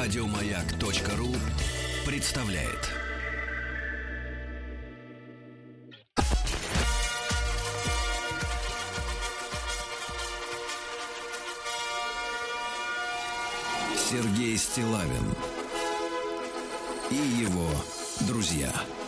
Радиомаяк.ру представляет. Сергей Стиллавин и его друзья.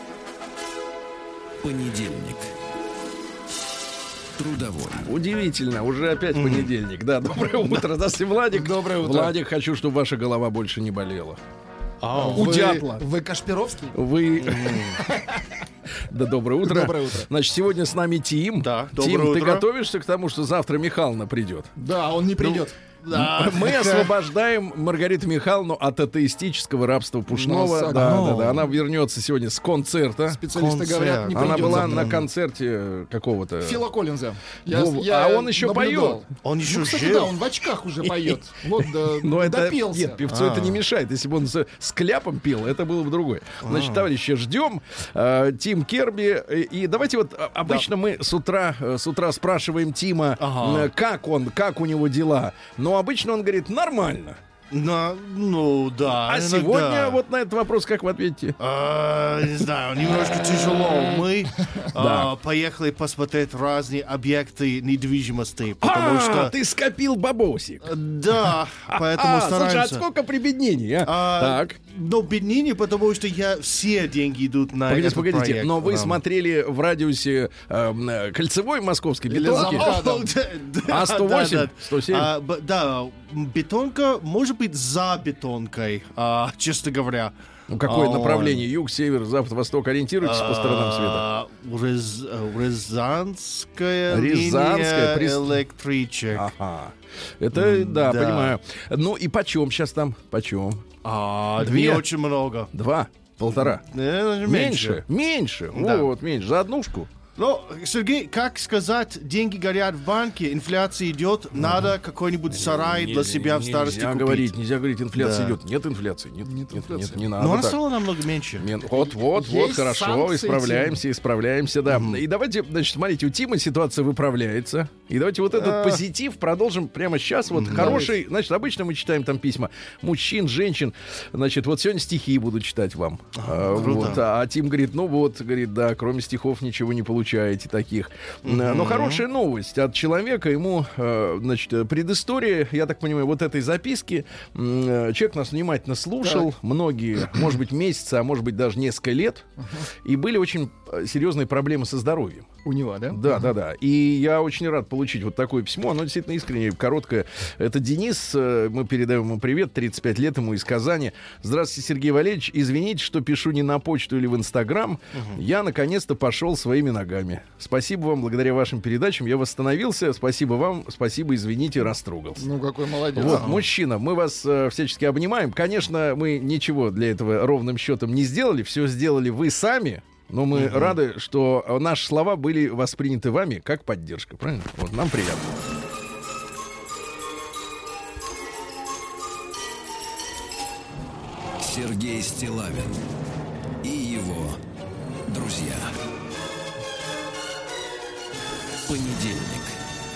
Понедельник. Трудовой. Удивительно, уже опять понедельник. Да, доброе утро. Здравствуйте, Владик. Доброе утро. Владик, хочу, чтобы ваша голова больше не болела. У дятла. Вы Кашпировский? Вы... Да, доброе утро. Доброе утро. Значит, сегодня с нами Тим. Да, Тим, доброе ты утро. готовишься к тому, что завтра Михайловна придет? Да, он не придет. Да. Мы освобождаем Маргариту Михайловну от атеистического рабства Пушного. Ну, Да. Она вернется сегодня с концерта. Специалисты Концерт. говорят, не Она придет была завтра. на концерте какого-то... Фила Коллинза. А он еще наблюдал. Он еще Ну, кстати, жив. да, он в очках уже поет. Вот, Но это допелся. нет, певцу это не мешает. Если бы он с кляпом пел, это было бы другое. Значит, товарищи, ждем Тим Керби. И давайте вот обычно мы с утра спрашиваем Тима, как у него дела. Но обычно он говорит нормально. Ну да. А иногда. сегодня вот на этот вопрос как вы ответите? Не знаю, немножко тяжело. Мы поехали посмотреть разные объекты недвижимости, потому что... ты скопил бабосик. Да, поэтому Слушай, а стараемся. сколько прибеднений, Так. Но беднее, потому что все деньги идут на этот Погодите, проект. но вы Да. смотрели в радиусе кольцевой московской Или бетонки? Да, 108? да. 107? Да, бетонка может быть за бетонкой, честно говоря. Ну, какое направление? Юг, север, запад, восток? Ориентируйтесь по сторонам света. Рязанская Рязанская, линия электричек. Ага. Это, да, да. понимаю. Ну и почем сейчас там? Почем? Не Две? очень много. 2? 1,5? Меньше. Меньше. Да. Вот, меньше. За однушку. Ну, Сергей, как сказать, деньги горят в банке, инфляция идет, надо какой-нибудь сарай для себя в старости Нельзя купить. нельзя говорить, инфляция Да. идет. Нет инфляции. Нет, инфляции. не надо Но она так. стала намного меньше. Вот, Есть хорошо, санкции, исправляемся, да. И давайте, значит, смотрите, у Тима ситуация выправляется. И давайте вот этот позитив продолжим прямо сейчас. Вот хороший, значит, обычно мы читаем там письма мужчин, женщин. Значит, вот сегодня стихи буду читать вам. Вот, а Тим говорит, говорит, да, кроме стихов ничего не получаете таких. Но хорошая новость от человека, ему, значит, предыстория, я так понимаю, вот этой записки. Человек нас внимательно слушал, многие, может быть, месяцы, а может быть, даже несколько лет, и были очень серьезные проблемы со здоровьем. У него, да? Да. И я очень рад получить вот такое письмо. Оно действительно искреннее, короткое. Это Денис. Мы передаем ему привет. 35 лет ему из Казани. Здравствуйте, Сергей Валерьевич. Извините, что пишу не на почту или в Инстаграм. Я наконец-то пошел своими ногами. Спасибо вам. Благодаря вашим передачам я восстановился. Спасибо вам. Спасибо, извините, растрогался. Ну, какой молодец. Вот, мужчина, мы вас всячески обнимаем. Конечно, мы ничего для этого ровным счетом не сделали. Все сделали вы сами. Но мы рады, что наши слова были восприняты вами как поддержка. Правильно? Вот, нам приятно. Сергей Стиллавин и его друзья. Понедельник.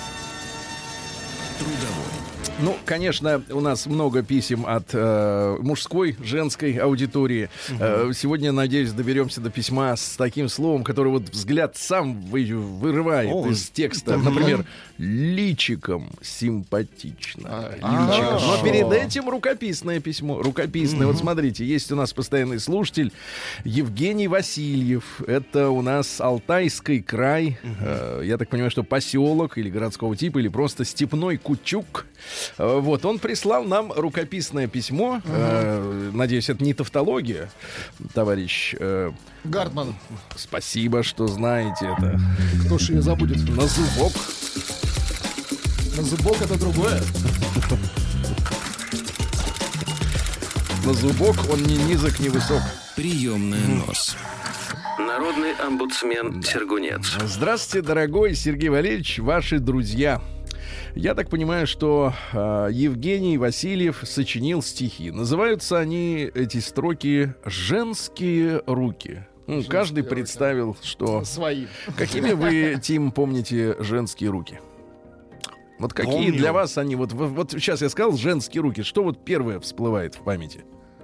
Трудовой. Ну, конечно, у нас много писем от мужской, женской аудитории. Сегодня, надеюсь, доберемся до письма с таким словом, которое вот взгляд сам вырывает из текста. Например, личиком симпатично. Личиком. Но перед этим рукописное письмо. Рукописное. Вот смотрите, есть у нас постоянный слушатель Евгений Васильев. Это у нас Алтайский край. Я так понимаю, что поселок или городского типа, или просто степной Кучук. Вот, он прислал нам рукописное письмо. Надеюсь, это не тавтология, товарищ. Гартман. Спасибо, что знаете это. Кто ж ее забудет? На зубок. На зубок это другое. На зубок он ни низок, ни высок. Приемная нос. Народный омбудсмен Сергунец. Здравствуйте, дорогой Сергей Валерьевич, ваши друзья. Я так понимаю, что Евгений Васильев сочинил стихи. Называются они, эти строки, «Женские руки». Каждый представил, что... Свои. Какими вы, Тим, помните женские руки? Вот какие Помню. для вас они, вот сейчас я сказал женские руки, что вот первое всплывает в памяти?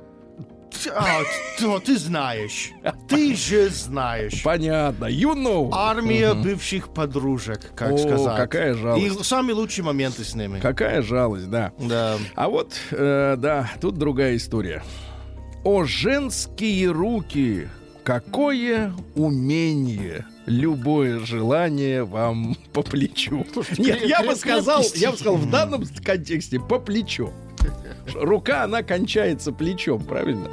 Ты знаешь. Ты же знаешь. Понятно, you know. Армия бывших подружек, как О, сказать. какая жалость. И самые лучшие моменты с ними. Какая жалость, да. Да. А вот, да, тут другая история. О, женские руки, какое умение, любое желание вам по плечу. Нет, я бы сказал в данном контексте по плечу. Рука, она кончается плечом, правильно?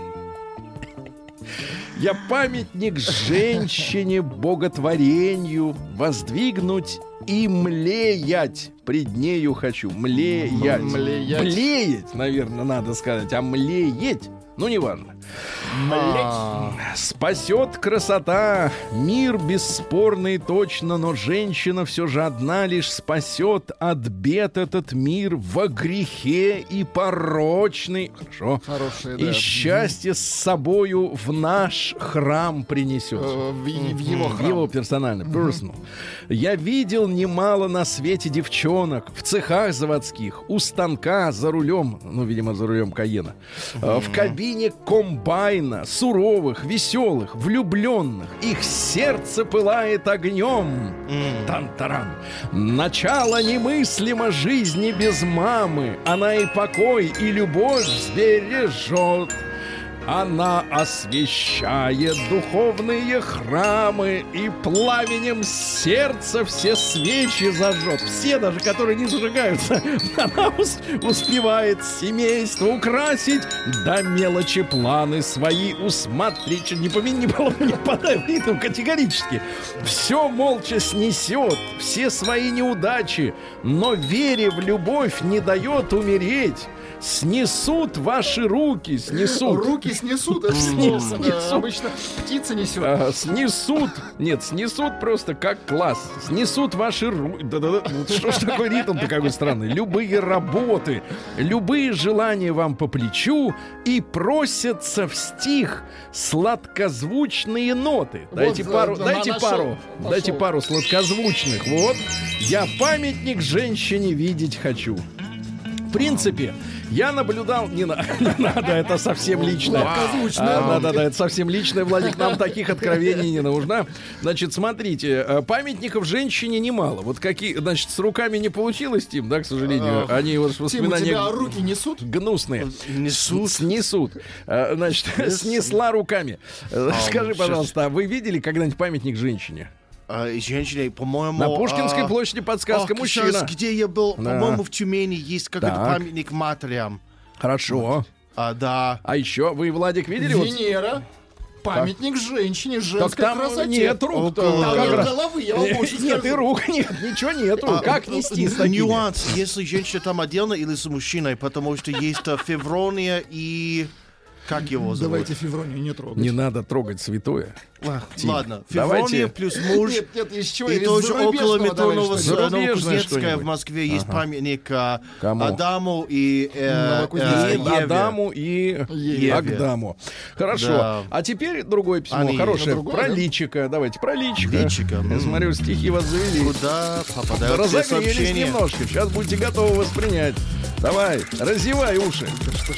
Я памятник женщине боготворению воздвигнуть и млеять пред нею хочу. Млеять. Млеять, наверное, надо сказать, а млеять, ну, неважно. Спасет красота, мир бесспорный точно, но женщина все же одна лишь спасет от бед этот мир во грехе и порочный. Хорошо. Хорошие, И да. счастье с собою в наш храм принесет. В его В храм. его персональный, personal. Я видел немало на свете девчонок в цехах заводских, у станка за рулем, ну, видимо, за рулем Каена, в кабине комбайна, суровых, веселых, влюбленных. Их сердце пылает огнем. Тан-таран. Начало немыслимо жизни без мамы. Она и покой, и любовь сбережет. Она освещает духовные храмы и пламенем сердца все свечи зажжет. Все даже, которые не зажигаются. Она успевает семейство украсить, до мелочи планы свои усмотреть. Не попадай в ритм категорически. Все молча снесет, все свои неудачи, но, вере в любовь, не дает умереть. Снесут ваши руки, снесут. Руки снесут. Это Снесут. обычно птица несет. Снесут. Нет, снесут просто как класс. Снесут ваши руки. Да-да-да. Вот что ж такой ритм-то какой странный. Любые работы, любые желания вам по плечу и просятся в стих сладкозвучные ноты. Дайте Вот, пару, да, дайте нашел, пару, нашел. дайте пару сладкозвучных. Вот. Я памятник женщине видеть хочу. В принципе, я наблюдал... Не надо, это совсем личное. Да-да-да, это совсем личное, Владик, нам таких откровений не нужно. Значит, смотрите, памятников женщине немало. Вот какие, значит, с руками не получилось, Тим, да, к сожалению. Они вот Тим, у воспоминания тебя руки несут? гнусные. Несут. Снесут. Значит, снесла руками. Скажи, пожалуйста, а вы видели когда-нибудь памятник женщине? Женщине, по-моему... На Пушкинской площади подсказка мужчина. Сейчас, где я был, Да. по-моему, в Тюмени есть какой-то Так. памятник матерям. Хорошо. Да. А еще вы, Владик, видели? Вот Венера. Памятник женщине, так женской там красоте. нет рук. Там Как нет раз. головы, я вам больше Нет скажу. и рук, нет, ничего нету. Как нести с такими? Нюанс, если женщина там отдельно или с мужчиной, потому что есть Феврония и... Как его зовут? Давайте Февронию не трогать. Не надо трогать святое. Ладно, давайте. Феврония плюс муж. Нет, из чего? И из тоже зарубежного около метро давай что-нибудь. Зарубежное Новокузнецкая что-нибудь. в Москве есть памятник Кому? Адаму и Новокузнецкой. Еве. Адаму и Еве. Агдаму. Хорошо. Да. А теперь другое письмо. Они- Хорошее. другое, Про да? личико. Давайте про личико. Личико, Я смотрю, стихи вас завели. Куда попадают все Разогрелись сообщения? немножко. Сейчас будете готовы воспринять. Давай, разевай уши. Что ж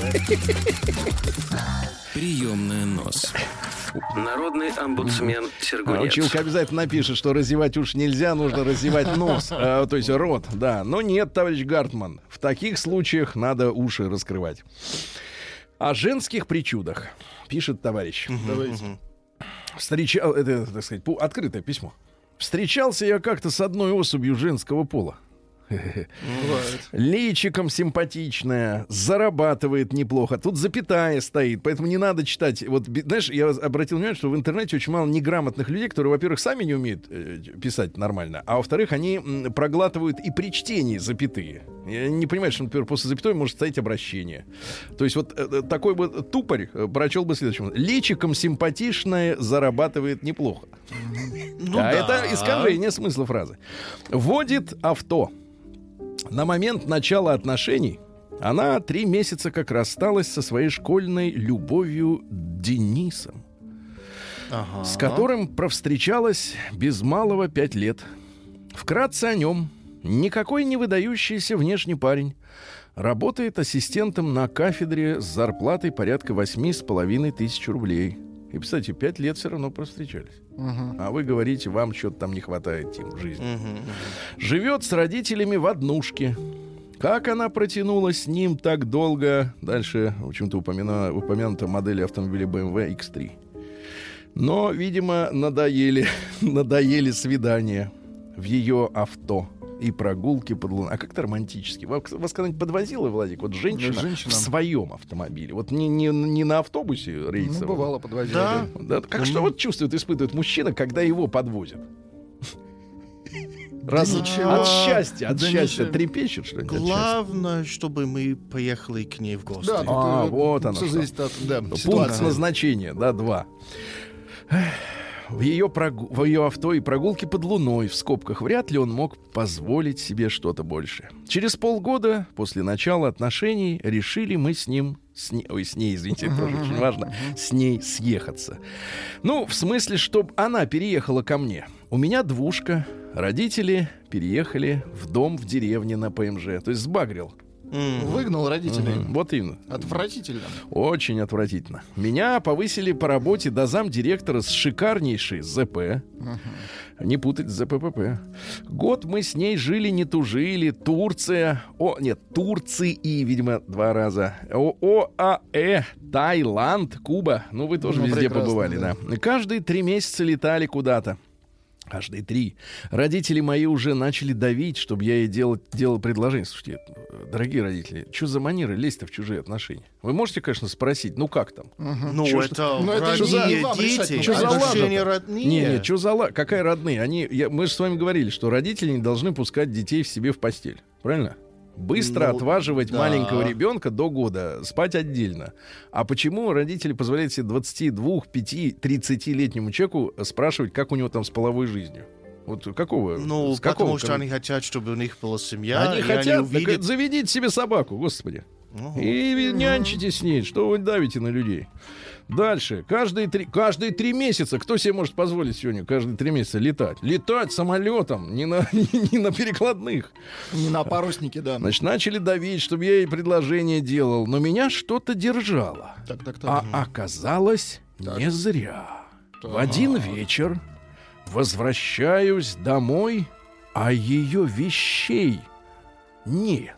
такое? Приемная нос. Народный омбудсмен Сергунец. Училка обязательно напишет, что разевать уши нельзя, нужно разевать нос, то есть рот, да. Но нет, товарищ Гартман, в таких случаях надо уши раскрывать. О женских причудах пишет товарищ. Давайте. Встречал, это, так сказать, открытое письмо. Встречался я как-то с одной особью женского пола. Бывает. Личиком симпатичная, зарабатывает неплохо. Тут запятая стоит, поэтому не надо читать. Вот, знаешь, я обратил внимание, что в интернете очень мало неграмотных людей, которые, во-первых, сами не умеют писать нормально, а во-вторых, они проглатывают и при чтении запятые. Я не понимаю, что, например, после запятой может стоять обращение. То есть вот такой вот тупорь прочел бы следующим. Личиком симпатичная, зарабатывает неплохо. Это искажение смысла фразы. Водит авто. На момент начала отношений она 3 месяца как рассталась со своей школьной любовью Денисом, с которым провстречалась без малого 5 лет. Вкратце о нем. Никакой не выдающийся внешний парень. Работает ассистентом на кафедре с зарплатой порядка 8,5 тысяч рублей. И, кстати, 5 лет все равно провстречались. А вы говорите, вам что-то там не хватает, Тим, в жизни. Живет с родителями в однушке. Как она протянула с ним так долго? Дальше, в общем-то, упомянута модель автомобиля BMW X3. Но, видимо, надоели свидания в ее авто и прогулки под луной. А как-то романтически. Вас когда-нибудь подвозила, Владик, вот женщина в своем автомобиле? Вот не на автобусе рейсовом. Ну, бывало, подвозила. Да? Как что вот чувствует, испытывает мужчина, когда его подвозят? От счастья трепещет, что ли? Главное, чтобы мы поехали к ней в гости. Да, вот оно. Все зависит от Пункт назначения, 2. В ее авто и прогулки под луной, в скобках, вряд ли он мог позволить себе что-то большее. Через полгода после начала отношений решили мы с ней, извините, это тоже очень важно, с ней съехаться. Ну, в смысле, чтобы она переехала ко мне. У меня двушка, родители переехали в дом в деревне на ПМЖ, то есть сбагрил. Выгнал родителей. Вот именно. Отвратительно. Очень отвратительно. Меня повысили по работе до замдиректора с шикарнейшей ЗП. Не путать с ЗППП. Год мы с ней жили, не тужили. Турции, видимо, 2 раза. ОАЭ, Таиланд, Куба. Ну, вы тоже везде побывали, да. Каждые 3 месяца летали куда-то. Каждые 3. Родители мои уже начали давить, чтобы я ей делал предложение. Слушайте, дорогие родители, что за манеры лезть-то в чужие отношения? Вы можете, конечно, спросить, ну как там? Ну, это родные дети. Что за отношения родные? Не, что за ладно? Какая родные? Мы же с вами говорили, что родители не должны пускать детей в себе в постель. Правильно? Быстро отваживать маленького ребенка до года, спать отдельно. А почему родители позволяют себе 22, 5, 30-летнему человеку спрашивать, как у него там с половой жизнью? Вот какого? Ну, потому что они хотят, чтобы у них была семья. Они хотят, так заведите себе собаку, господи. И нянчите с ней. Что вы давите на людей? Дальше. Каждые 3 месяца. Кто себе может позволить сегодня каждые 3 месяца летать? Летать самолетом, не на перекладных. Не на паруснике, да. Значит, начали давить, чтобы я ей предложение делал. Но меня что-то держало. Так. А оказалось, не зря. В один вечер возвращаюсь домой, а ее вещей нет.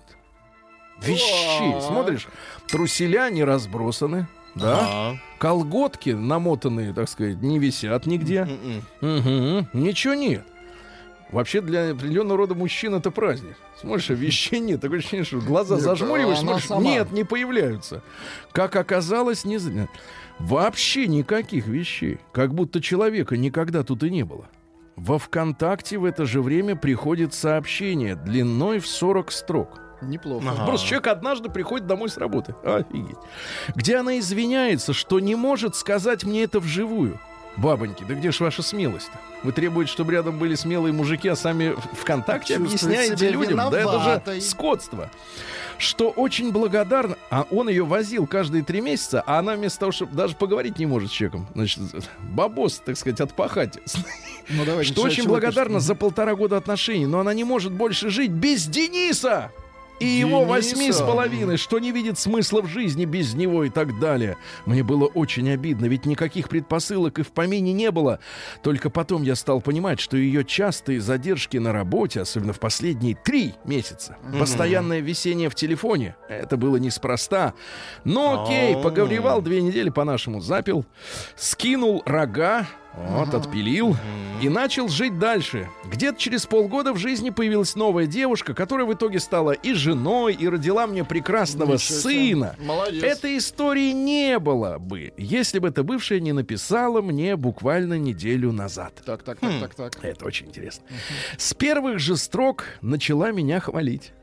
Вещей. Смотришь, труселя не разбросаны. Да? Колготки намотанные, так сказать, не висят нигде. Ничего нет. Вообще для определенного рода мужчин это праздник. Смотришь, а вещей нет. Такое ощущение, что глаза зажмуриваешь, смотришь, нет, не появляются. Как оказалось, не знаю. Вообще никаких вещей. Как будто человека никогда тут и не было. Во ВКонтакте в это же время приходит сообщение длиной в 40 строк. Неплохо. Просто человек однажды приходит домой с работы. Офигеть. Где она извиняется, что не может сказать мне это вживую. Бабоньки, да где ж ваша смелость-то? Вы требуете, чтобы рядом были смелые мужики, а сами ВКонтакте объясняете людям. Да это же скотство. Что очень благодарна. А он ее возил каждые 3 месяца, а она вместо того, чтобы даже поговорить не может с человеком. Значит, бабос, так сказать, отпахать. Что очень благодарна за 1,5 года отношений, но она не может больше жить без Дениса. И его 8,5, что не видит смысла в жизни без него и так далее. Мне было очень обидно, ведь никаких предпосылок и в помине не было. Только потом я стал понимать, что ее частые задержки на работе, особенно в последние 3 месяца, постоянное висение в телефоне, это было неспроста. Но окей, погоревал 2 недели по-нашему, запил, скинул рога, вот, отпилил и начал жить дальше. Где-то через полгода в жизни появилась новая девушка, которая в итоге стала и женой, и родила мне прекрасного сына. Молодец. Этой истории не было бы, если бы эта бывшая не написала мне буквально неделю назад. Так. Это очень интересно. С первых же строк начала меня хвалить.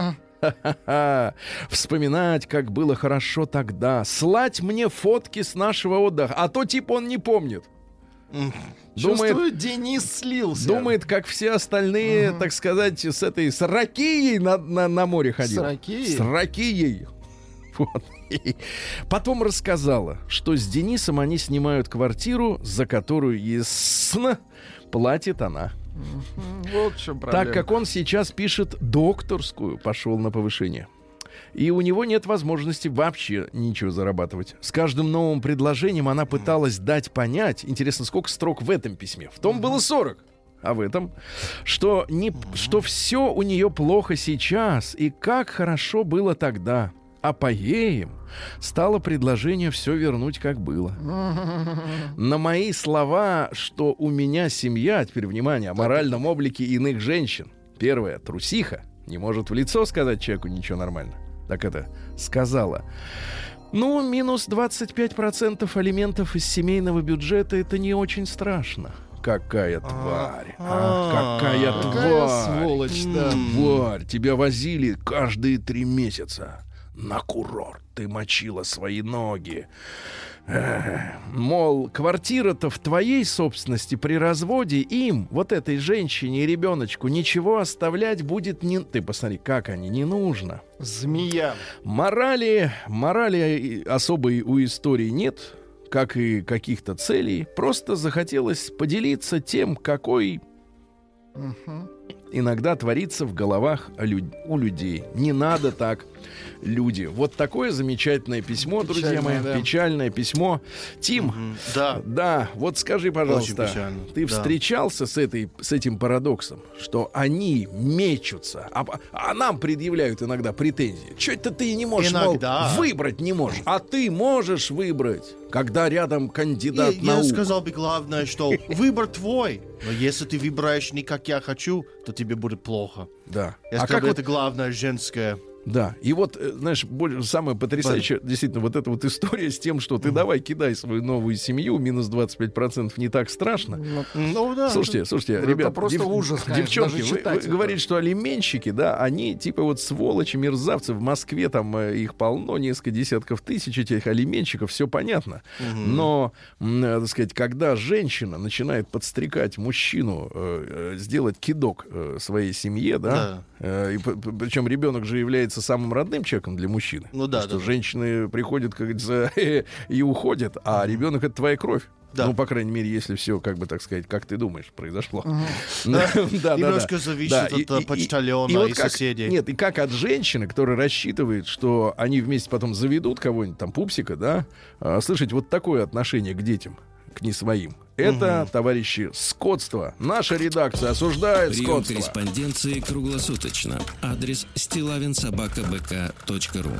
Вспоминать, как было хорошо тогда. Слать мне фотки с нашего отдыха. А то типа он не помнит. Чувствую, Денис слился. Думает, как все остальные, так сказать, с ракией на море ходил. С ракией? С ракией. Вот. Потом рассказала, что с Денисом они снимают квартиру, за которую, ясно, платит она. Вот в чем проблема. Так как он сейчас пишет докторскую, пошел на повышение. И у него нет возможности вообще ничего зарабатывать. С каждым новым предложением она пыталась дать понять, интересно, сколько строк в этом письме. В том было 40, а в этом, что все у нее плохо сейчас, и как хорошо было тогда. А поеем стало предложение все вернуть, как было. На мои слова, что у меня семья, теперь внимание, о моральном облике иных женщин. Первое, трусиха, не может в лицо сказать человеку ничего нормально. Так это сказала. Ну, минус 25% алиментов из семейного бюджета — это не очень страшно. Какая тварь! Какая тварь! Сволочь, да. Тварь! Тебя возили каждые 3 месяца на курорт. Ты мочила свои ноги. Мол, квартира-то в твоей собственности, при разводе им, вот этой женщине и ребеночку, ничего оставлять будет не... Ты посмотри, как они, не нужно. Змея. Морали особой у истории нет, как и каких-то целей. Просто захотелось поделиться тем, какой иногда творится в головах у людей. Не надо так, люди. Вот такое замечательное письмо, друзья мои, да. Печальное письмо. Тим, да, вот скажи, пожалуйста, ты встречался с этим парадоксом, что они мечутся, а нам предъявляют иногда претензии. Чё это ты не можешь, выбрать не можешь, а ты можешь выбрать, когда рядом кандидат наук. Я сказал бы главное, что выбор твой, но если ты выбираешь не как я хочу, то тебе будет плохо. Да. Я сказал, это главное женское. Да, и вот, знаешь, самое потрясающее, действительно, вот эта вот история с тем, что ты давай кидай свою новую семью, минус 25% не так страшно. Ну, да. Слушайте, ребят, просто ужас, конечно, девчонки, даже вы говорите, что алименщики, да, они типа вот сволочи, мерзавцы, в Москве там их полно, несколько десятков тысяч этих алименщиков, все понятно. Но, так сказать, когда женщина начинает подстрекать мужчину сделать кидок своей семье, да. И причем ребенок же является самым родным человеком для мужчины. Ну да, что женщины приходят, как говорится, и уходят, а ребенок — это твоя кровь. Да. Ну, по крайней мере, если все, как бы так сказать, как ты думаешь, произошло. Немножко зависит от почтальона и соседей. Нет, и как от женщины, которая рассчитывает, что они вместе потом заведут кого-нибудь, там, пупсика, да, слышать вот такое отношение к детям, к не своим. Это, товарищи, скотство. Наша редакция осуждает прием скотство. Корреспонденции круглосуточно. Адрес stilavinsobakabk.ru.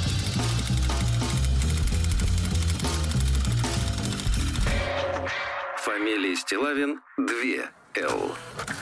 Фамилия Стилавин 2Л.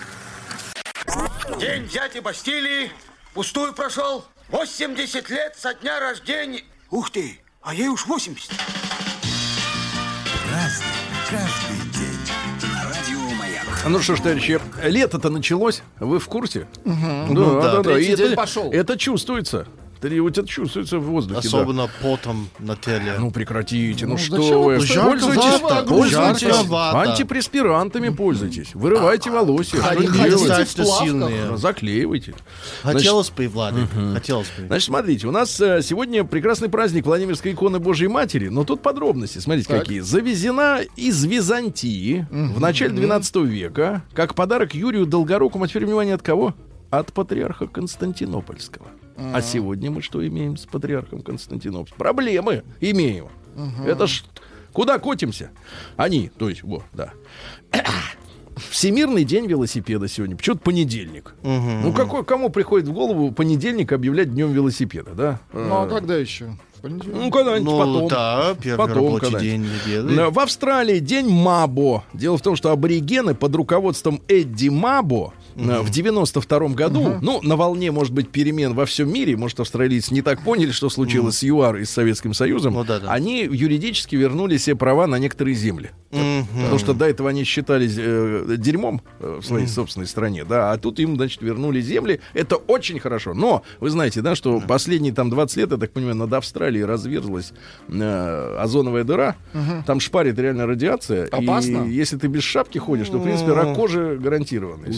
День дяди Бастилии пустую прошел. 80 лет со дня рождения. Ух ты, а ей уж 80. Разный, каждый день. На радио Маяк. Ну что ж, товарищи, лето-то началось. Вы в курсе? Да. Третий день пошел. Это чувствуется. Это чувствуется в воздухе. Особенно потом на теле. Ну прекратите, ну что зачем вы? вы Пользуйтесь антипреспирантами, пользуйтесь. Вырывайте волосы. Достаточно сильные. Заклеивайте. Хотелось бы, Владик, хотелось бы. Значит, смотрите, у нас сегодня прекрасный праздник Владимирской иконы Божьей Матери, но тут подробности, смотрите, какие. Завезена из Византии в начале 12 века как подарок Юрию Долгорукому. А теперь внимание, от кого? От патриарха Константинопольского. А сегодня мы что имеем с патриархом Константинопольским? Проблемы имеем. Это ж куда котимся? Они, то есть, вот, да. Всемирный день велосипеда сегодня. Почему-то понедельник. Ну, кому приходит в голову понедельник объявлять днем велосипеда, да? Ну, а когда еще? Ну, когда-нибудь потом. Да, первый рабочий день недели. В Австралии день Мабо. Дело в том, что аборигены под руководством Эдди Мабо в 92-м году, ну, на волне, может быть, перемен во всем мире, может, австралийцы не так поняли, что случилось с ЮАР и с Советским Союзом, они юридически вернули себе права на некоторые земли. Потому что до этого они считались дерьмом в своей собственной стране, да, а тут им, значит, вернули земли. Это очень хорошо. Но вы знаете, да, что последние там 20 лет, я так понимаю, над Австралией разверзлась озоновая дыра. Там шпарит реально радиация. Опасно. И если ты без шапки ходишь, то, в принципе, рак кожи гарантирован. Да,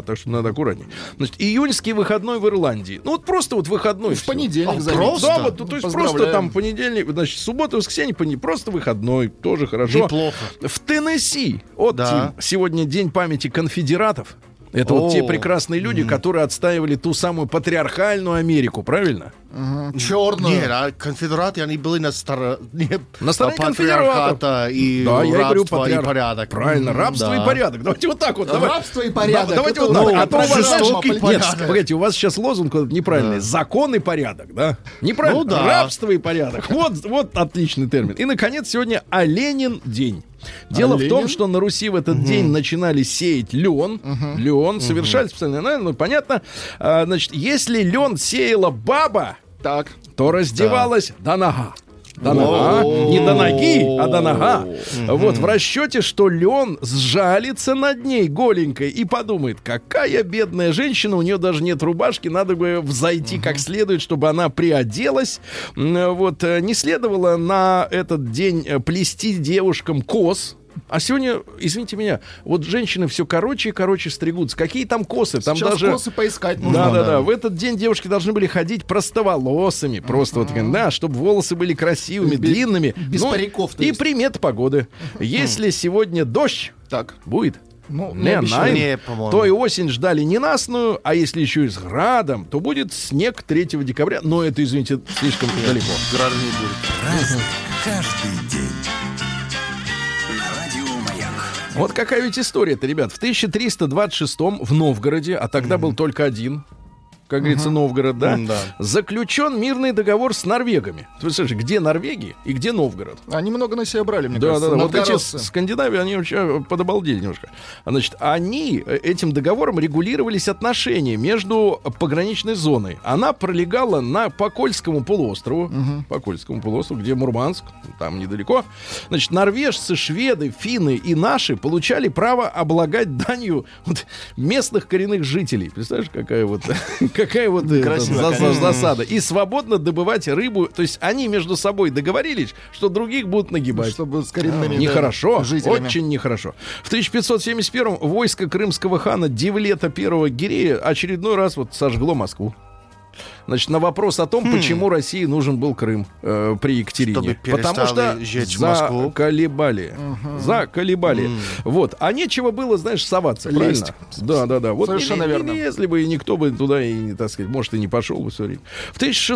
так что надо аккуратнее. Значит, июньский выходной в Ирландии. Ну, вот просто вот выходной. В понедельник, просто? Да, вот, то есть просто там понедельник, значит, суббота, воскресенье, просто выходной, тоже хорошо. Неплохо. В Теннесси, вот, Да. Тим, сегодня день памяти конфедератов. Это вот те прекрасные люди, которые отстаивали ту самую патриархальную Америку, правильно? Черную. Нет, а конфедераты, они были на стороне конфедератов. и Да, я и говорю, рабства, и порядок. Правильно, рабство Да. и порядок. Давайте вот так вот. Рабство и порядок. Давайте Это вот так. вот А то у вас, знаешь, жестокий нет, порядок. погодите, у вас сейчас лозунг вот неправильный. Закон и порядок, да? Неправильно. Ну да. Рабство и порядок. Вот отличный термин. И, наконец, сегодня Оленин день. Дело в том, что на Руси в этот день начинали сеять лен. Лен, совершали специально, ну, понятно. Значит, если лен сеяла баба, Так. то раздевалась до нога. До нога. Не до ноги, а до нога. Вот в расчете, что лен сжалится над ней голенькой и подумает, какая бедная женщина, у нее даже нет рубашки, надо бы взойти как следует, чтобы она приоделась. Вот не следовало на этот день плести девушкам кос. А сегодня, извините меня, вот женщины все короче и короче стригутся. Какие там косы? Там Сейчас даже... косы поискать нужно. Да. В этот день девушки должны были ходить простоволосыми. Просто вот, да, чтобы волосы были красивыми, длинными. без париков, то И есть. примет погоды. Если сегодня дождь Так. будет, Ну, не обещаю. Не, по-моему. то и осень ждали ненастную, а если еще и с градом, то будет снег 3 декабря. Но это, извините, слишком далеко. Град не будет. Праздник каждый день. На радио Маяк. Вот какая ведь история-то, ребят. В 1326-м в Новгороде, а тогда был только один, как говорится, Новгород, да, Да. заключен мирный договор с норвегами. Ты представляешь, где Норвегии и где Новгород? Они много на себя брали, мне Да. кажется. Вот эти Новгородцы. Скандинавии, они вообще подобалдели немножко. Значит, они этим договором регулировались отношения между пограничной зоной. Она пролегала по Кольскому полуострову, где Мурманск, там недалеко. Значит, норвежцы, шведы, финны и наши получали право облагать данью вот местных коренных жителей. Представляешь, какая вот засада. И свободно добывать рыбу. То есть они между собой договорились, что других будут нагибать. Чтобы с коренными Нехорошо, жителями. очень нехорошо. В 1571-м войско крымского хана Девлета I Гирея очередной раз вот сожгло Москву. Значит, на вопрос о том, почему России нужен был Крым при Екатерине. Чтобы Потому что перестали жечь Москву. заколебали. Заколебали. Вот. А нечего было, знаешь, соваться, Лезть. правильно? Да. Вот Совершенно верно. не лезли бы, и никто бы туда, и, так сказать, может, и не пошел бы все время. В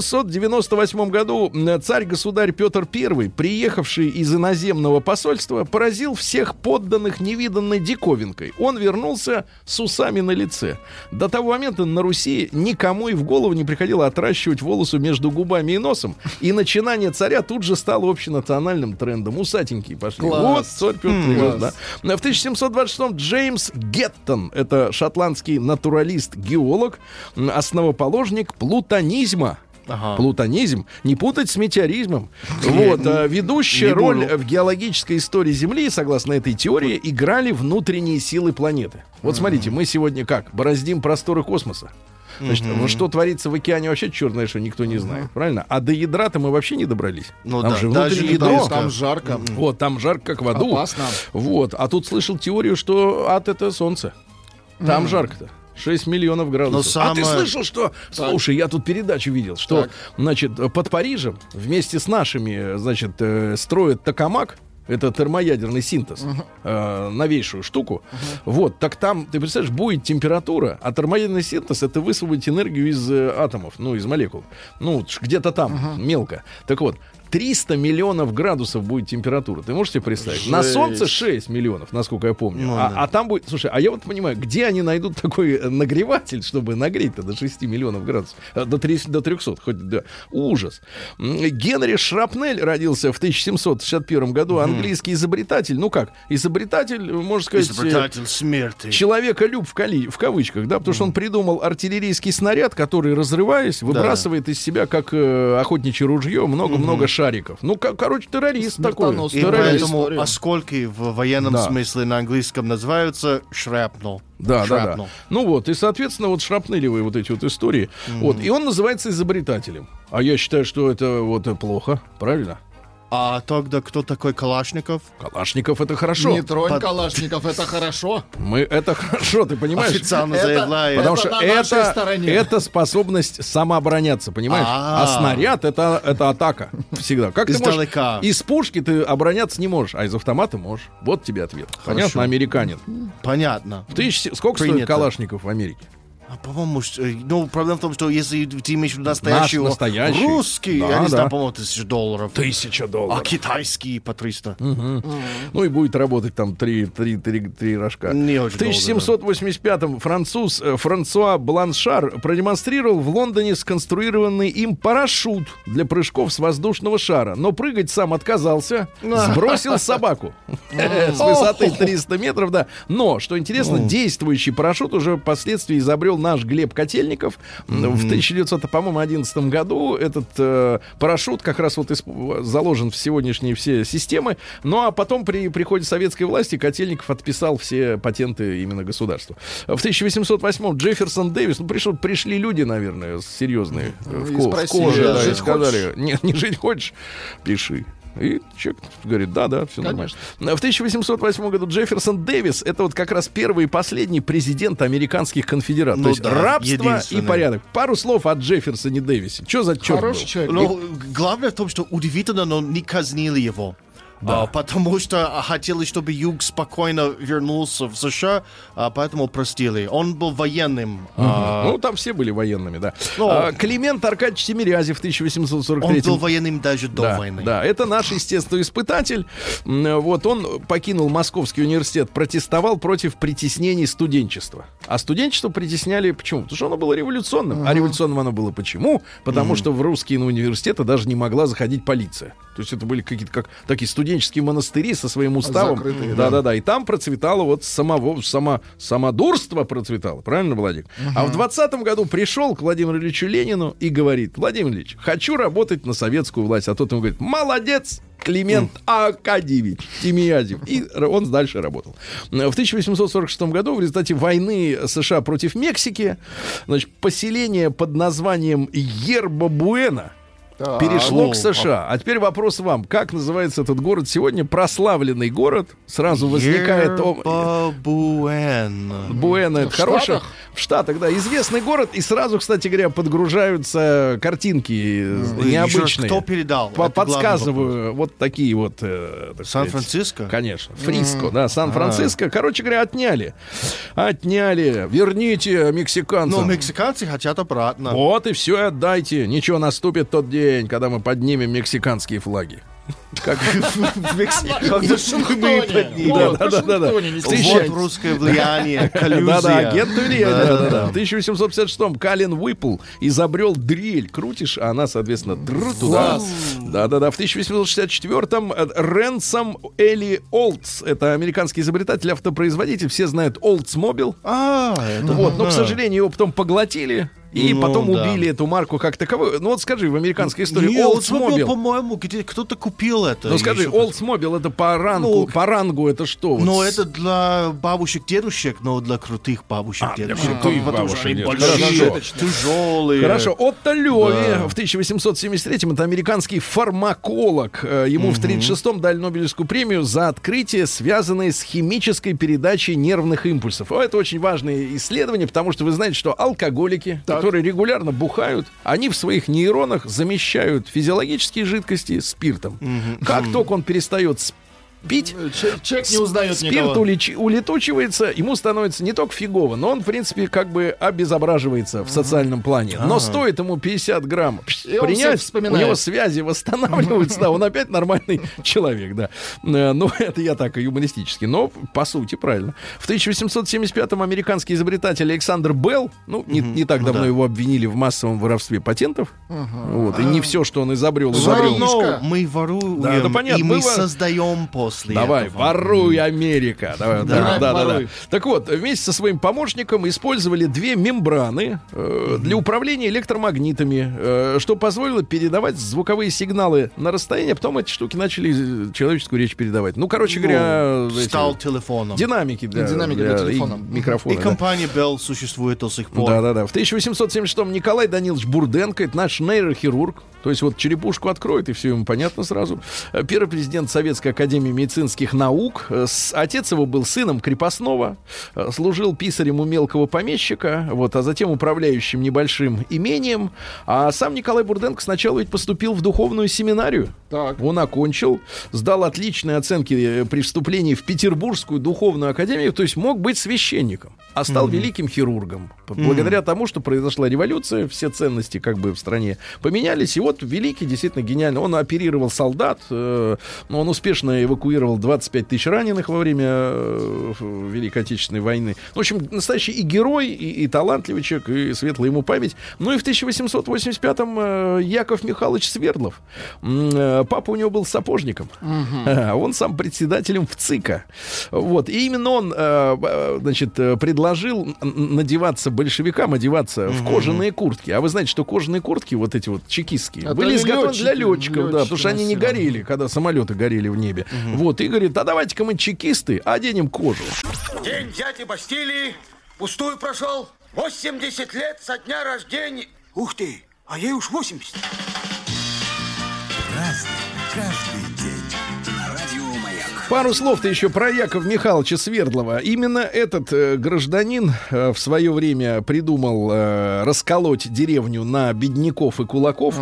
1698 году царь-государь Петр I, приехавший из иноземного посольства, поразил всех подданных невиданной диковинкой. Он вернулся с усами на лице. До того момента на Руси никому и в голову не приходило отращивать волосы между губами и носом. И начинание царя тут же стало общенациональным трендом. Усатенькие пошли. Класс. Вот царь Петр I, Класс. да. В 1726-м Джеймс Геттон, это шотландский натуралист-геолог, основоположник плутонизма. Ага. Плутонизм, не путать с метеоризмом. Вот, ведущая не роль буду. в геологической истории Земли, согласно этой теории, играли внутренние силы планеты. Вот смотрите, мы сегодня как? Бороздим просторы космоса. Значит, ну, что творится в океане, вообще черт знает, что никто не знает. Правильно? А до ядра-то мы вообще не добрались. Ну Там да, же даже внутреннее не ядро. близко. Там жарко. Вот, там жарко, как в аду. Опасно. Вот. А тут слышал теорию, что ад — это солнце. Там жарко-то. 6 миллионов градусов. Но А ты самое- слышал, что... Слушай, я тут передачу видел, что, Так. значит, под Парижем вместе с нашими, значит, строят токамак. Это термоядерный синтез. Новейшую штуку. Вот. Так там, ты представляешь, будет температура, а термоядерный синтез — это высвободить энергию из атомов, ну, из молекул. Ну, где-то там, мелко. Так вот, 300 миллионов градусов будет температура. Ты можешь себе представить? На Солнце 6 миллионов, насколько я помню. Ну, да. А там будет... Слушай, а я вот понимаю, где они найдут такой нагреватель, чтобы нагреть-то до 6 миллионов градусов? До 300, хоть да. Ужас. Генри Шрапнель родился в 1761 году. Английский изобретатель. Ну как? Изобретатель, можно сказать... Изобретатель смерти. Человеколюб в кавычках, да, потому что он придумал артиллерийский снаряд, который, разрываясь, выбрасывает из себя, как охотничье ружье, много-много шариков. Ну, короче, террорист такой. Смертоносный. И Террорист. поэтому история. осколки в военном Да. смысле на английском называются shrapnel. Да. Shrapnel. Ну вот, и, соответственно, вот шрапнелевые вот эти вот истории. Вот, и он называется изобретателем. А я считаю, что это вот плохо, правильно? А тогда кто такой Калашников? Калашников — это хорошо. Не тронь Калашников, это хорошо. Это хорошо, ты понимаешь? Официально Это- заявляет. Потому Это что на нашей стороне. это способность самообороняться, понимаешь? А снаряд это атака всегда. Как ты Издалека. можешь? Из пушки ты обороняться не можешь, а из автомата можешь. Вот тебе ответ. Понятно, американин. Понятно. Сколько стоит Принято. Калашников в Америке? По-моему, ну, проблема в том, что если ты имеешь настоящего настоящий. русский, Да, я не да. знаю, по-моему, $1000. $1000. А китайский по 300. Ну и будет работать там три рожка. Не В очень долго, 1785-м француз Франсуа Бланшар продемонстрировал в Лондоне сконструированный им парашют для прыжков с воздушного шара. Но прыгать сам отказался, сбросил собаку с высоты 300 метров. Да. Но, что интересно, действующий парашют уже впоследствии изобрел наш Глеб Котельников. В 1911 году этот парашют как раз вот заложен в сегодняшние все системы. Ну а потом при приходе советской власти Котельников отписал все патенты именно государству. В 1808-м Джефферсон Дэвис, пришли люди, наверное, серьезные, в спросили, коже, да, да, и жить сказали: нет, не жить хочешь, пиши. И человек говорит: да, все нормально. В 1808 году Джефферсон Дэвис — это вот как раз первый и последний президент американских конфедератов. Ну То есть да, рабство и единственный. порядок. Пару слов о Джефферсоне Дэвисе. Что за черт Хороший был? человек. Но главное в том, что удивительно, но не казнили его. Потому что хотели, чтобы Юг спокойно вернулся в США, поэтому простили. Он был военным. Ну, там все были военными, да. Климент Аркадьевич Тимирязев в 1843. Он был военным даже до Да, войны. да, это наш естествоиспытатель. Вот он покинул Московский университет, протестовал против притеснений студенчества. А студенчество притесняли почему? Потому что оно было революционным. А революционным оно было почему? Потому что в русские университеты даже не могла заходить полиция. То есть это были какие-то как такие студенческие монастыри со своим уставом. Закрытые, Да. И там процветало вот самодурство процветало. Правильно, Владик? А в 20-м году пришел к Владимиру Ильичу Ленину и говорит: Владимир Ильич, хочу работать на советскую власть. А тот ему говорит: молодец, Климент Аркадьевич Тимирязев. И он дальше работал. В 1846 году в результате войны США против Мексики, значит, поселение под названием Йерба-Буэна перешло к США. А теперь вопрос вам. Как называется этот город сегодня? Прославленный город. Сразу возникает... Буэн. Буэна — это хорошее. В Штатах, да. Известный город. И сразу, кстати говоря, подгружаются картинки необычные. Кто передал? Это Подсказываю. Вот такие вот... Сан-Франциско? Конечно. Фриско, да. Сан-Франциско. Короче говоря, отняли. Верните мексиканцам. Но мексиканцы хотят обратно. Вот и все, отдайте. Ничего, наступит тот день, когда мы поднимем мексиканские флаги. Как в Мексике. Да. Вот русское влияние, коллюзия. Да, агент влияния. В 1856-м Калин Уиппл изобрел дрель. Крутишь, а она, соответственно, туда. Да. В 1864-м Ренсом Элли Олдс, это американский изобретатель, автопроизводитель, все знают Oldsmobile. Вот, но, к сожалению, его потом поглотили. И потом убили эту марку как таковую. Ну вот скажи, в американской истории Oldsmobile, по-моему, где кто-то купил это. ну скажи, Oldsmobile — это по рангу это что? Но это для бабушек, дедушек, но для крутых бабушек, дедушек. крутых Потому что бабушек, они дедушек. большие, тяжелые. Хорошо, Отто Лёви в 1873-м, это американский фармаколог. Ему в 1936-м дали Нобелевскую премию за открытия, связанные с химической передачей нервных импульсов. Это очень важное исследование, потому что вы знаете, что алкоголики, которые регулярно бухают, они в своих нейронах замещают физиологические жидкости спиртом. Как только он перестает пить, Человек не узнает спирт никого. улетучивается, ему становится не только фигово, но он, в принципе, как бы обезображивается в социальном плане. Но стоит ему 50 грамм И он принять, всё у вспоминает. него связи восстанавливаются, да, он опять нормальный человек, да. Ну, это я так юмористически, но по сути правильно. В 1875-м американский изобретатель Александр Белл, ну, не так давно его обвинили в массовом воровстве патентов, вот, и не все, что он изобрел. Воришка. Мы воруем, Да, это понятно, и мы было. создаем после. после Давай, этого. воруй, Америка. Давай, Да, да. воруй. Так вот, вместе со своим помощником использовали две мембраны для управления электромагнитами, что позволило передавать звуковые сигналы на расстояние, а потом эти штуки начали человеческую речь передавать. Ну, короче говоря, Стал эти телефоном. динамики для телефона. и микрофона. И да. компания Bell существует до сих пор. Да. В 1876-м Николай Данилович Бурденко, это наш нейрохирург, то есть вот черепушку откроет, и все ему понятно сразу. Первый президент Советской академии медицинских наук. Отец его был сыном крепостного, служил писарем у мелкого помещика, вот, а затем управляющим небольшим имением. А сам Николай Бурденко сначала ведь поступил в духовную семинарию. Так. Он окончил, сдал отличные оценки при вступлении в Петербургскую духовную академию, то есть мог быть священником, а стал великим хирургом. Благодаря тому, что произошла революция, все ценности как бы в стране поменялись, и вот великий, действительно гениальный. Он оперировал солдат, он успешно эвакуировал 25 тысяч раненых во время Великой Отечественной войны. В общем, настоящий и герой, и талантливый человек, и светлая ему память. Ну и в 1885-м Яков Михайлович Свердлов. Папа у него был сапожником, а он сам председателем ВЦИКа. Вот. И именно он, значит, предложил надеваться большевикам, одеваться в кожаные куртки. А вы знаете, что кожаные куртки, вот эти вот чекистские, Это были изготовлены для летчики, летчиков, да, потому что они не носили. горели, когда самолеты горели в небе. Вот, и говорит, а давайте-ка мы чекисты оденем кожу. День взятия Бастилии пустую прошел. 80 лет со дня рождения. Ух ты, а ей уж 80. Разный, каждый день. На радио Маяк. Пару слов-то еще про Якова Михайловича Свердлова. Именно этот гражданин в свое время придумал расколоть деревню на бедняков и кулаков.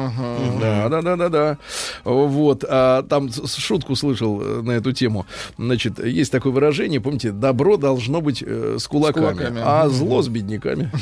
Да. Вот. Там шутку слышал на эту тему. Значит, есть такое выражение, помните, добро должно быть с кулаками. А зло с бедняками.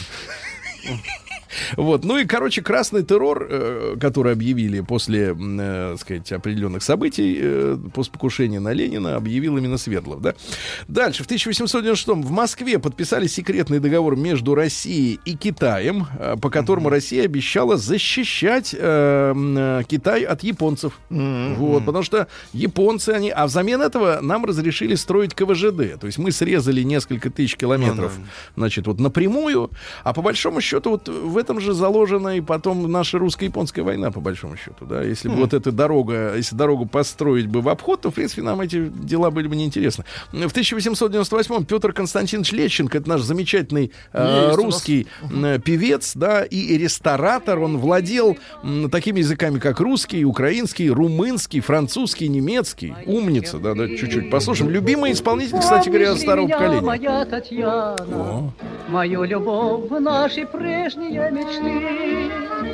Вот. Ну и, короче, красный террор, который объявили после, так сказать, определенных событий, после покушения на Ленина, объявил именно Свердлов. Да? Дальше. В 1896 в Москве подписали секретный договор между Россией и Китаем, по которому Россия обещала защищать Китай от японцев. Вот, потому что японцы, они... А взамен этого нам разрешили строить КВЖД. То есть мы срезали несколько тысяч километров, значит, вот напрямую, а по большому счету вот в этом же заложена и потом наша русско-японская война, по большому счету, да. Если бы вот эта дорога, если дорогу построить бы в обход, то, в принципе, нам эти дела были бы неинтересны. В 1898-м Петр Константинович Лещенко, это наш замечательный русский певец, да, и ресторатор, он владел такими языками, как русский, украинский, румынский, французский, немецкий. Умница, да, чуть-чуть послушаем. Любимый исполнитель, кстати говоря, старого поколения. Моя Татьяна, мою любовь в нашей прежние мечты.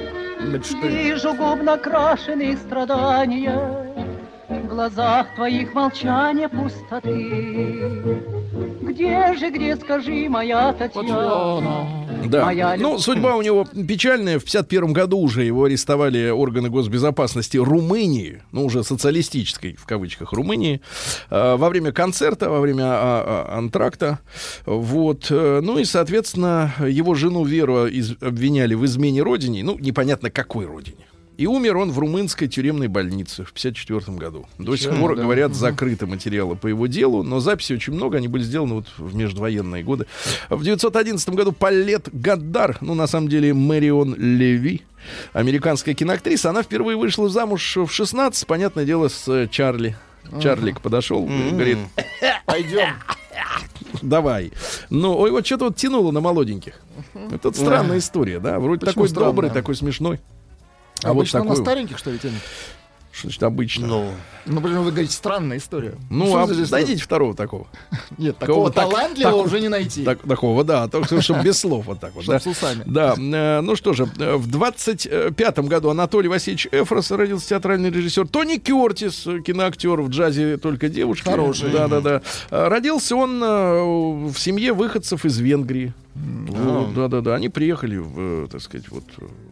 Вижу губ накрашенные страдания, в глазах твоих молчания пустоты. Где, скажи, моя Татьяна? Да. Моя Ну, судьба у него печальная. В 1951 году уже его арестовали органы госбезопасности Румынии, ну, уже социалистической, в кавычках, Румынии, во время концерта, во время антракта. Вот. Ну и, соответственно, его жену Веру обвиняли в измене родине. Ну, непонятно, какой родине. И умер он в румынской тюремной больнице в 1954 году. До сих пор, говорят, закрыты материалы по его делу, но записи очень много, они были сделаны вот в междувоенные годы. В 1911 году Палет Гаддар, ну, на самом деле, Мэрион Леви, американская киноактриса, она впервые вышла замуж в 16, понятное дело, с Чарли. Чарлик подошел, говорит, Пойдем. давай. Ну, ой, вот что-то вот тянуло на молоденьких. Это вот странная история, да? Вроде Почему такой добрый, странная? такой смешной. А Обычно вот на такой... стареньких, что ли, тянет? Что значит обычно? Ну, блин, вы говорите, странная история. Ну, Что а за здесь найдите второго такого. Нет, такого так- талантливого так- уже не найти. Такого, да, только чтобы без слов вот так вот. Чтоб Да. с усами. Да, ну что же, в 25-м году Анатолий Васильевич Эфрос родился, театральный режиссер. Тони Кёртис, киноактер, в джазе только девушки. Хороший. Да. Родился он в семье выходцев из Венгрии. Вот, да. Они приехали, так сказать, вот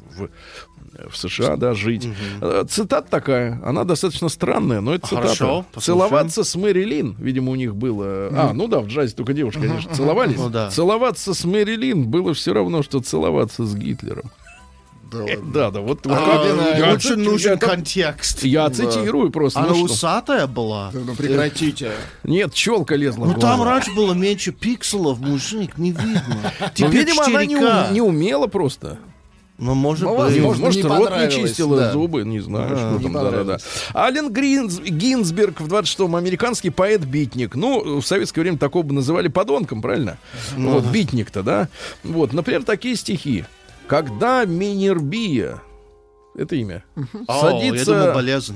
в США, да, жить. Цитата такая, она достаточно странная, но это цитата. Хорошо, послушаем. Целоваться с Мэри Лин, видимо, у них было... ну да, в джазе только девушки, конечно, целовались. Ну да. Целоваться с Мэри Лин было все равно, что целоваться с Гитлером. Да, вот. Очень нужен контекст. Я цитирую просто. Она ну что? усатая была? Ну прекратите. Нет, челка лезла в Ну глаза. там раньше было меньше пикселов, мужик, не видно. Ну, Теперь видимо, она 4К. не умела просто. Ну, может Ну, быть. возможно. Может, не рот не понравилось, чистила, да. зубы, не знаю, что не там. Да-да-да. понравилось. Ален Гинзберг в 26-м, американский поэт-битник. Ну, в советское время такого бы называли подонком, правильно? Вот, битник-то, да? Вот, например, такие стихи. Когда Минербия, это имя, я думал, болезнь.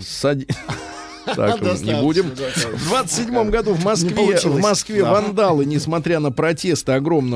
Так, не будем. В 27-м году в Москве вандалы, несмотря на протесты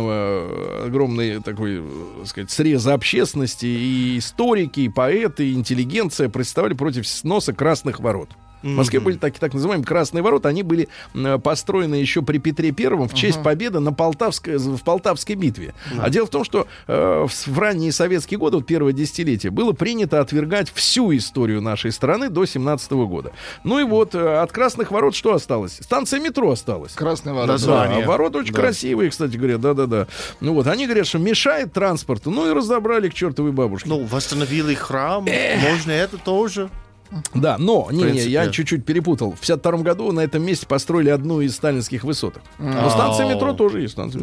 огромный такой, так сказать, среза общественности, и историки, и поэты, и интеллигенция протестовали против сноса Красных ворот. В Москве были так называемые Красные ворота. Они были построены еще при Петре Первом в честь победы в Полтавской битве. А дело в том, что в ранние советские годы, вот первое десятилетие, было принято отвергать всю историю нашей страны до 17 года. Ну и вот от Красных ворот что осталось? Станция метро осталась. Красные ворота. Название. Да, ворота очень красивые, кстати говоря, да-да-да. Ну вот, они говорят, что мешает транспорту, ну и разобрали к чертовой бабушке. Ну, восстановили храм, можно это тоже. Да, но, принципе. я чуть-чуть перепутал. В 52 году на этом месте построили одну из сталинских высоток. Но станция метро тоже есть. В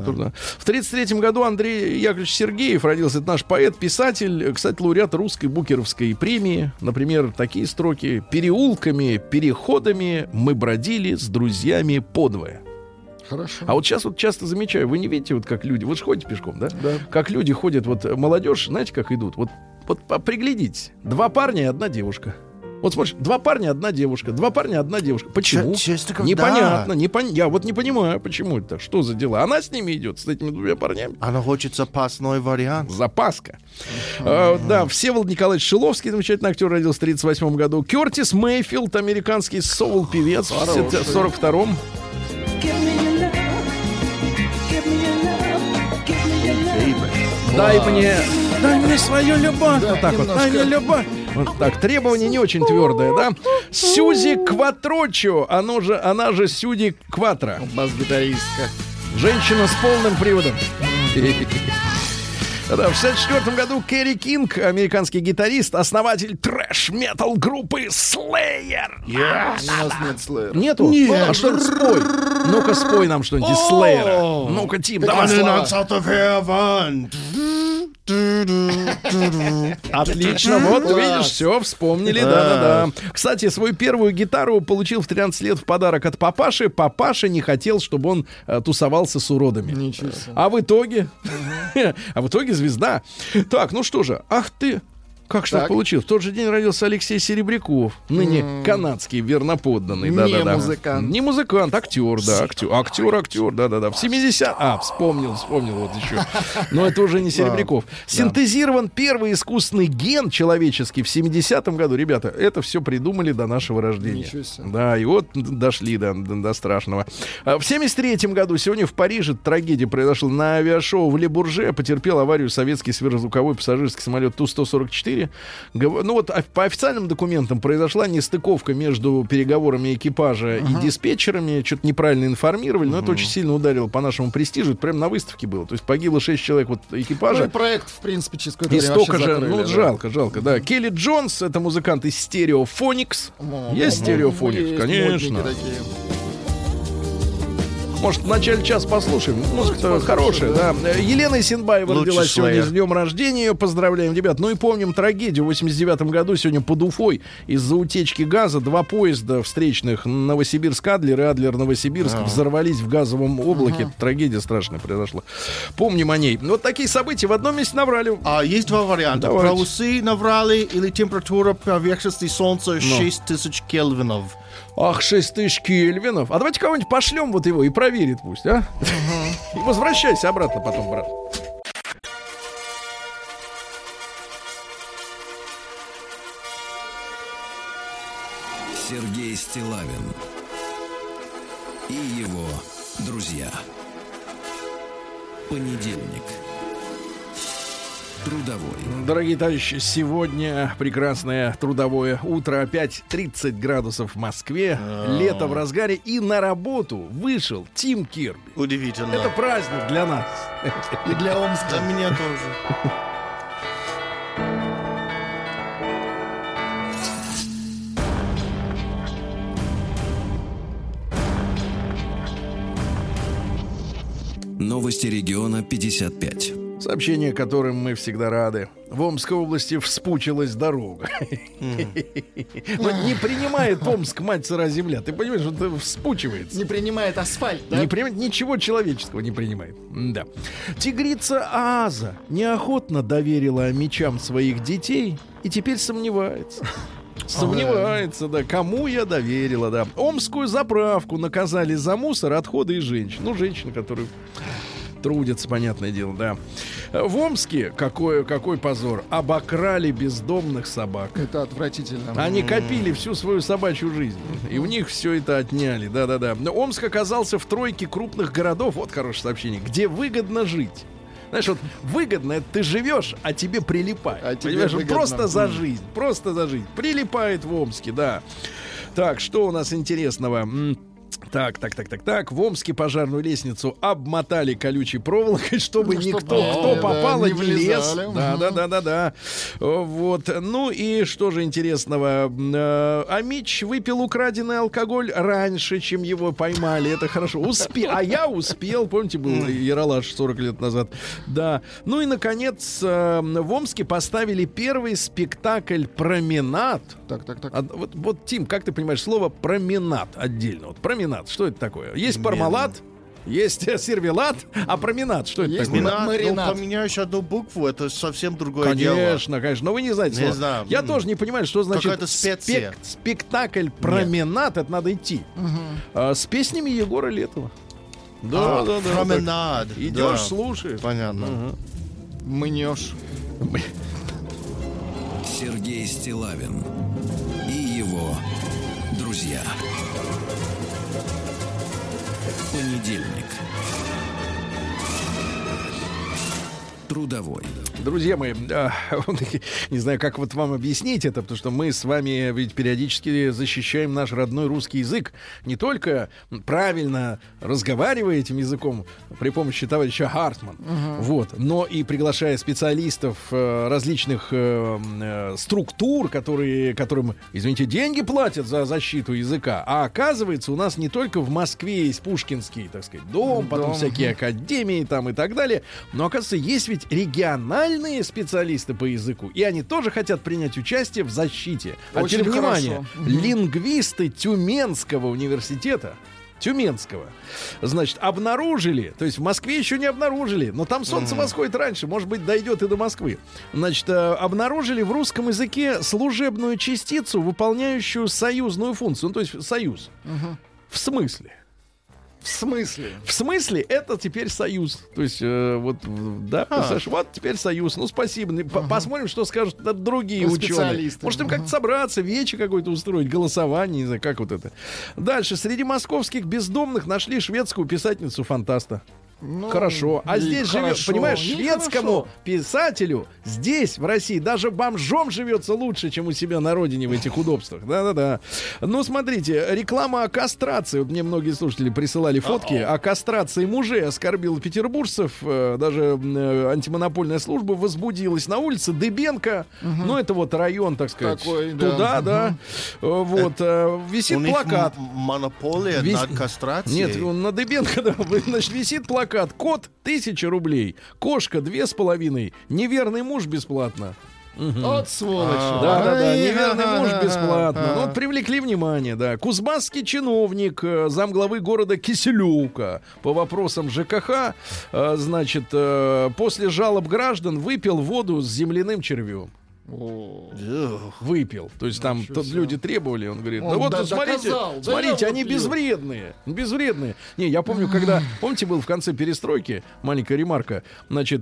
33 году Андрей Яковлевич Сергеев родился. Это наш поэт, писатель, кстати, лауреат русской Букеровской премии. Например, такие строки. «Переулками, переходами мы бродили с друзьями подвое». Хорошо. А вот сейчас вот часто замечаю, вы не видите, вот как люди, вы же ходите пешком, да? Да. Как люди ходят, вот молодежь, знаете, как идут? Вот приглядитесь. 2 парня и 1 девушка. Вот смотришь, 2 парня, 1 девушка. 2 парня, 1 девушка. Почему? Честно говоря, Непонятно. Я вот не понимаю, почему это. Что за дела? Она с ними идет, с этими 2 парнями. Она хочет запасной вариант. Запаска. Да, Всеволод Николаевич Шиловский, замечательный актер, родился в 1938 году. Кертис Мейфилд, американский соул-певец, в 1942-м. Дай мне свою любовь. Да, Вот так вот. немножко. Дай мне любовь. Вот так. Требование не очень твердое, да? Сьюзи Кватрочо, она же Сьюзи Кватро. Бас-гитаристка. Женщина с полным приводом. Да, в 1964 году Керри Кинг, американский гитарист, основатель трэш-метал группы Slayer. У нас нет слэра. Нету? А что, спой. Ну-ка, спой нам что-нибудь из Slayer. Ну-ка, Тим, давай. Out of heaven. Отлично, вот Класс. видишь, все, вспомнили, да-да-да. Кстати, свою первую гитару получил в 13 лет в подарок от папаши. Папаша не хотел, чтобы он тусовался с уродами. Ничего себе. А в итоге? А в итоге звезда. Так, ну что же, ах ты... Как что Так. получилось? В тот же день родился Алексей Серебряков, ныне канадский верноподданный. Не Да-да-да. музыкант. Не музыкант, актер, да, актер, да-да-да. В 70... вспомнил вот еще. Но это уже не Серебряков. Синтезирован первый искусственный ген человеческий в 70-м году. Ребята, это все придумали до нашего рождения. Ничего себе. Да, и вот дошли до страшного. В 73-м году сегодня в Париже трагедия произошла. На авиашоу в Ле-Бурже потерпел аварию советский сверхзвуковой пассажирский самолет Ту-144. Ну вот по официальным документам произошла нестыковка между переговорами экипажа и диспетчерами. Что-то неправильно информировали, но это очень сильно ударило по нашему престижу. Это прямо на выставке было. То есть погибло 6 человек вот экипажа. Ну и проект, в принципе, через какое-то И время столько вообще же, закрыли, ну да. жалко, да. Келли Джонс, это музыкант из Stereophonics. Есть Есть Stereophonics, конечно. модники такие. Может, в начале часа послушаем. Музыка-то хорошая, да. Елена Исенбаева Лучше родилась сегодня. Slayer. С днем рождения ее поздравляем, ребят. Ну и помним трагедию. В 89 году сегодня под Уфой из-за утечки газа 2 поезда встречных Новосибирск-Адлер и Адлер-Новосибирск взорвались в газовом облаке. Трагедия страшная произошла. Помним о ней. Вот такие события в одном месте наврали. Есть 2 варианта. Давайте. Про усы наврали или температура поверхности Солнца 6000 кельвинов. Ах, 6000 кельвинов. А давайте кого-нибудь пошлем вот его и проверит пусть, а? И возвращайся обратно потом, брат. Сергей Стиллавин и его друзья. Понедельник. Трудовой. Дорогие товарищи, сегодня прекрасное трудовое утро. Опять 30 градусов в Москве. Лето в разгаре. И на работу вышел Тим Кирби. Удивительно. Это праздник для нас. И для Омска. Для меня тоже. Новости региона 55. Сообщение, которым мы всегда рады. В Омской области вспучилась дорога. Вот не принимает Омск, мать сыра земля. Ты понимаешь, что вспучивается. Не принимает асфальт, да? Не принимает, ничего человеческого не принимает. Да. Тигрица Аза неохотно доверила мечам своих детей и теперь сомневается. Сомневается, да. Кому я доверила, да. Омскую заправку наказали за мусор, отходы и женщин. Ну, женщины, которые трудятся, понятное дело, да. В Омске, какой позор, обокрали бездомных собак. Это отвратительно. Они копили всю свою собачью жизнь. И у них все это отняли. Да-да-да. Но Омск оказался в тройке крупных городов, вот хорошее сообщение, где выгодно жить. Знаешь, вот выгодно, это ты живешь, а тебе прилипает. А тебе понимаешь, выгодно. просто за жизнь. Просто за жизнь. Прилипает в Омске, да. Так, что у нас интересного? Так. В Омске пожарную лестницу обмотали колючей проволокой, чтобы никто, кто попало, не лез. Да. Вот. Ну и что же интересного? Амич выпил украденный алкоголь раньше, чем его поймали. Это хорошо. А я успел. Помните, был Ералаш 40 лет назад. Да. Ну и, наконец, в Омске поставили первый спектакль «Променад». Так. Вот, Тим, как ты понимаешь слово «променад» отдельно? Вот променад, что это такое? Есть пармалат, есть сервелат, а променад, что это Есть такое? маринад. Поменяешь одну букву, это совсем другое дело. Конечно. Но вы не знаете Не слова. знаю. Я тоже не понимаю, что значит Какая-то специя. спектакль «Променад». Это надо идти. С песнями Егора Летова. Да. Променад. Идешь, Да. слушаешь. Понятно. Мнешь. Сергей Стиллавин и его друзья. Понедельник. Трудовой. Друзья мои, не знаю, как вот вам объяснить это, потому что мы с вами ведь периодически защищаем наш родной русский язык. Не только правильно разговаривая этим языком при помощи товарища Хартман, вот, но и приглашая специалистов различных структур, которым, извините, деньги платят за защиту языка. А оказывается, у нас не только в Москве есть Пушкинский, так сказать, дом, потом всякие академии там и так далее, но, оказывается, есть ведь региональные специалисты по языку, и они тоже хотят принять участие в защите. А Очень теперь внимание, хорошо. лингвисты Тюменского университета, значит, обнаружили, то есть в Москве еще не обнаружили, но там солнце восходит раньше, может быть, дойдет и до Москвы. Значит, обнаружили в русском языке служебную частицу, выполняющую союзную функцию, ну, то есть союз. В смысле? В смысле? В смысле, это теперь союз. То есть, Саша, вот теперь союз. Ну, спасибо. Посмотрим, что скажут другие ученые. Специалисты. Может, им как-то собраться, вечер какой-то устроить, голосование, не знаю, как вот это. Дальше. Среди московских бездомных нашли шведскую писательницу-фантаста. Ну, Хорошо. А здесь живет, хорошо. понимаешь, Нехорошо. шведскому писателю здесь, в России, даже бомжом живется лучше, чем у себя на родине в этих удобствах. Да-да-да. Ну, смотрите, реклама о кастрации. Вот мне многие слушатели присылали фотки о кастрации мужей. Оскорбила петербуржцев. Даже антимонопольная служба возбудилась на улице Дыбенко. Ну, это вот район, так сказать. Такой, да. Туда, да. Вот. Висит У них плакат. монополия над кастрацией. Нет, на Дыбенко, да, значит, висит плакат. Кот 1000 рублей, кошка 2500, неверный муж бесплатно. От сволочи. Да, неверный муж бесплатно. Ну, вот привлекли внимание, да. Кузбасский чиновник, замглавы города Киселевка по вопросам ЖКХ, значит, после жалоб граждан выпил воду с земляным червем. Выпил. То есть там люди требовали, он говорит, Он смотрите, доказал, смотрите, я они вот пью. безвредные. Не, я помню, когда, помните, был в конце перестройки, маленькая ремарка, значит,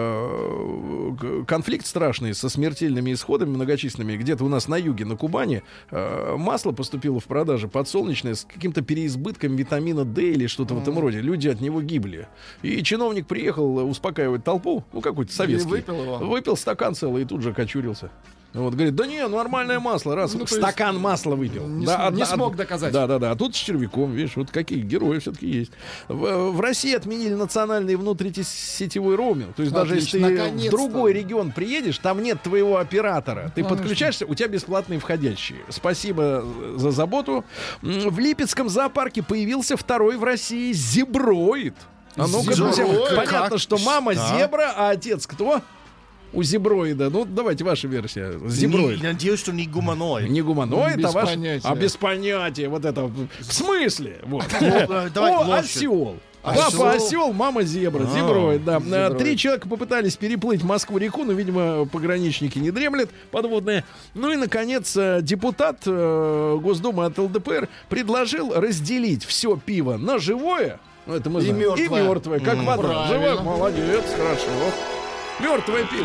конфликт страшный со смертельными исходами многочисленными, где-то у нас на юге, на Кубани, масло поступило в продаже подсолнечное с каким-то переизбытком витамина D или что-то в этом роде. Люди от него гибли. И чиновник приехал успокаивать толпу, ну какой-то советский. И выпил его. Выпил стакан целый и тут же окочурился. Вот, говорит, да не, нормальное масло, раз Ну, то стакан масла выпил. Не смог доказать. Да. А тут с червяком, видишь, вот какие герои все-таки есть. В России отменили национальный внутрисетевой роуминг. То есть даже если ты в наконец-то. другой регион приедешь, там нет твоего оператора. Ты подключаешься, у тебя бесплатные входящие. Спасибо за заботу. В Липецком зоопарке появился второй в России зеброид. А ну-ка, Зеброй? друзья, понятно, Как? что мама Да. зебра, а отец кто? У зеброида. Ну, давайте ваша версия. Зеброид. Надеюсь, что не гуманоид. Не гуманоид, Без а ваш... понятия. А без понятия. Вот это. В смысле? Вот. Давай О, лошадь. осел. Осел. Папа осел, мама зебра. Зеброид, да. Зеброид. 3 человека попытались переплыть Москву-реку, но, видимо, пограничники не дремлят подводные. Ну и, наконец, депутат Госдумы от ЛДПР предложил разделить все пиво на живое, ну это мы И знаем, мертвое. и мертвое, как вода. Правильно. Живое, молодец, хорошо. Мертвое пиво.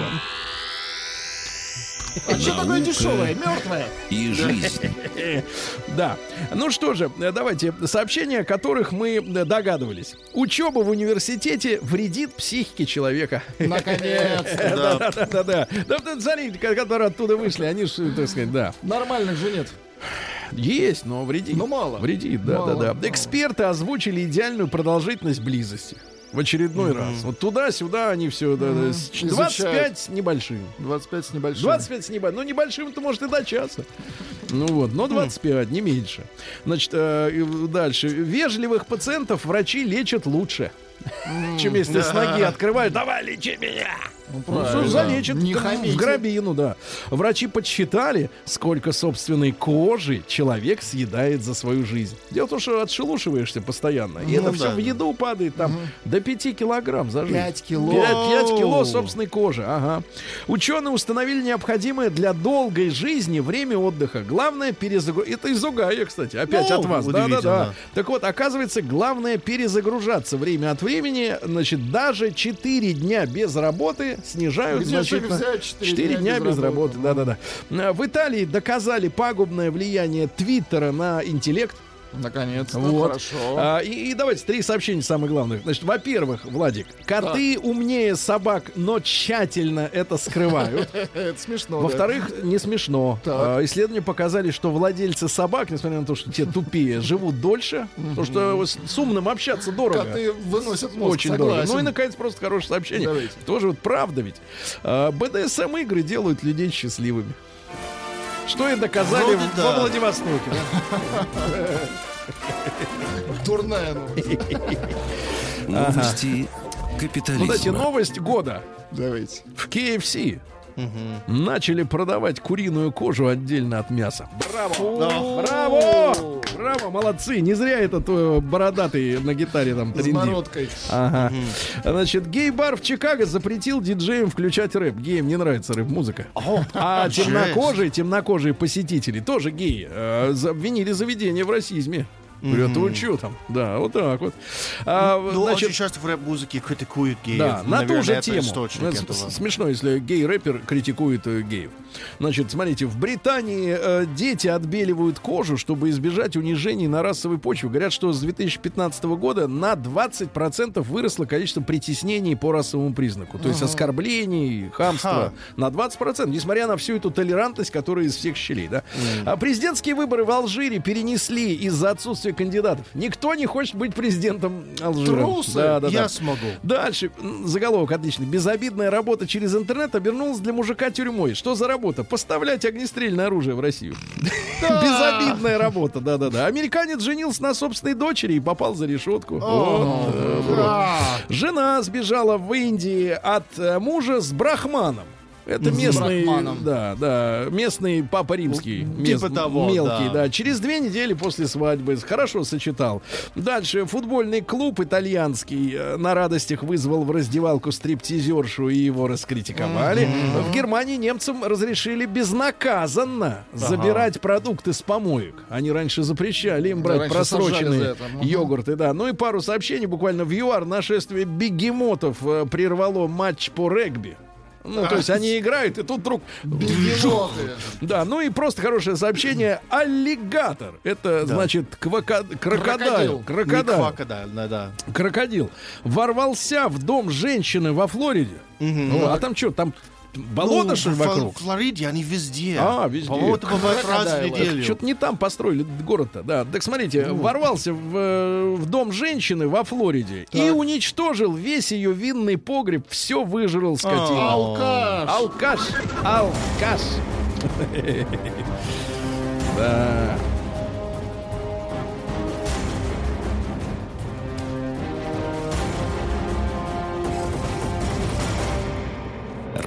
А что такое дешевое, мертвое? И жизнь. Да. Ну что же, давайте сообщения, о которых мы догадывались. Учеба в университете вредит психике человека. Наконец-то. Да. Да, вот смотрите, которые оттуда вышли, они же, так сказать, да. Нормальных же нет. Есть, но вредит. Но мало. Вредит, Мало. да. Эксперты озвучили идеальную продолжительность близости. В очередной раз. Вот туда-сюда они все. 25 Изучают. с небольшим. 25 с небольшим. 25 с небольшим. Ну, небольшим-то может и до часа. Ну вот, но 25, не меньше. Значит, дальше. Вежливых пациентов врачи лечат лучше. Чем если с ноги открывают, давай лечи меня. Ну, правильно. залечат Не там хамите. в гробину, да. Врачи подсчитали, сколько собственной кожи человек съедает за свою жизнь. Дело в том, что отшелушиваешься постоянно. И это все в еду падает там до 5 килограмм за жизнь. 5 кило. 5 кило собственной кожи. Ага. Ученые установили необходимое для долгой жизни время отдыха. Главное перезагрузиться. Это из Угая, кстати, опять от вас. Да. удивительно. Так вот, оказывается, главное перезагружаться время от времени. Значит, даже 4 дня без работы снижают Где же значительно. взять 4 дня без работы. Да. В Италии доказали пагубное влияние Твиттера на интеллект. Наконец-то, Вот. хорошо. И давайте 3 сообщения самых главных. Значит, во-первых, Владик, коты умнее собак, но тщательно это скрывают. Это смешно. Во-вторых, не смешно. Так. Исследования показали, что владельцы собак, несмотря на то, что те тупее, живут дольше, потому что с умным общаться да. дорого. Коты выносят мозг, Очень согласен. дорого. Ну и, наконец, просто хорошее сообщение. Давайте. Тоже вот правда ведь. БДСМ-игры делают людей счастливыми. Что и доказали Вроде во да. Владивостоке. Да? Дурная новость. Новости капитализма. Вот эти новость года. Давайте. В KFC начали продавать куриную кожу отдельно от мяса. Браво! Браво! Браво, молодцы! Не зря этот бородатый на гитаре там С трендит. бородкой. Ага. Значит, гей-бар в Чикаго запретил диджеям включать рэп. Геям не нравится рэп-музыка. А темнокожие посетители, тоже геи, обвинили заведение в расизме. Говорят, вы что там? Да, вот так вот. Ну, Значит, очень часто в рэп-музыке критикуют геев. да, на ту Наверное, же это тему. источник Ну, этого. смешно, если гей-рэпер критикует геев. Значит, смотрите, в Британии дети отбеливают кожу, чтобы избежать унижений на расовой почве. Говорят, что с 2015 года на 20% выросло количество притеснений по расовому признаку. То есть оскорблений, хамства. На 20%, несмотря на всю эту толерантность, которая из всех щелей. Да? А президентские выборы в Алжире перенесли из-за отсутствия кандидатов. Никто не хочет быть президентом Алжира. Трусы. Да. Я смогу. Дальше. Заголовок отличный. Безобидная работа через интернет обернулась для мужика тюрьмой. Что за работа? Поставлять огнестрельное оружие в Россию. Безобидная работа, да. Американец женился на собственной дочери и попал за решетку. Жена сбежала в Индии от мужа с брахманом. Это местный, брахманом. да, местный папа римский, Типа того, мелкий, да. да. Через 2 недели после свадьбы хорошо сочетал. Дальше футбольный клуб итальянский на радостях вызвал в раздевалку стриптизершу и его раскритиковали. В Германии немцам разрешили безнаказанно забирать продукты с помоек. Они раньше запрещали им брать раньше сажали за просроченные это. йогурты, да. Ну и пару сообщений буквально в ЮАР. Нашествие бегемотов прервало матч по регби. Ну, то есть они играют, и тут вдруг... Бегемоты. Да, ну и просто хорошее сообщение. Аллигатор. Это, значит, крокодил. Не Крокодил. да. Крокодил. Ворвался в дом женщины во Флориде. Ну, а там что, там болото, что ли, вокруг? В Флориде они везде. Везде. По-моему, это бывает раз в неделю. Что-то не там построили город-то, да. Так смотрите, ворвался в дом женщины во Флориде и уничтожил весь ее винный погреб, все выжрал скотина. Алкаш. Алкаш. Да.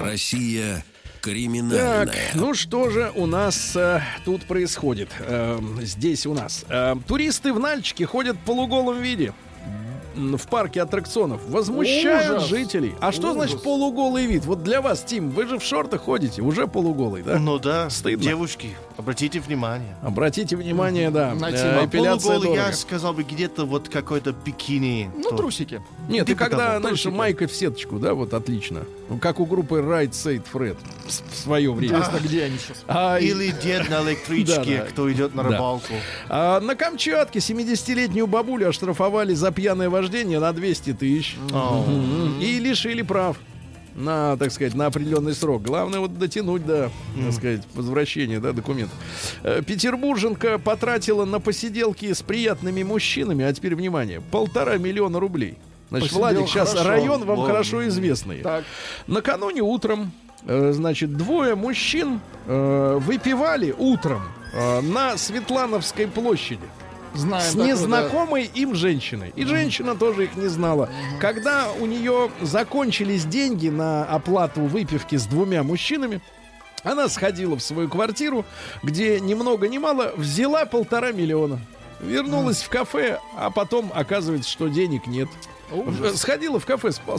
Россия криминальная. Так, ну что же у нас тут происходит? Здесь у нас туристы в Нальчике ходят в полуголом виде в парке аттракционов, возмущают жителей. А что значит полуголый вид? Вот для вас, Тим, вы же в шортах ходите, уже полуголый, да? Ну да, стыдно. Девушки, обратите внимание. Обратите внимание, да. Эпиляция полуголый, я сказал бы, где-то вот какой-то бикини. Ну, трусики. Нет, ты когда, того, знаешь, майка в сеточку, да, вот отлично. Ну, как у группы Right Said Fred в свое время. Интересно, где они сейчас? Или дед на электричке, кто идет на рыбалку. На Камчатке 70-летнюю бабулю оштрафовали за пьяное вождение на 200 тысяч. И лишили прав на, так сказать, на определенный срок. Главное вот дотянуть до, так сказать, возвращения, да, документов. Петербурженка потратила на посиделки с приятными мужчинами, а теперь, внимание, 1,5 миллиона рублей. Значит, Посидел Владик, сейчас хорошо. район вам хорошо известный. Так. Накануне утром, значит, двое мужчин выпивали утром на Светлановской площади. Знаем с такое, незнакомой им женщиной. И женщина тоже их не знала. Когда у нее закончились деньги на оплату выпивки с двумя мужчинами, она сходила в свою квартиру, где ни много ни мало взяла 1,5 миллиона. Вернулась в кафе, а потом оказывается, что денег нет. Сходила в кафе с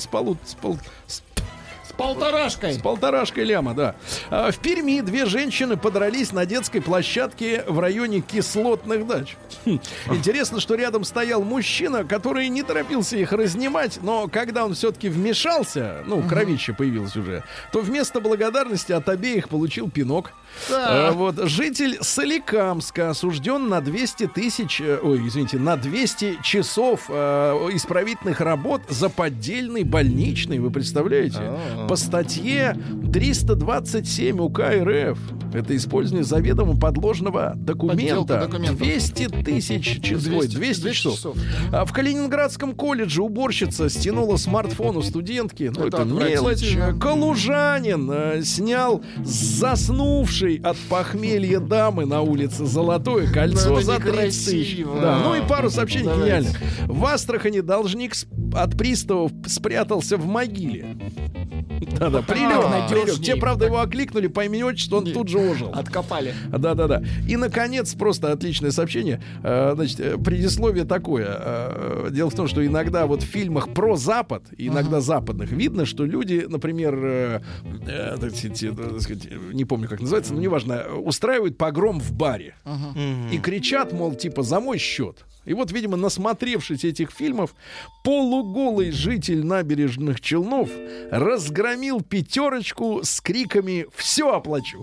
полторашкой. С полторашкой ляма, да. В Перми две женщины подрались на детской площадке в районе Кислотных дач. Интересно, что рядом стоял мужчина, который не торопился их разнимать, но когда он все-таки вмешался, ну, кровище появилось уже, то вместо благодарности от обеих получил пинок. Вот. Житель Соликамска осужден на 200 тысяч, на 200 часов исправительных работ за поддельный больничный, вы представляете? По статье 327 УК РФ. Это использование заведомо подложного документа. 200 тысяч часов. 200 часов. В Калининградском колледже уборщица стянула смартфон у студентки. Ну, это мелочь. Калужанин снял заснувший от похмелья дамы на улице Золотое кольцо за 30 тысяч. Да. Ну и пару сообщений гениальных. В Астрахани должник от приставов спрятался в могиле. Да-да, прилег. Те, правда, его окликнули по имени-отчеству, он тут же ожил. Откопали. Да-да-да. И, наконец, просто отличное сообщение. Значит, предисловие такое. Дело в том, что иногда вот в фильмах про Запад, иногда западных, видно, что люди, например, так сказать, не помню, как называется, но неважно, устраивают погром в баре. И кричат, мол, типа, за мой счет. И вот, видимо, насмотревшись этих фильмов, полуголый житель набережных Челнов разгромил пятерочку с криками «Все оплачу!».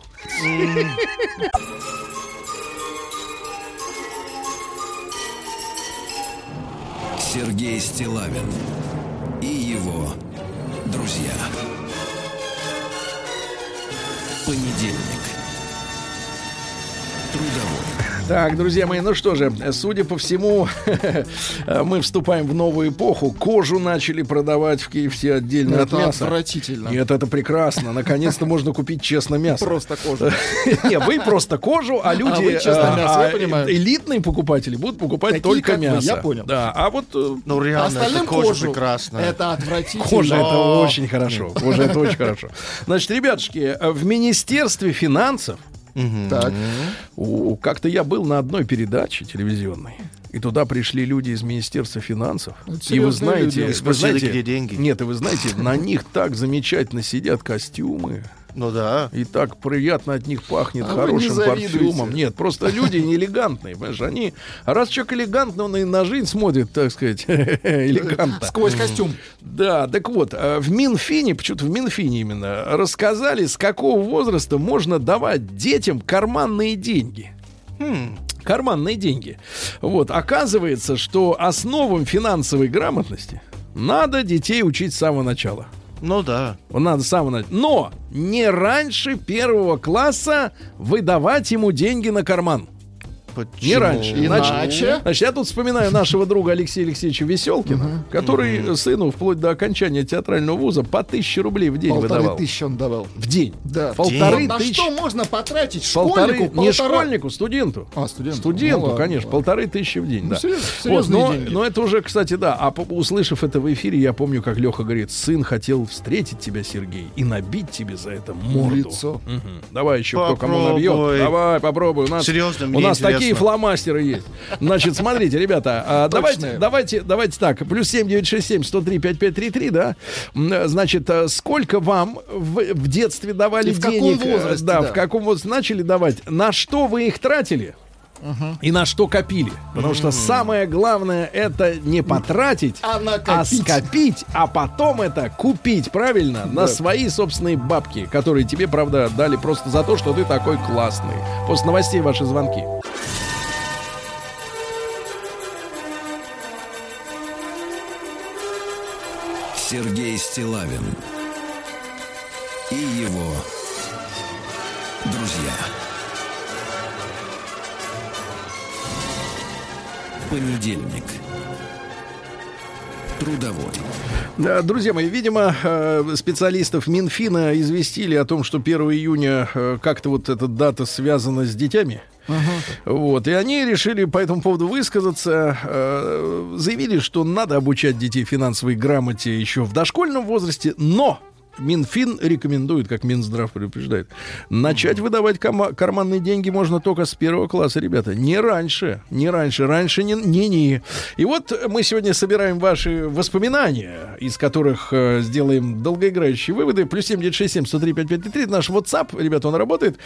Сергей Стиллавин и его друзья. Понедельник. Трудовой. Так, друзья мои, ну что же, судя по всему, мы вступаем в новую эпоху. Кожу начали продавать в KFC отдельно от мяса. Это отвратительно. Нет, это прекрасно. Наконец-то можно купить честно мясо. Просто кожу. Не, вы просто кожу, а люди, элитные покупатели, будут покупать только мясо. Я понял. Да, а вот... Ну, реально, это кожа прекрасная. Это отвратительно. Кожа — это очень хорошо. Кожа — это очень хорошо. Значит, ребятушки, в Министерстве финансов Так. как-то я был на одной передаче телевизионной, и туда пришли люди из Министерства финансов. И вы знаете, где деньги? Нет, и вы знаете, на них так замечательно сидят костюмы. Ну да. И так приятно от них пахнет хорошим парфюмом. Нет, просто люди неэлегантные, понимаешь? Они, раз человек элегантный, он и на жизнь смотрит, так сказать, элегантно. Сквозь костюм. Да, так вот, в Минфине, почему-то в Минфине именно, рассказали, с какого возраста можно давать детям карманные деньги. Карманные деньги. Вот, оказывается, что основам финансовой грамотности надо детей учить с самого начала. Ну да. Надо с самого начала. Но не раньше 1 класса выдавать ему деньги на карман. Не раньше. Иначе? Значит, я тут вспоминаю нашего друга Алексея Алексеевича Веселкина, который сыну вплоть до окончания театрального вуза по 1000 рублей в день выдавал. 1500 он давал. В день. Да. Полторы На тысячи. что можно потратить Полторы, школьнику? не школьнику, студенту. Студенту. Студенту, Ну, ладно, конечно, ладно. 1500 в день. Ну, Да. серьезные Вот, деньги. но это уже, кстати, да. А услышав это в эфире, я помню, как Леха говорит: сын хотел встретить тебя, Сергей, и набить тебе за это морду. Лицо. Давай еще кто кому Попробуй. набьет. Давай, попробуй. У нас, Серьезно, у мне нас интересно. такие фломастеры есть. Значит, смотрите, ребята, давайте так. Плюс 7967 103 5533, да? Значит, сколько вам в детстве давали И в каком денег? возрасте, Да, да. в каком возрасте начали давать? На что вы их тратили? И на что копили? Потому что самое главное — это не потратить, А накопить. скопить, а потом это купить, правильно? На свои собственные бабки, которые тебе, правда, дали просто за то, что ты такой классный. После новостей ваши звонки. Сергей Стиллавин и его друзья. Понедельник. Трудовой. Да, друзья мои, видимо, специалистов Минфина известили о том, что 1 июня как-то вот эта дата связана с детьми. Вот, и они решили по этому поводу высказаться, заявили, что надо обучать детей финансовой грамоте еще в дошкольном возрасте, но Минфин рекомендует, как Минздрав предупреждает, начать выдавать карманные деньги можно только с 1 класса, ребята. Не раньше. Раньше не. И вот мы сегодня собираем ваши воспоминания, из которых сделаем долгоиграющие выводы. Плюс 7967 103 5533. Наш WhatsApp, ребята, он работает.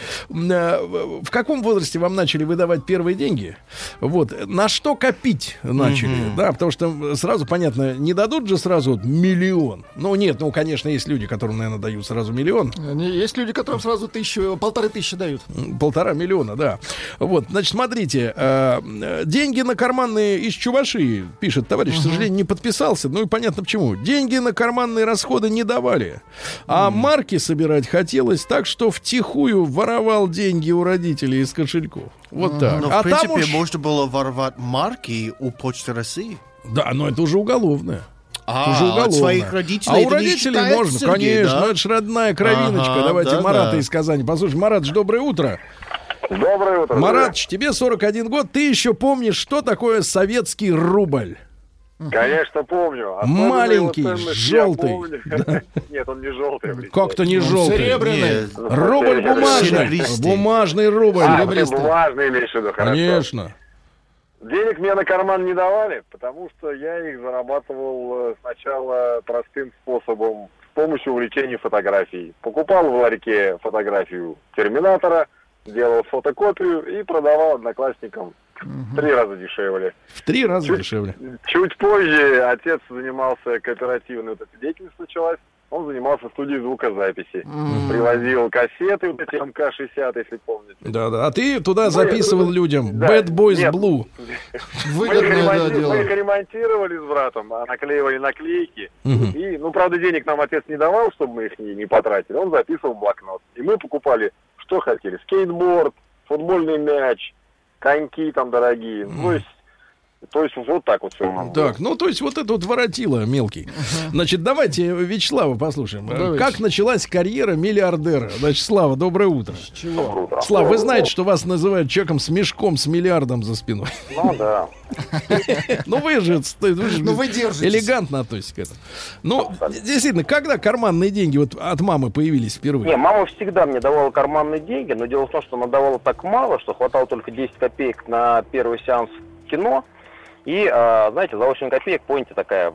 В каком возрасте вам начали выдавать первые деньги? Вот. На что копить начали? Да, потому что сразу, понятно, не дадут же сразу миллион. Ну, нет, конечно, есть люди, которым, наверное, дают сразу миллион. Есть люди, которым сразу 1500 дают. 1,5 миллиона, да. Вот, значит, смотрите, деньги на карманные из Чувашии, пишет товарищ, к сожалению, не подписался. Ну и понятно почему. Деньги на карманные расходы не давали. А марки собирать хотелось, так что втихую воровал деньги у родителей из кошельков. Вот так. Но, А в принципе, там уж... можно было воровать марки у Почты России. Да, но это уже уголовное. Уже от уголовно. своих родителей А это у не родителей считается, можно, Сергей, конечно. да? Это ж родная кровиночка. Ага, Давайте да, Марата да. из Казани. Послушай, Марат, доброе утро. Доброе утро. Маратыч, тебе 41 год. Ты еще помнишь, что такое советский рубль? Конечно, помню. Особенно Маленький, его ценность желтый. я помню. Нет, он не желтый. Как-то не желтый. Серебряный. Нет. Рубль бумажный. Серебристый. Бумажный рубль. А, ты Серебристый. бумажный имеешь в виду, хорошо. Конечно. Денег мне на карман не давали, потому что я их зарабатывал сначала простым способом, с помощью увлечения фотографией. Покупал в ларьке фотографию Терминатора, делал фотокопию и продавал одноклассникам в 3 раза дешевле. В 3 раза дешевле. Чуть позже отец занимался кооперативной, вот эта деятельность началась. Он занимался студией звукозаписи. Привозил кассеты, вот эти МК-60, если помните. Да. А ты туда записывал людям да, Bad Boys нет. Blue. Выгодное дело. Мы их ремонтировали с братом, наклеивали наклейки. И, правда, денег нам отец не давал, чтобы мы их не потратили. Он записывал в блокнот. И мы покупали, что хотели. Скейтборд, футбольный мяч, коньки там дорогие. То есть вот так вот все. Так, то есть вот это вот воротило мелкий. Значит, давайте Вячеслава послушаем. Давайте. Как началась карьера миллиардера? Значит, Слава, доброе утро. Чего? Слава, вы знаете, что вас называют человеком с мешком, с миллиардом за спиной. Ну да. Ну вы же вы держитесь. элегантно относитесь к этому. Ну, действительно, когда карманные деньги вот от мамы появились впервые? Не, мама всегда мне давала карманные деньги, но дело в том, что она давала так мало, что хватало только 10 копеек на первый сеанс кино. И, знаете, за 8 копеек, помните, такая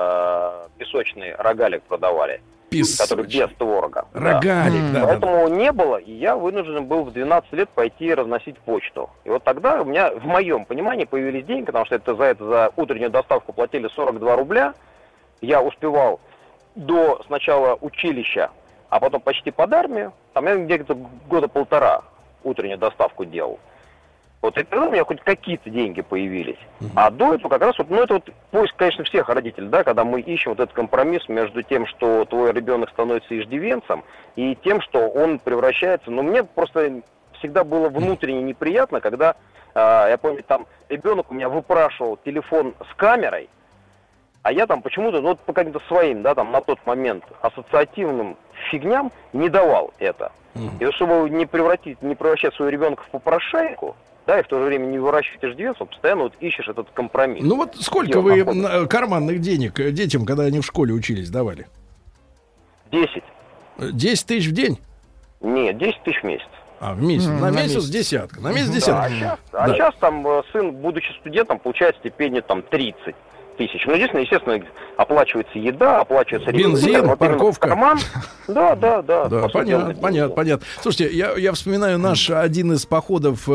в песочный рогалик продавали. Который без творога. Рогалик, да. Поэтому не было, и я вынужден был в 12 лет пойти разносить почту. И вот тогда у меня, в моем понимании, появились деньги, потому что за утреннюю доставку платили 42 рубля. Я успевал до сначала училища, а потом почти под армию. Там я где-то года 1,5 утреннюю доставку делал. Вот и тогда у меня хоть какие-то деньги появились. А до этого как раз это поиск, конечно, всех родителей, да, когда мы ищем вот этот компромисс между тем, что твой ребенок становится иждивенцем, и тем, что он превращается... Мне просто всегда было внутренне неприятно, когда я помню, там ребенок у меня выпрашивал телефон с камерой, а я там почему-то, ну, вот по каким-то своим, да, там, на тот момент ассоциативным фигням не давал это. И чтобы не превращать своего ребенка в попрошайку, да, и в то же время не выращивать иждивенство, постоянно вот ищешь этот компромисс. Ну вот сколько вы карманных денег детям, когда они в школе учились, давали? 10. 10 тысяч в день? Нет, 10 тысяч в месяц. А, в месяц. На месяц десятка. На месяц десятка. А сейчас там сын, будучи студентом, получает стипендию там 30 тысяч. Ну, естественно, оплачивается еда, оплачивается бензин, парковка. Карман. Да, понятно. Слушайте, я вспоминаю один из походов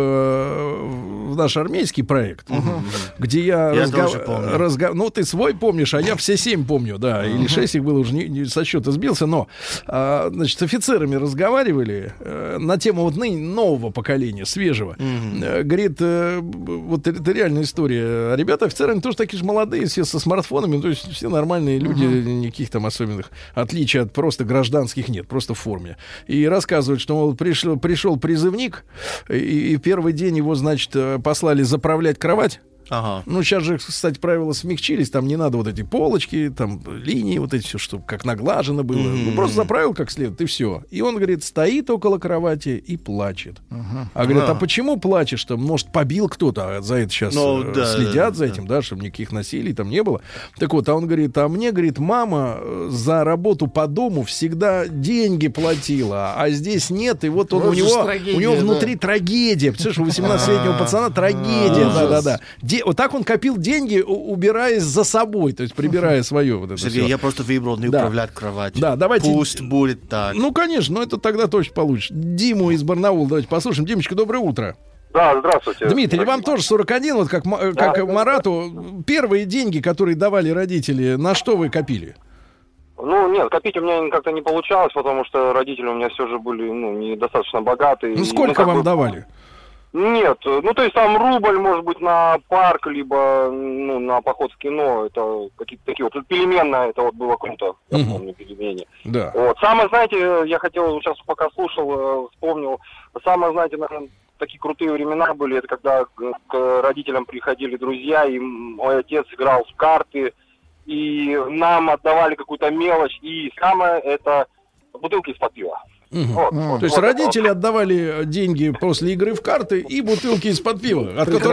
в наш армейский проект, где я разговаривал. Ну, ты свой помнишь, а я все 7 помню, да, или 6 их было, уже со счета сбился, но, значит, с офицерами разговаривали на тему вот нового поколения, свежего. Говорит, вот это реальная история. Ребята, офицеры, они тоже такие же молодые, все со смартфонами, то есть все нормальные люди, никаких там особенных отличий от просто гражданских нет, просто в форме. И рассказывают, что мол, пришел призывник, и первый день его, значит, послали заправлять кровать. Ага. Ну, сейчас же, кстати, правила смягчились, там не надо вот эти полочки, там линии, вот эти все, чтобы как наглажено было. Ну, просто заправил как следует, и все. И он, говорит, стоит около кровати и плачет. А говорят, а почему плачешь-то? Может, побил кто-то, а за это сейчас следят за этим, да, чтобы никаких насилий там не было. Так вот, а он говорит, а мне, говорит, мама за работу по дому всегда деньги платила, а здесь нет, и вот он, у него внутри трагедия. Представляешь, у 18-летнего пацана трагедия, да-да-да. Вот так он копил деньги, убираясь за собой, то есть прибирая свое. Вот это Сергей, я просто выбрал не управлять кроватью. Да, давайте. Пусть будет так. Ну, конечно, но это тогда точно получится. Диму из Барнаула давайте послушаем. Димочка, доброе утро. Да, здравствуйте. Дмитрий, вам тоже 41, вот как Марату. Первые деньги, которые давали родители, на что вы копили? Ну, нет, копить у меня как-то не получалось, потому что родители у меня все же были, недостаточно богатые. Ну, сколько вам давали? Нет, то есть там рубль, может быть, на парк, либо, на поход в кино, это какие-то такие вот, переменные, это вот было круто, я помню, перемене. Да. Вот, самое, знаете, я хотел, сейчас пока слушал, вспомнил, самое, знаете, наверное, такие крутые времена были, это когда к родителям приходили друзья, и мой отец играл в карты, и нам отдавали какую-то мелочь, и самое, это бутылки из-под пива. То есть родители отдавали деньги после игры в карты и бутылки из-под пива,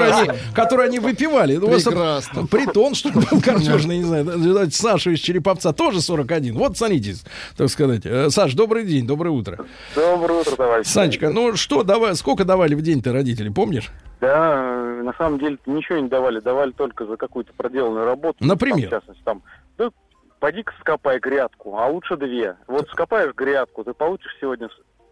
которые они выпивали. Прекрасно. Притон, что ли, был картежный, не знаю. Саша из Череповца тоже 41. Вот, смотрите, так сказать. Саш, добрый день, доброе утро. Доброе утро, товарищ. Санечка, сколько давали в день-то родители, помнишь? Да, на самом деле ничего не давали. Давали только за какую-то проделанную работу. Например? В частности, пойди-ка скопай грядку, а лучше 2. Вот скопаешь грядку, ты получишь сегодня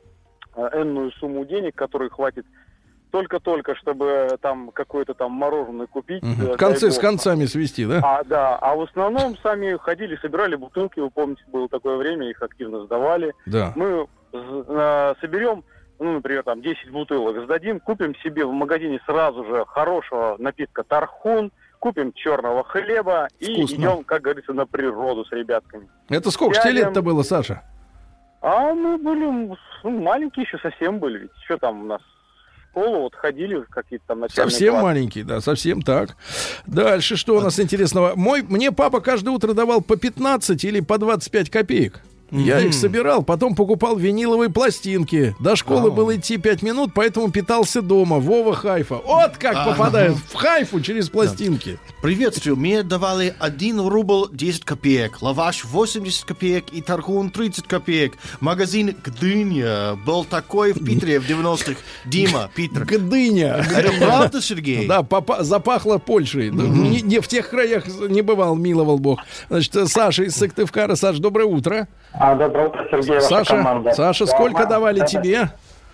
энную сумму денег, которой хватит только-только, чтобы там какое-то там мороженое купить. Концы с концами свести, да? А в основном сами ходили, собирали бутылки, вы помните, было такое время, их активно сдавали. Да. Мы соберем, например, там 10 бутылок, сдадим, купим себе в магазине сразу же хорошего напитка «Тархун», купим черного хлеба и идем, как говорится, на природу с ребятками. Это сколько лет-то было, Саша? А мы были маленькие еще совсем были. Ведь что там у нас в школу вот ходили какие-то там начальные совсем классы. Маленькие, да, совсем так. Дальше что у нас интересного? Мне папа каждое утро давал по 15 или по 25 копеек. Я их собирал, потом покупал виниловые пластинки. До школы было идти 5 минут, поэтому питался дома. Вова Хайфа. Вот как попадают в Хайфу через пластинки. Приветствую. Мне давали 1 рубль 10 копеек, лаваш 80 копеек и тархун 30 копеек. Магазин «Гдыня» был такой в Питере в 90-х. Дима, Питер. «Гдыня». Это правда, Сергей? Да, запахло Польшей. Не в тех краях не бывал, миловал Бог. Значит, Саша из Сыктывкара. Саш, доброе утро. Доброе утро, Сергей, ваша команда. Саша, сколько давали тебе?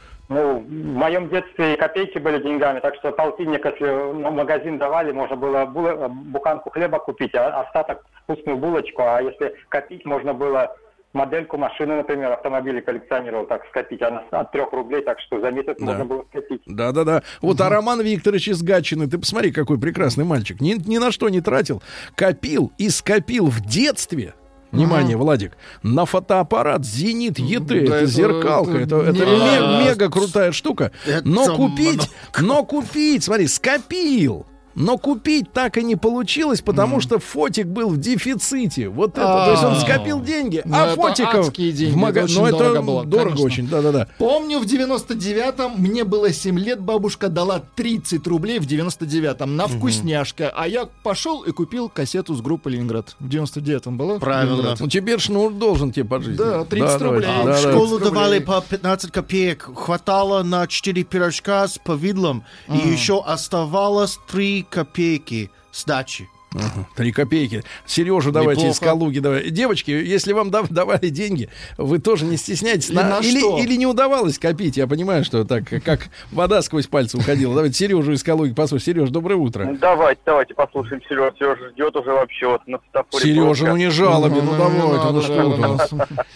В моем детстве копейки были деньгами, так что полтинник, если в магазин давали, можно было буханку хлеба купить, а остаток вкусную булочку, а если копить, можно было модельку машины, например, автомобили коллекционировал, так скопить, от 3 рублей, так что за месяц можно было скопить. Да. Вот, а Роман Викторович из Гатчины, ты посмотри, какой прекрасный мальчик, ни на что не тратил, копил и скопил в детстве Внимание, Владик, на фотоаппарат «Зенит ЕТ». Да, это зеркалка, это мега крутая штука. Но купить, смотри, скопил. Но купить так и не получилось, потому что фотик был в дефиците. Вот это. То есть он скопил деньги, а фотиков в магазине. Ну, это дорого очень, да-да-да. Помню, в 99-м мне было 7 лет, бабушка дала 30 рублей в 99-м на вкусняшка. А я пошел и купил кассету с группы «Ленинград». В 99-м было? Правильно. Ну, теперь Шнур должен тебе по жизни. Да, 30 рублей. В школу давали по 15 копеек. Хватало на 4 пирожка с повидлом. И еще оставалось 3 копейки сдачи. 3 копейки. Сережу давайте из Калуги. Давай. Девочки, если вам давали деньги, вы тоже не стесняйтесь. Или не удавалось копить. Я понимаю, что так, как вода сквозь пальцы уходила. Давайте Сережу из Калуги послушаем. Сереж, доброе утро. Давайте послушаем Сережу. Сережа ждет уже вообще вот на светофоре. Сережа, ну не жалобе, ну давайте.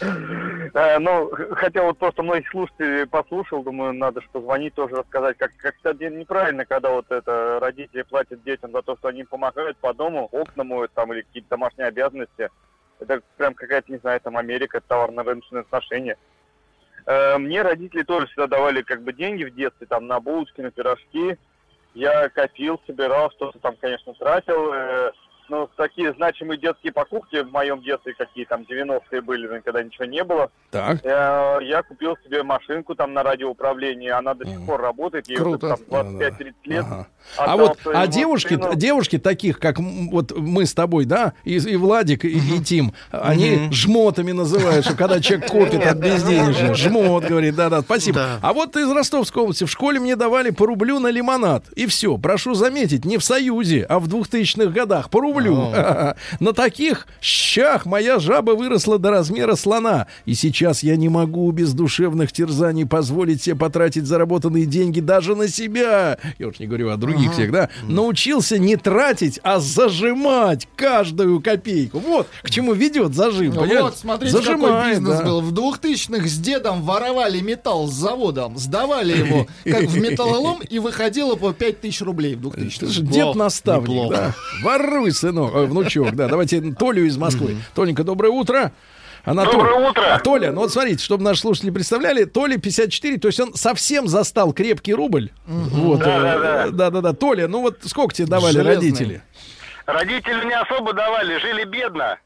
Ну, хотел вот просто многих слушателей послушал, думаю, надо же позвонить тоже рассказать, как кстати, неправильно, когда вот это родители платят детям за то, что они им помогают по дому, окна моют там или какие-то домашние обязанности. Это прям какая-то, не знаю, там Америка, товарно-рыночные отношения. Мне родители тоже всегда давали как бы деньги в детстве, там, на булочки, на пирожки. Я копил, собирал, что-то там, конечно, тратил. Ну, такие значимые детские покупки в моем детстве, какие там 90-е были, когда ничего не было. Так. Я купил себе машинку там на радиоуправлении, она до сих пор работает, ей уже там 25-30 лет. А девушки таких, как вот мы с тобой, да, и Владик, и Тим, они жмотами называют, что когда человек копит от безденежья, жмот, говорит, да-да, спасибо. Да. А вот из Ростовской области в школе мне давали по рублю на лимонад. И все, прошу заметить, не в Союзе, а в 2000-х годах, по рублю. На таких щах моя жаба выросла до размера слона. И сейчас я не могу без душевных терзаний позволить себе потратить заработанные деньги даже на себя. Я уж не говорю о других всех, да. Научился не тратить, а зажимать каждую копейку. Вот к чему ведет зажим. Вот, смотрите, какой бизнес был. В 2000-х с дедом воровали металл с заводом, сдавали его как в металлолом, и выходило по 5000 рублей в 2000-х. Дед-наставник, да. Воруй, сынок, внучок, да. Давайте Толю из Москвы. Толенька, доброе утро. Доброе утро. Толя, ну вот смотрите, чтобы наши слушатели представляли, Толя 54, то есть он совсем застал крепкий рубль. Вот. Да. Толя, ну вот сколько тебе давали родители? Родители не особо давали, жили бедно.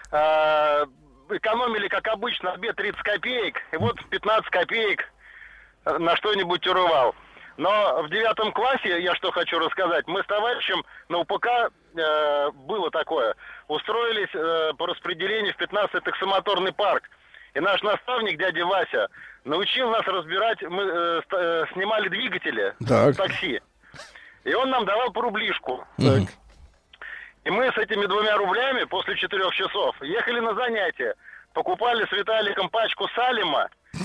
Экономили, как обычно, обед 30 копеек, и вот 15 копеек на что-нибудь урывал. Но в 9 классе, я что хочу рассказать, мы с товарищем на УПК, было такое, устроились по распределению в 15-й таксомоторный парк. И наш наставник, дядя Вася, научил нас разбирать, мы снимали двигатели в такси. И он нам давал по рублишку. Так. И мы с этими 2 рублями после 4 часов ехали на занятия. Покупали с Виталиком пачку салима,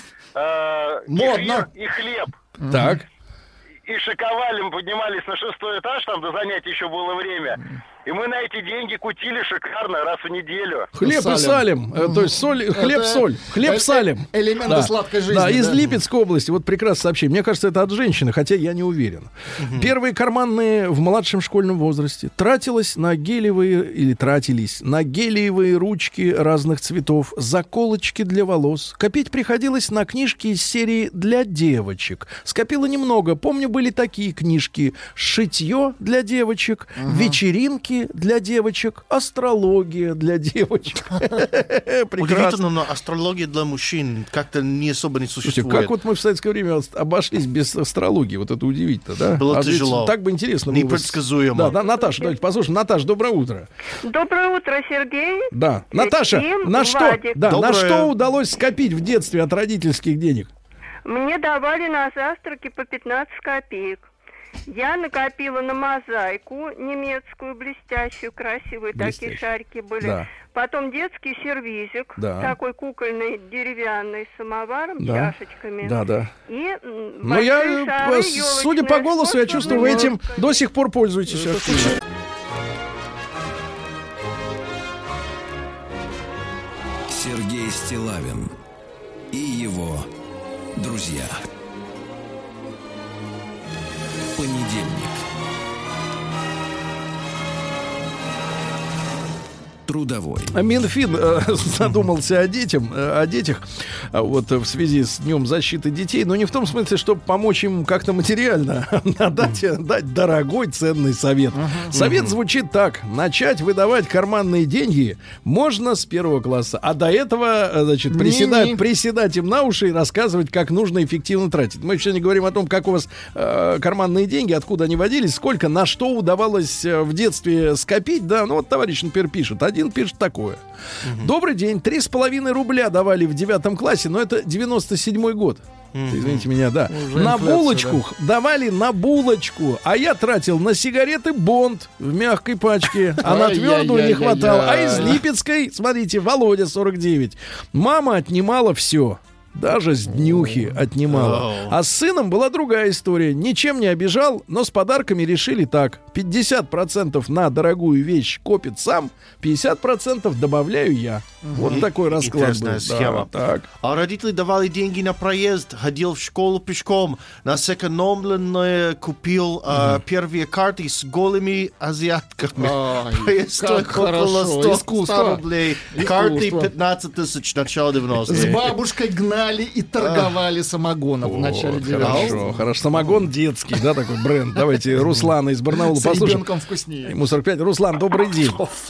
кефир и хлеб. Так. И шиковали, мы поднимались на 6-й этаж, там до занятий еще было время. И мы на эти деньги кутили шикарно раз в неделю. Хлеб и салим. То есть хлеб-соль. Хлеб-салим. Элементы сладкой жизни. Да, из Липецкой области. Вот прекрасное сообщение. Мне кажется, это от женщины, хотя я не уверен. Первые карманные в младшем школьном возрасте тратились на гелиевые ручки разных цветов, заколочки для волос. Копить приходилось на книжки из серии «Для девочек». Скопила немного. Помню, были такие книжки: «Шитье для девочек», «Вечеринки для девочек», «Астрология для девочек». Удивительно, но астрология для мужчин как-то не особо не существует. Слушайте, как вот мы в советское время обошлись без астрологии? Вот это удивительно, да? Было тяжело. Так бы интересно было. Непредсказуемо. Да, Наташа, давайте послушаем. Наташа, доброе утро. Доброе утро, Сергей. Да. Наташа, на что удалось скопить в детстве от родительских денег? Мне давали на завтраки по 15 копеек. Я накопила на мозаику немецкую, блестящую, красивые такие шарики были. Да. Потом детский сервизик, такой кукольный, деревянный, с самоваром, чашечками. Да. И шары, судя по голосу, я чувствую, вы этим до сих пор пользуетесь. Сергей Стиллавин и его друзья. Понедельник. трудовой. Минфин задумался о детях вот в связи с Днем защиты детей, но не в том смысле, чтобы помочь им как-то материально, а дать дорогой ценный совет. Совет звучит так: начать выдавать карманные деньги можно с 1 класса, а до этого, значит, приседать им на уши и рассказывать, как нужно эффективно тратить. Мы еще не говорим о том, как у вас карманные деньги, откуда они водились, сколько, на что удавалось в детстве скопить, да, ну вот товарищ, например, пишет. Один пишет такое. Добрый день, 3,5 рубля давали в 9 классе, но это 97-й год. Извините меня, да. Уже на булочку, да. Давали на булочку, а я тратил на сигареты Бонд в мягкой пачке, а на твердую не хватало. А из Липецкой, смотрите, Володя, 49. Мама отнимала все. Даже с днюхи отнимала. А с сыном была другая история. Ничем не обижал, но с подарками решили так: 50% на дорогую вещь копит сам, 50% добавляю я. Вот такой расклад. Интересная схема. Да, так. А родители давали деньги на проезд, ходил в школу пешком, на сэкономленное купил первые карты с голыми азиатками. Проезд стоит около 100 рублей. Карты 15 тысяч, начало 90-х. С бабушкой гнали и торговали самогоном в начале 90-х. Хорошо, самогон детский, да, такой бренд. Давайте Руслана из Барнаула послушаем. С ребенком вкуснее. Ему 45. Руслан, добрый день.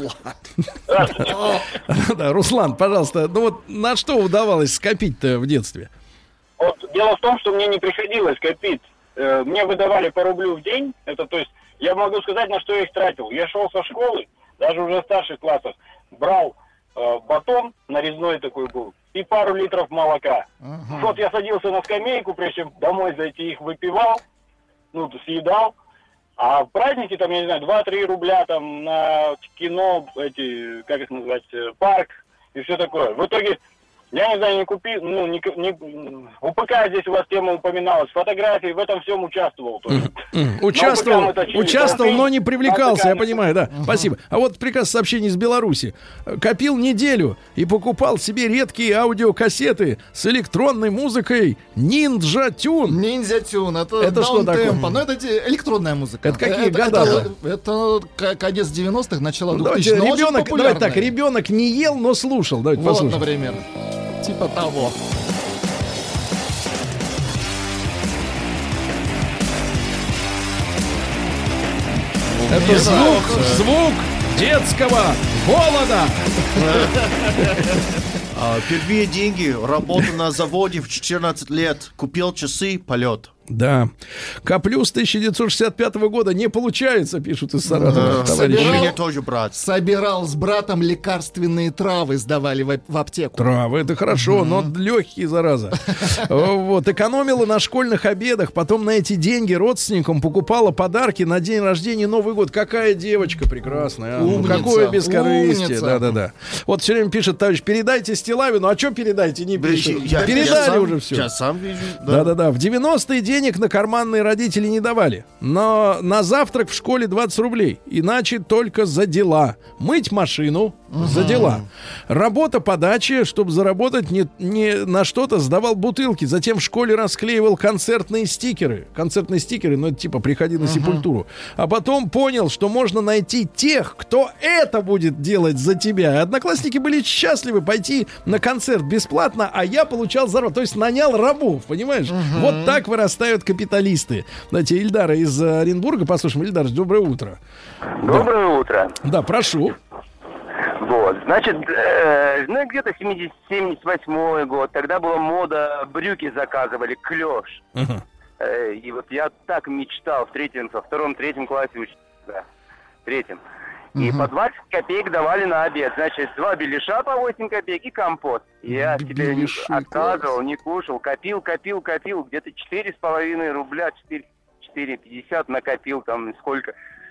Да, Руслан, пожалуйста, ну вот на что удавалось скопить-то в детстве? Вот дело в том, что мне не приходилось копить. Мне выдавали по рублю в день. Это, то есть, я могу сказать, на что я их тратил. Я шел со школы, даже уже в старших классах, брал батон, нарезной такой был, и пару литров молока. Вот я садился на скамейку, прежде чем домой зайти, их выпивал, ну, съедал. А в праздники, там, я не знаю, 2-3 рубля там на кино, эти, как их назвать, парк и все такое. В итоге, я не знаю, не купил, ну, УПК здесь у вас тема упоминалась, фотографии, в этом всем участвовал тоже. Участвовал, но не привлекался, я понимаю, да. Спасибо. А вот приказ сообщений из Беларуси. Копил неделю и покупал себе редкие аудиокассеты с электронной музыкой Ninja Tune. Ninja Tune, это что такое? Ну, это электронная музыка. Это какие года? Это конец 90-х, начало 2000-х. Давайте так, ребенок не ел, но слушал. Давайте послушаем. Вот, например. Типа того. Это звук детского голода. Первые деньги, работа на заводе в 14 лет, купил часы, полет. Да. Коплю с 1965 года не получается, пишут из Саратова. У меня тоже брат. Собирал с братом лекарственные травы, сдавали в аптеку. Травы, это хорошо, но легкие, зараза. Вот, экономила на школьных обедах, потом на эти деньги родственникам покупала подарки на день рождения, Новый год. Какая девочка прекрасная. Какое бескорыстие. Да-да-да. Вот все время пишет товарищ: передайте Стилавину. А что передайте? Не пишет. Передали уже все. Я сам вижу. Да-да-да. В 90-е денег на карманные родители не давали. Но на завтрак в школе 20 рублей. Иначе только за дела. Мыть машину за дела. Работа по даче, чтобы заработать не на что-то, сдавал бутылки. Затем в школе расклеивал концертные стикеры. Концертные стикеры, ну это типа «Приходи на Сепультуру». А потом понял, что можно найти тех, кто это будет делать за тебя. Одноклассники были счастливы пойти на концерт бесплатно, а я получал зарплату. То есть нанял рабов, понимаешь? Вот так вырастают капиталисты. Давайте Ильдара из Оренбурга послушаем. Ильдар, доброе утро. Доброе утро. Да, прошу. Вот, значит, ну где-то 78-й год, тогда была мода, брюки заказывали, клеш. И вот я так мечтал во втором-третьем классе учиться, да, третьем. И по 20 копеек давали на обед. Значит, 2 беляша по 8 копеек и компот. Я себе не отказывал, не кушал, копил. Где-то 4,5 рубля, 4,50 накопил там сколько.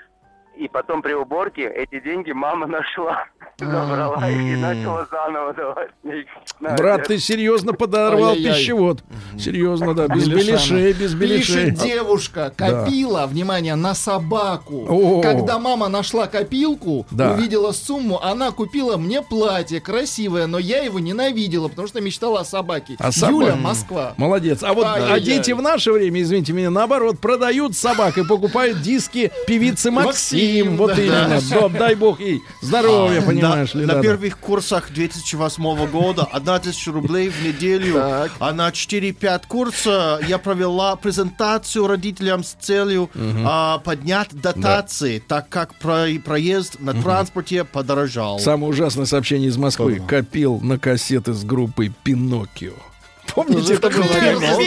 И потом при уборке эти деньги мама нашла, забрала их и начала заново давать. Брат, ты серьезно подорвал пищевод. Серьезно, да, без беляшей. Пишет девушка, копила, внимание, на собаку. Когда мама нашла копилку, увидела сумму, она купила мне платье красивое, но я его ненавидела, потому что мечтала о собаке. Юля, Москва. Молодец. А вот дети в наше время, извините меня, наоборот, продают собак и покупают диски певицы Максим. Вот именно. Дай бог ей здоровья, понимаешь. понимаешь ли. На первых курсах 2008 года 1000 рублей в неделю, а на 4-5 курса я провела презентацию родителям с целью поднять дотации, так как проезд на транспорте подорожал. Самое ужасное сообщение из Москвы. Копил на кассеты с группой «Пиноккио». Помните, это было?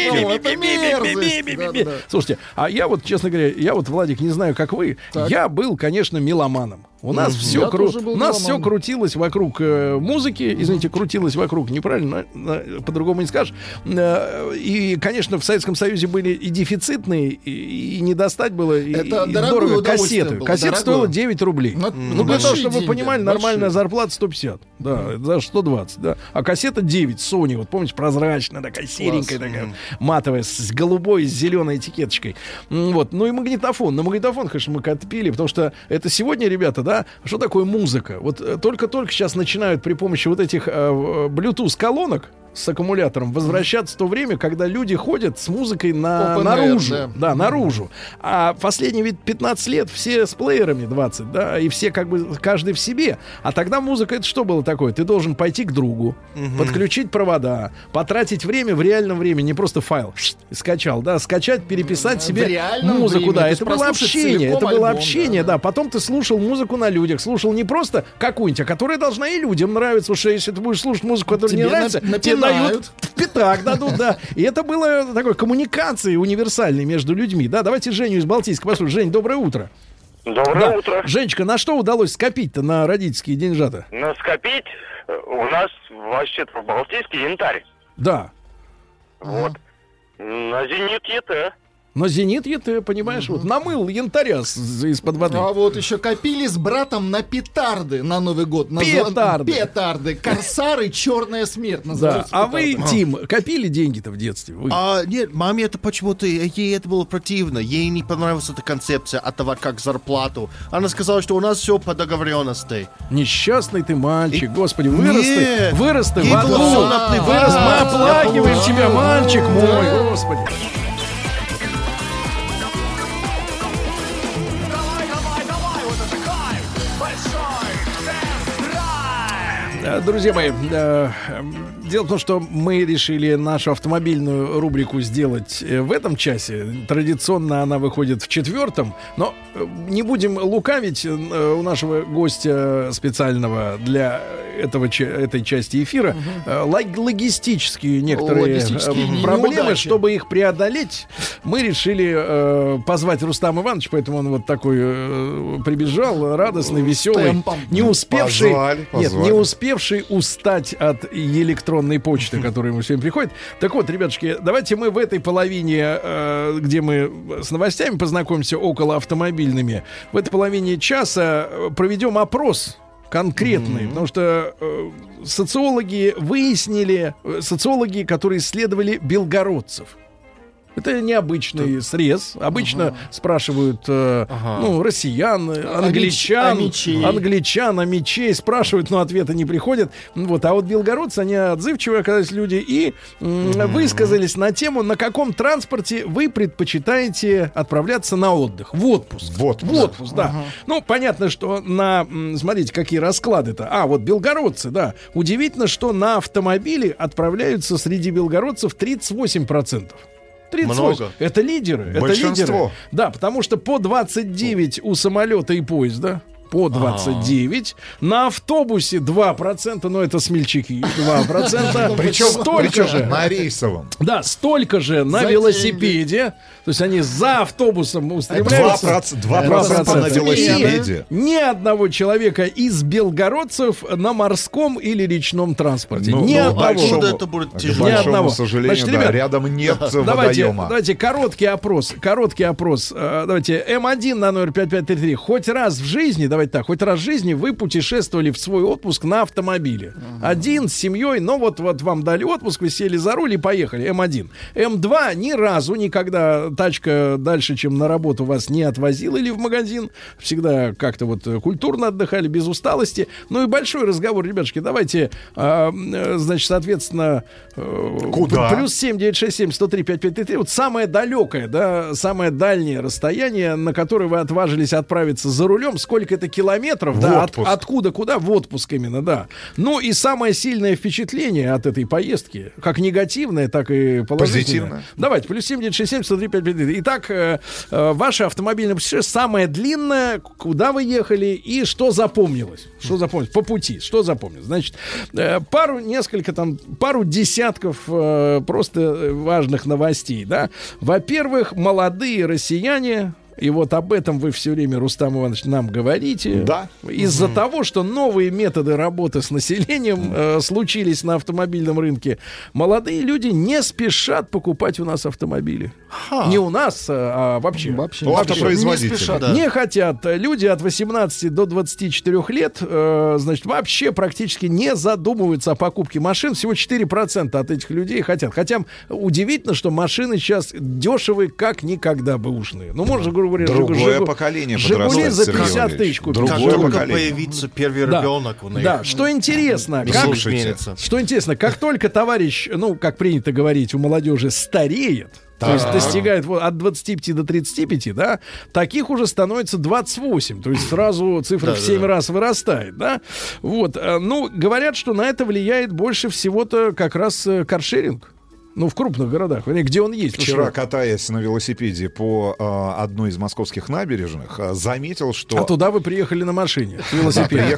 Слушайте, а я вот, честно говоря, Владик, не знаю, как вы, я был, конечно, меломаном. У нас все крутилось вокруг музыки, извините, крутилось вокруг, неправильно, по-другому не скажешь. И, конечно, в Советском Союзе были и дефицитные, и не достать было, и дорого кассеты. Кассета стоила 9 рублей. Ну, для того, чтобы вы понимали, нормальная зарплата 150, да, даже 120, да. А кассета 9, Sony, вот помните, прозрачная, такая серенькая, такая матовая, с голубой, с зеленой этикеточкой. Вот, ну и магнитофон. На магнитофон, конечно, мы копили, потому что это сегодня, ребята, да, что такое музыка? Вот только-только сейчас начинают при помощи вот этих Bluetooth-колонок с аккумулятором возвращаться в то время, когда люди ходят с музыкой наружу. Да, наружу. А последние ведь 15 лет все с плеерами 20, да, и все как бы каждый в себе. А тогда музыка, это что было такое? Ты должен пойти к другу, подключить провода, потратить время в реальном времени, не просто файл скачал, да, скачать, переписать себе музыку, да, это было общение, да. Потом ты слушал музыку на людях, слушал не просто какую-нибудь, а которая должна и людям нравиться, потому что если ты будешь слушать музыку, которая не нравится, тебе дают в пятак дадут, да. И это было такой коммуникацией универсальной между людьми, да. Давайте Женю из Балтийска послушаем. Жень, доброе утро. Доброе утро. Женечка, на что удалось скопить-то на родительские деньжата? Ну, скопить у нас вообще-то в Балтийске янтарь. Да. Вот. На «Зенит ЕТ». Но «Зенит ЕТ», понимаешь, вот намыл янтаря из-под воды. А вот еще копили с братом на петарды на Новый год. Петарды. Корсары, черная смерть. Да. А вы, Тим, копили деньги-то в детстве? Нет, маме это почему-то, ей это было противно. Ей не понравилась эта концепция отдавать как зарплату. Она сказала, что у нас все по договоренности. Несчастный ты мальчик, господи, вырос ты в аду. Мы оплакиваем тебя, мальчик мой, господи. Друзья мои, дело в том, что мы решили нашу автомобильную рубрику сделать в этом часе. Традиционно она выходит в 4-м, но не будем лукавить. У нашего гостя специального для этой части эфира логистические некоторые проблемы, чтобы их преодолеть, мы решили позвать Рустама Ивановича, поэтому он вот такой прибежал, радостный, веселый, не успевший устать от электронной почты, которая ему сегодня приходит. Так вот, ребятушки, давайте мы в этой половине, где мы с новостями познакомимся около автомобильными, в этой половине часа проведем опрос конкретный, потому что социологи, которые исследовали белгородцев. Это необычный срез. Обычно спрашивают россиян, англичан, амичей. Спрашивают, но ответа не приходят. Вот. А вот белгородцы, они отзывчивые оказались люди и высказались на тему, на каком транспорте вы предпочитаете отправляться на отдых. В отпуск. В отпуск, да. Ну, понятно, что смотрите, какие расклады-то. Вот белгородцы, да. Удивительно, что на автомобиле отправляются среди белгородцев 38%. 38. Много. Это лидеры. Большинство. Да, потому что по 29 у самолета и поезда. По 29. На автобусе 2%, но это смельчаки. 2%. Причем на рейсовом. Да, столько же на велосипеде. То есть они за автобусом устремляются. 2% на велосипеде. Ни одного человека из белгородцев на морском или речном транспорте. Ни одного. Это будет тяжело. К большому сожалению, да, рядом нет водоема. Давайте короткий опрос. Давайте М1 на номер 5533. Хоть раз в жизни, хоть раз в жизни вы путешествовали в свой отпуск на автомобиле. Один, с семьей, но вот вам дали отпуск, вы сели за руль и поехали. М1. М2 ни разу никогда тачка дальше, чем на работу, вас не отвозила или в магазин. Всегда как-то вот культурно отдыхали, без усталости. Ну и большой разговор, ребятушки. Давайте, значит, соответственно, куда? Плюс 7 967 103 5533. Вот самое далекое, да, самое дальнее расстояние, на которое вы отважились отправиться за рулем. Сколько это километров? Да, откуда, куда? В отпуск именно, да. Ну и самое сильное впечатление от этой поездки, как негативное, так и положительное. Давайте, плюс 7 967 103 5533. Итак, ваше автомобильное путешествие самое длинное, куда вы ехали и что запомнилось? Что запомнилось? По пути, что запомнилось? Значит, пару десятков просто важных новостей, да. Во-первых, молодые россияне, и вот об этом вы все время, Рустам Иванович, нам говорите. Да. Из-за того, что новые методы работы с населением случились на автомобильном рынке, молодые люди не спешат покупать у нас автомобили. Не у нас, а вообще. У автопроизводителей. Не хотят. Люди от 18 до 24 лет, значит, вообще практически не задумываются о покупке машин. Всего 4% от этих людей хотят. Хотя удивительно, что машины сейчас дешевые, как никогда бэушные. Ну, можно говоря, другое поколение «Жигули» за 50 тысяч купить. Только появится первый ребенок. Да, что интересно, как только товарищ, ну, как принято говорить у молодежи, стареет, то есть достигает от 25 до 35, да, таких уже становится 28. То есть сразу цифра в 7 раз вырастает, да. Вот, ну, говорят, что на это влияет больше всего-то как раз каршеринг. Ну, в крупных городах, где он есть. Вчера, катаясь на велосипеде по одной из московских набережных, заметил, что... А туда вы приехали на машине, велосипед.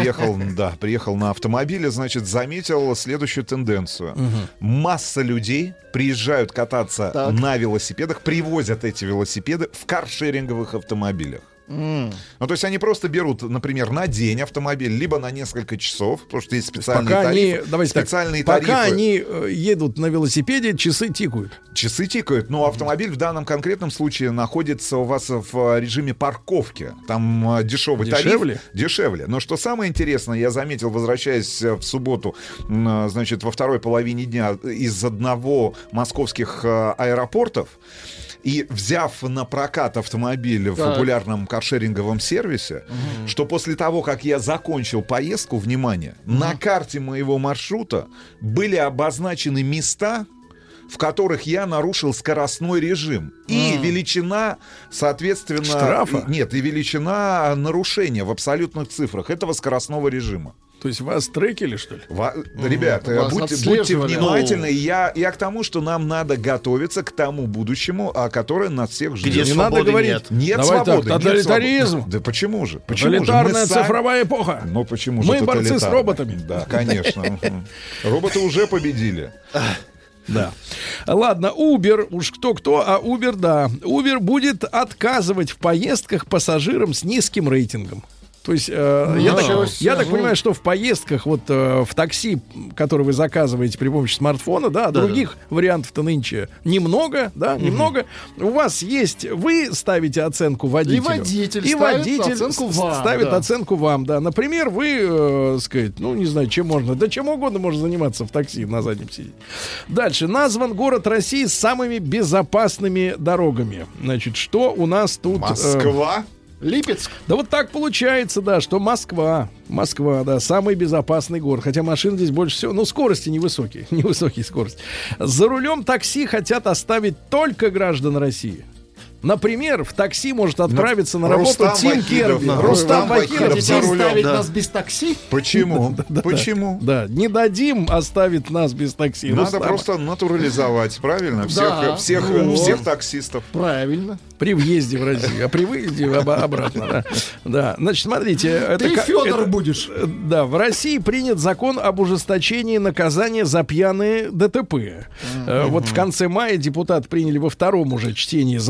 Приехал на автомобиле, значит, заметил следующую тенденцию. Масса людей приезжают кататься на велосипедах, привозят эти велосипеды в каршеринговых автомобилях. Ну, то есть они просто берут, например, на день автомобиль, либо на несколько часов, потому что есть специальные тарифы. Пока они едут на велосипеде, часы тикают. Часы тикают, но автомобиль в данном конкретном случае находится у вас в режиме парковки. Там дешевый тариф. Дешевле. Но что самое интересное, я заметил, возвращаясь в субботу, значит, во второй половине дня из одного московских аэропортов, и взяв на прокат автомобиль в популярном каршеринговом сервисе, что после того, как я закончил поездку, внимание, на карте моего маршрута были обозначены места, в которых я нарушил скоростной режим. И величина, соответственно... Штрафа? Нет, и величина нарушения в абсолютных цифрах этого скоростного режима. То есть вас трекили, что ли? Ребята, будьте внимательны. Я к тому, что нам надо готовиться к тому будущему, которое нас всех ждет. Где свободы надо говорить. Нет свободы. Тоталитаризм. Да почему же? Тоталитарная цифровая эпоха. Ну почему же? Мы борцы с роботами. Да, конечно. Роботы уже победили. Да. Ладно, Uber, уж кто-кто, а Uber, да. Uber будет отказывать в поездках пассажирам с низким рейтингом. То есть я так понимаю, что в поездках, вот в такси, которые вы заказываете при помощи смартфона, да, других вариантов-то нынче немного, да, немного. У вас есть, вы ставите оценку водителю. И водитель ставит оценку вам, да. Например, вы, сказать, ну, не знаю, чем можно, да чем угодно можно заниматься в такси на заднем сиденье. Дальше. Назван город России с самыми безопасными дорогами. Значит, что у нас тут? Москва? Липецк. Да вот так получается, да, что Москва, да, самый безопасный город. Хотя машин здесь больше всего, но скорости невысокие скорости. За рулем такси хотят оставить только граждан России. Например, в такси может отправиться на работу Тим Керби. Рустам Бахиров оставить нас без такси? Почему? Почему? Да, не дадим оставить нас без такси. Надо просто натурализовать, правильно? Всех таксистов. Правильно. При въезде в Россию, а при выезде обратно. Да. Значит, смотрите. Ты Федор будешь. Да, в России принят закон об ужесточении наказания за пьяные ДТП. Вот в конце мая депутаты приняли во втором уже чтении закон о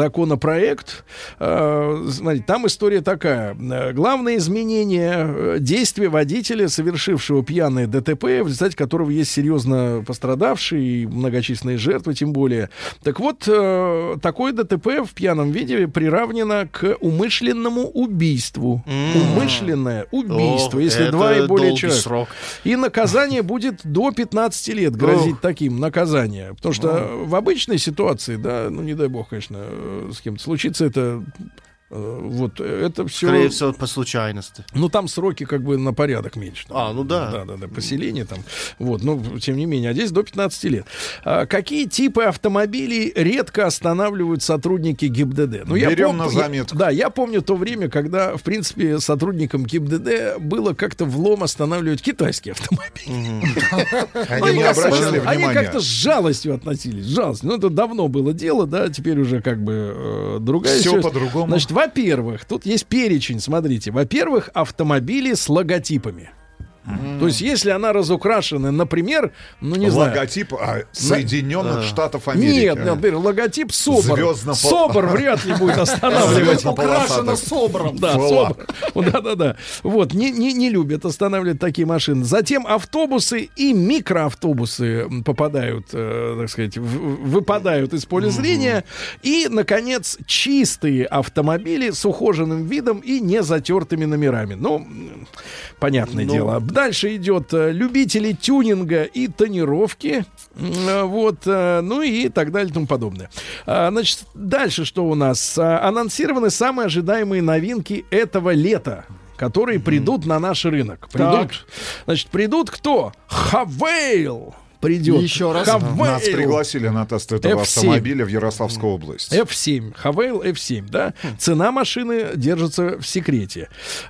проект. Смотрите, там история такая. Главное изменение действия водителя, совершившего пьяное ДТП, в результате которого есть серьезно пострадавшие и многочисленные жертвы, тем более. Так вот, такое ДТП в пьяном виде приравнено к умышленному убийству. Умышленное убийство, если 2 и более человек. Срок. И наказание будет до 15 лет грозить таким наказание. Потому что в обычной ситуации, да, ну не дай бог, конечно, с кем-то случится это. Вот это все. Скорее всего, по случайности. Ну, там сроки как бы на порядок меньше. Ну да. Да, поселение там. Вот, но тем не менее, а здесь до 15 лет. Какие типы автомобилей редко останавливают сотрудники ГИБДД? Ну, берем на заметку. Да, я помню то время, когда, в принципе, сотрудникам ГИБДД было как-то влом останавливать китайские автомобили. Они как-то с жалостью относились. Ну, это давно было дело, да, теперь уже как бы другая все по-другому. Значит, во-первых, тут есть перечень, смотрите. Во-первых, автомобили с логотипами. То есть, если она разукрашена, например, ну не знаю. Логотип Соединенных Штатов Америки. Нет, например, логотип СОБР. СОБР вряд ли будет останавливать. Украшена СОБРом. Да, СОБР. Да. Вот, не любят останавливать такие машины. Затем автобусы и микроавтобусы попадают, так сказать, выпадают из поля зрения. И, наконец, чистые автомобили с ухоженным видом и не затертыми номерами. Ну, понятное дело. Дальше идет любители тюнинга и тонировки, вот, ну и так далее и тому подобное. Значит, дальше что у нас? Анонсированы самые ожидаемые новинки этого лета, которые придут на наш рынок. Придут кто? Хавейл. Придет. Еще раз. Нас пригласили на тест этого автомобиля в Ярославскую область. F7. Хавейл F7, да? Цена машины держится в секрете.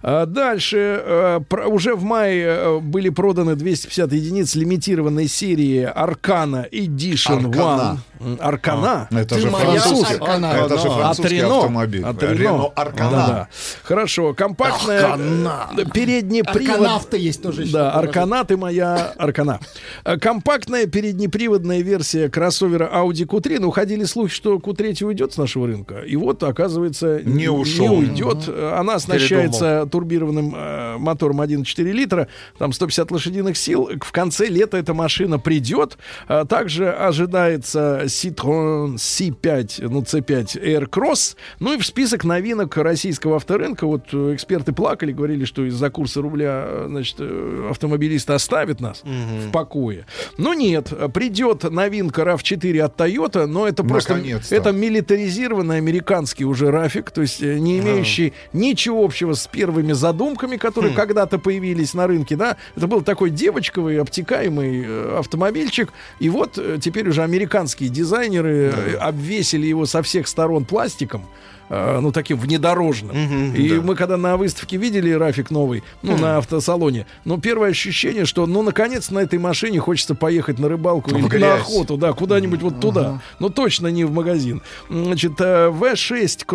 Дальше. Уже в мае были проданы 250 единиц лимитированной серии Аркана Edition One. Аркана. Это же французский. Это же французский автомобиль. Рено Аркана. Да. Хорошо. Компактная переднеприводная. Арканавта есть тоже. Да, Аркана, ты моя Аркана. Компактная переднеприводная версия кроссовера Audi Q3. Но ходили слухи, что Q3 уйдет с нашего рынка. И вот, оказывается, не уйдет. Она оснащается турбированным мотором 1,4 литра. Там 150 лошадиных сил. В конце лета эта машина придет. Также ожидается Citroën C5, ну C5 Aircross. Ну и в список новинок российского авторынка. Вот эксперты плакали, говорили, что из-за курса рубля, значит, автомобилисты оставят нас в покое. Но нет, придет новинка RAV4 от Toyota, но это просто это милитаризированный американский уже рафик, то есть не имеющий ничего общего с первыми задумками, которые когда-то появились на рынке, да. Это был такой девочковый, обтекаемый автомобильчик, и вот теперь уже американские дизайнеры обвесили его со всех сторон пластиком, ну, таким внедорожным. И мы когда на выставке видели рафик новый, ну, на автосалоне, ну, первое ощущение, что, ну, наконец на этой машине хочется поехать на рыбалку или на охоту, да, куда-нибудь вот туда. Но точно не в магазин. Значит, V60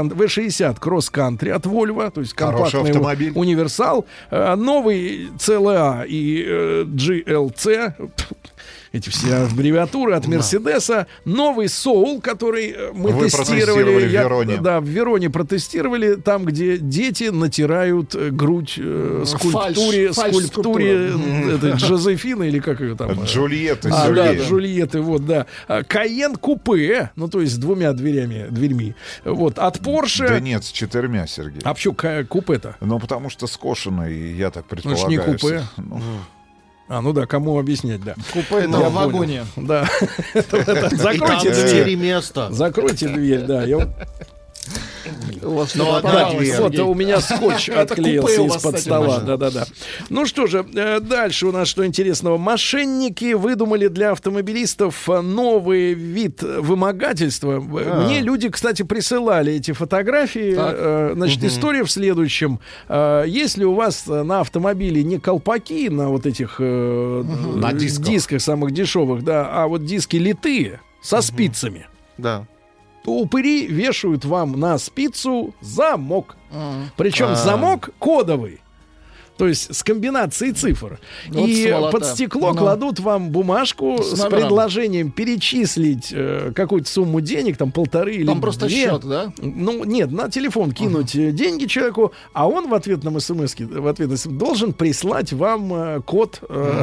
кросс-кантри от Volvo, то есть компактный универсал, новый CLA и GLC, эти все аббревиатуры от Мерседеса. Новый Soul, который мы тестировали в Вероне. Да, в Вероне протестировали, там, где дети натирают грудь скульптуре Джозефины или как ее там? Джульетты. Да, Джульетты, вот, да. Кайен купе, ну, то есть с 2 дверьми. Вот, от Porsche. Да нет, с 4, Сергей. А почему купе-то? Ну, потому что скошенный, я так предполагаю. Ну, не купе. Ну да, кому объяснять, да. Купе в вагоне. Да. Закройте дверь. Закройте дверь, да. Вот у меня скотч отклеился из-под стола. Да. Ну что же, дальше у нас что интересного. Мошенники выдумали для автомобилистов новый вид вымогательства. Мне люди, кстати, присылали эти фотографии. Значит, история в следующем. Если у вас на автомобиле не колпаки на вот этих дисках самых дешевых, да, а вот диски литые со спицами. Да. То упыри вешают вам на спицу замок. Причем замок кодовый. То есть с комбинацией цифр. Вот и под стекло кладут вам бумажку с предложением перечислить какую-то сумму денег, там 1,5 или 2. Там просто счет, да? Ну, нет, на телефон кинуть деньги человеку, а он в ответном смс-ке должен прислать вам код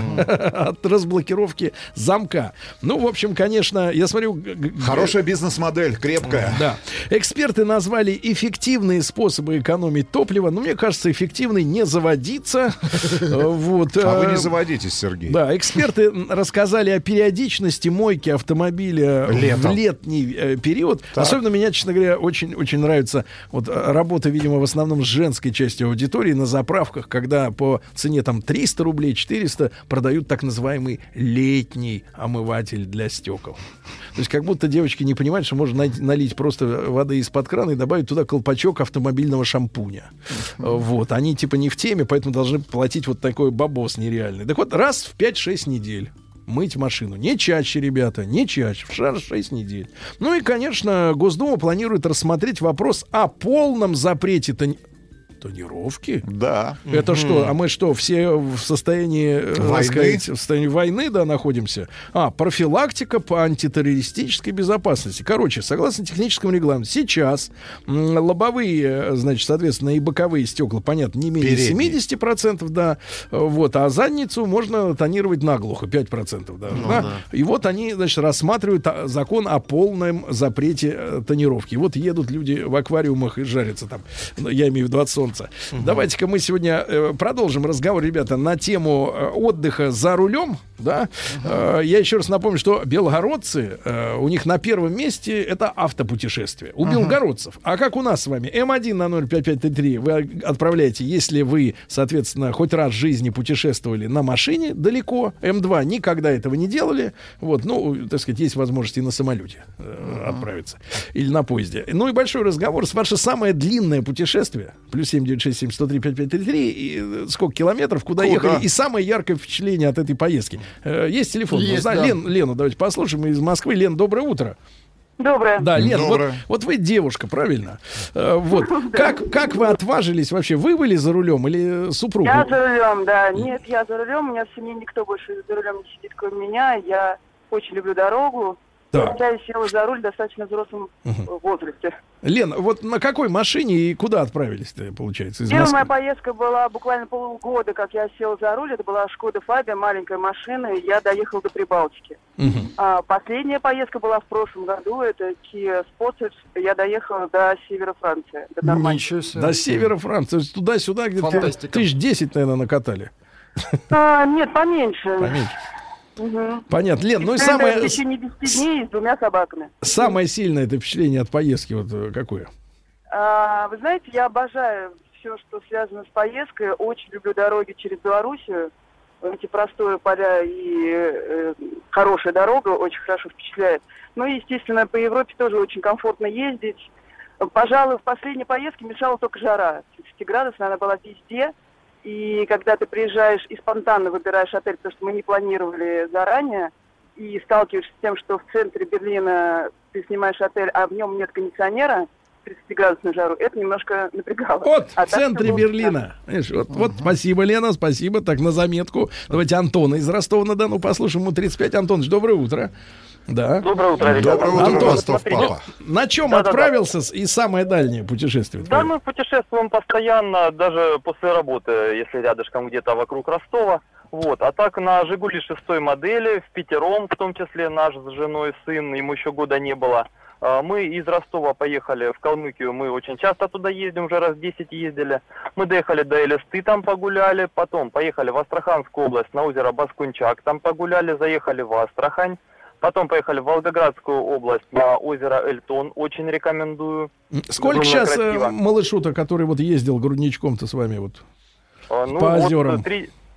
от разблокировки замка. Ну, в общем, конечно, я смотрю... Хорошая бизнес-модель, крепкая. Да. Эксперты назвали эффективные способы экономить топливо, но мне кажется, эффективный не заводиться. Вот. А вы не заводитесь, Сергей. Да, эксперты рассказали о периодичности мойки автомобиля в летний период. Так. Особенно меня, честно говоря, очень нравится вот работа, видимо, в основном с женской частью аудитории на заправках, когда по цене там 300 рублей, 400 продают так называемый летний омыватель для стекол. То есть как будто девочки не понимают, что можно налить просто воды из-под крана и добавить туда колпачок автомобильного шампуня. Вот. Они типа не в теме, поэтому должны платить вот такой бабос нереальный. Так вот, раз в 5-6 недель мыть машину. Не чаще, ребята, не чаще. В 6 недель. Ну и, конечно, Госдума планирует рассмотреть вопрос о полном запрете тонировки? Да. Это что? А мы что, все в состоянии войны? В состоянии войны, да, находимся? Профилактика по антитеррористической безопасности. Короче, согласно техническому регламенту, сейчас лобовые, значит, соответственно, и боковые стекла, понятно, не менее 70%, да. Вот, а задницу можно тонировать наглухо, 5%, да. Да. И вот они, значит, рассматривают закон о полном запрете тонировки. И вот едут люди в аквариумах и жарятся там. Я имею в виду от солнца. Давайте-ка мы сегодня продолжим разговор, ребята, на тему отдыха за рулем. Да? Я еще раз напомню, что белгородцы, у них на первом месте это автопутешествие. У белгородцев. А как у нас с вами? М1 на 05533 вы отправляете, если вы, соответственно, хоть раз в жизни путешествовали на машине далеко. М2 никогда этого не делали. Вот, ну, так сказать, есть возможность и на самолете отправиться. Или на поезде. Ну и большой разговор. Ваше самое длинное путешествие. Плюс 79671035533. И сколько километров, куда ехали. И самое яркое впечатление от этой поездки. Есть телефон? Есть, да. Лену давайте послушаем из Москвы. Лен, доброе утро. Доброе. Да, Лен, вот вы девушка, правильно? Вот. Как вы отважились вообще? Вы были за рулем или супруга? Я за рулем, да. Нет, я за рулем. У меня в семье никто больше за рулем не сидит, кроме меня. Я очень люблю дорогу. Я села за руль в достаточно взрослом возрасте. Лен, вот на какой машине и куда отправились-то, получается, из Первая Москвы? моя поездка была буквально полгода, как я села за руль. Это была Шкода Фабия, маленькая машина, и я доехала до Прибалтики. А последняя поездка была в прошлом году. Это Kia Sportage. Я доехала до севера Франции. До севера Франции. Туда-сюда где-то 1010, наверное, накатали. Нет, поменьше. Понятно. Лен, ну и самое... В течение 10 дней с 2 собаками. Самое сильное это впечатление от поездки вот какое? Вы знаете, я обожаю все, что связано с поездкой. Очень люблю дороги через Белоруссию. Эти простые поля и хорошая дорога очень хорошо впечатляет. Ну и, естественно, по Европе тоже очень комфортно ездить. Пожалуй, в последней поездке мешала только жара. 30-градусная, она была везде. И когда ты приезжаешь и спонтанно выбираешь отель, потому что мы не планировали заранее, и сталкиваешься с тем, что в центре Берлина ты снимаешь отель, а в нем нет кондиционера, 30-градусную жару, это немножко напрягало. Вот, в центре Берлина. Видишь, вот, спасибо, Лена, спасибо. Так, на заметку. Давайте Антона из Ростова-на-Дону послушаем. Ему 35. Антонович, доброе утро. Да. Доброе утро, ребята. Доброе утро, Антон, Ростов, папа. На чем отправился и самое дальнее путешествие? Да, мы путешествуем постоянно, даже после работы, если рядышком где-то вокруг Ростова. Вот. А так на «Жигули» 6-й модели, впятером, в том числе наш с женой сын, ему еще года не было. Мы из Ростова поехали в Калмыкию, мы очень часто туда ездим, уже раз 10 ездили. Мы доехали до Элисты, там погуляли, потом поехали в Астраханскую область, на озеро Баскунчак, там погуляли, заехали в Астрахань. Потом поехали в Волгоградскую область на озеро Эльтон. Очень рекомендую. Сколько сейчас малышу-то, который вот ездил грудничком-то с вами вот по озерам?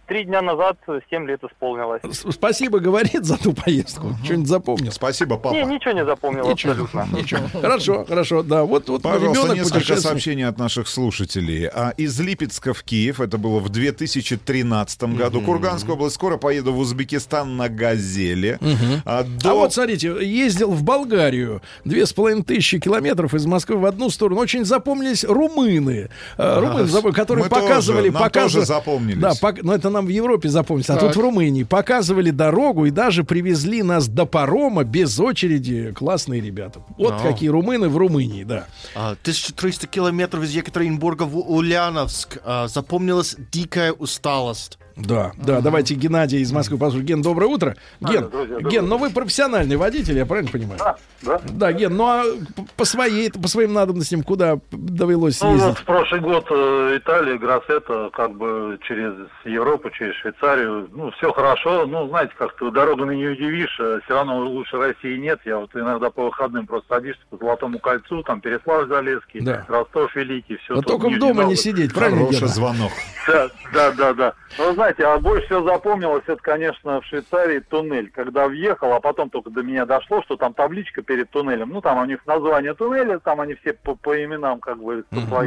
3 дня назад 7 лет исполнилось. Спасибо, говорит, за ту поездку. Что-нибудь запомнил? Спасибо, папа. Не, ничего не запомнил абсолютно. Ничего. Хорошо, да. Вот пожалуйста, несколько сообщений от наших слушателей. Из Липецка в Киев, это было в 2013 году. Курганская область, скоро поеду в Узбекистан на «Газели». А вот, смотрите, ездил в Болгарию. 2500 километров из Москвы в одну сторону. Очень запомнились румыны. Которые показывали... Мы тоже запомнились. Да, но это нам в Европе запомнились. А тут в Румынии показывали дорогу и даже привезли нас до парома без очереди. Классные ребята. Вот какие румыны в Румынии, да. 1300 километров из Екатеринбурга в Ульяновск. Запомнилась дикая усталость. Да, давайте Геннадий из Москвы послушаем. Ген, доброе утро. Ген, ну вы профессиональный водитель, я правильно понимаю? Да. Да, Ген, ну а по своим надобностям куда довелось ездить? У нас прошлый год Италия, Гроссетто, как бы через Европу, через Швейцарию. Ну, все хорошо. Ну, знаете, как-то дорогами не удивишь. Все равно лучше России нет. Я вот иногда по выходным просто садишься по Золотому кольцу, там Переславль-Залесский, Ростов Великий. Все. А только в дома не сидеть, правильно? Хороший звонок. Да. Ну, знаете, а больше всего запомнилось, это, конечно, в Швейцарии туннель. Когда въехал, а потом только до меня дошло, что там табличка перед туннелем. Ну, там у них название туннеля, там они все по именам, как бы,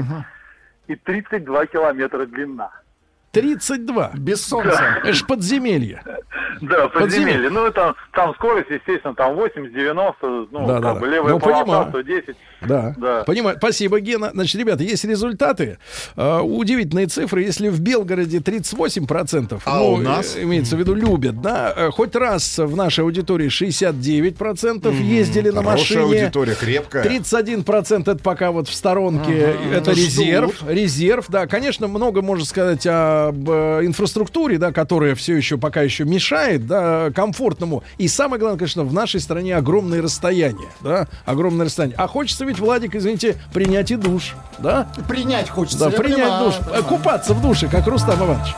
и 32 километра длина. 32? Без солнца. Это ж подземелье. Да, подземелье. Ну, там скорость, естественно, там 80-90, ну, как бы левая полоса, 110. Да. Понимаю. Спасибо, Гена. Значит, ребята, есть результаты. Удивительные цифры. Если в Белгороде 38%, у нас? Имеется в виду, любят, да, хоть раз в нашей аудитории 69% ездили на машине. Хорошая аудитория, крепкая. 31% это пока вот в сторонке, это резерв, да. Конечно, много можно сказать об инфраструктуре, да, которая все еще пока еще мешает, да, комфортному. И самое главное, конечно, в нашей стране огромные расстояния, да, огромное расстояние. А хочется ведь, Владик, извините, принять и душ, да? Принять хочется. Да, принять душ, купаться в душе, как Рустам Иванович.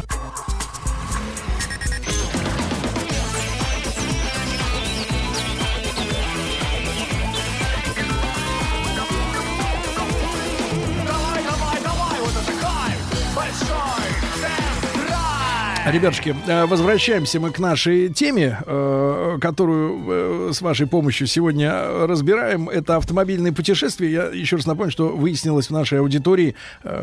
Ребятушки, возвращаемся мы к нашей теме, которую с вашей помощью сегодня разбираем. Это автомобильные путешествия. Я еще раз напомню, что выяснилось в нашей аудитории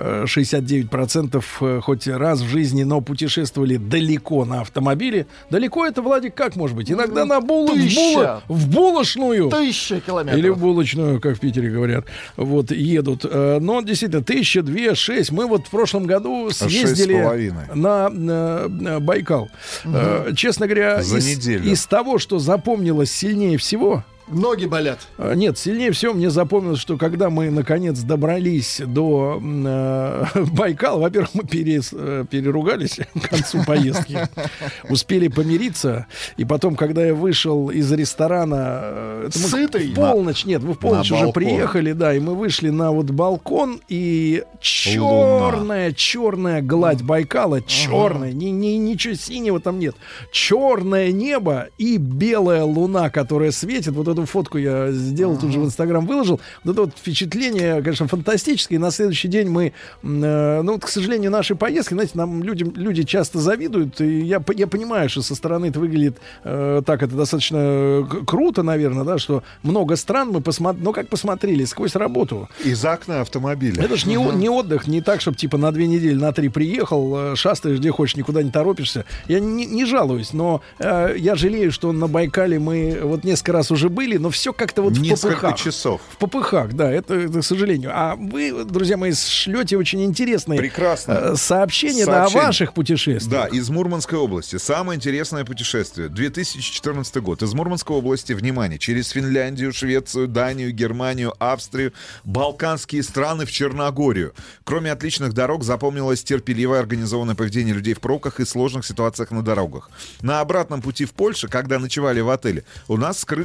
69% хоть раз в жизни, но путешествовали далеко на автомобиле. Далеко это, Владик, как может быть? Иногда на в булочную. 1000 километров. Или в булочную, как в Питере говорят. Вот, едут. Но действительно, 1000, 2, 6. Мы вот в прошлом году съездили на Байкал. Честно говоря, из того, что запомнилось сильнее всего... Ноги болят. Нет, сильнее всего мне запомнилось, что когда мы наконец добрались до Байкала, во-первых, мы переругались к концу поездки, успели помириться, и потом, когда я вышел из ресторана, сытый? В полночь уже приехали, да, и мы вышли на вот балкон, и черная гладь Байкала, черная, ничего синего там нет, черное небо и белая луна, которая светит. Вот эту фотку я сделал, тут же в Инстаграм выложил. Вот это вот впечатление, конечно, фантастическое. И на следующий день мы, к сожалению, наши поездки, знаете, нам люди часто завидуют. И я понимаю, что со стороны это выглядит так, это достаточно круто, наверное, да, что много стран мы посмотрели сквозь работу. Из окна автомобиля. Это же не отдых, не так, чтобы типа на 2 недели, на 3 приехал, шастаешь где хочешь, никуда не торопишься. Я не жалуюсь, но я жалею, что на Байкале мы вот несколько раз уже были, но все как-то вот несколько в попыхах. Часов. В попыхах, да, это к сожалению. А вы, друзья мои, шлете очень интересные сообщения о ваших путешествиях. Да, из Мурманской области. Самое интересное путешествие. 2014 год. Из Мурманской области, внимание, через Финляндию, Швецию, Данию, Германию, Австрию, Балканские страны в Черногорию. Кроме отличных дорог, запомнилось терпеливое организованное поведение людей в пробках и сложных ситуациях на дорогах. На обратном пути в Польшу, когда ночевали в отеле, у нас скрыли машину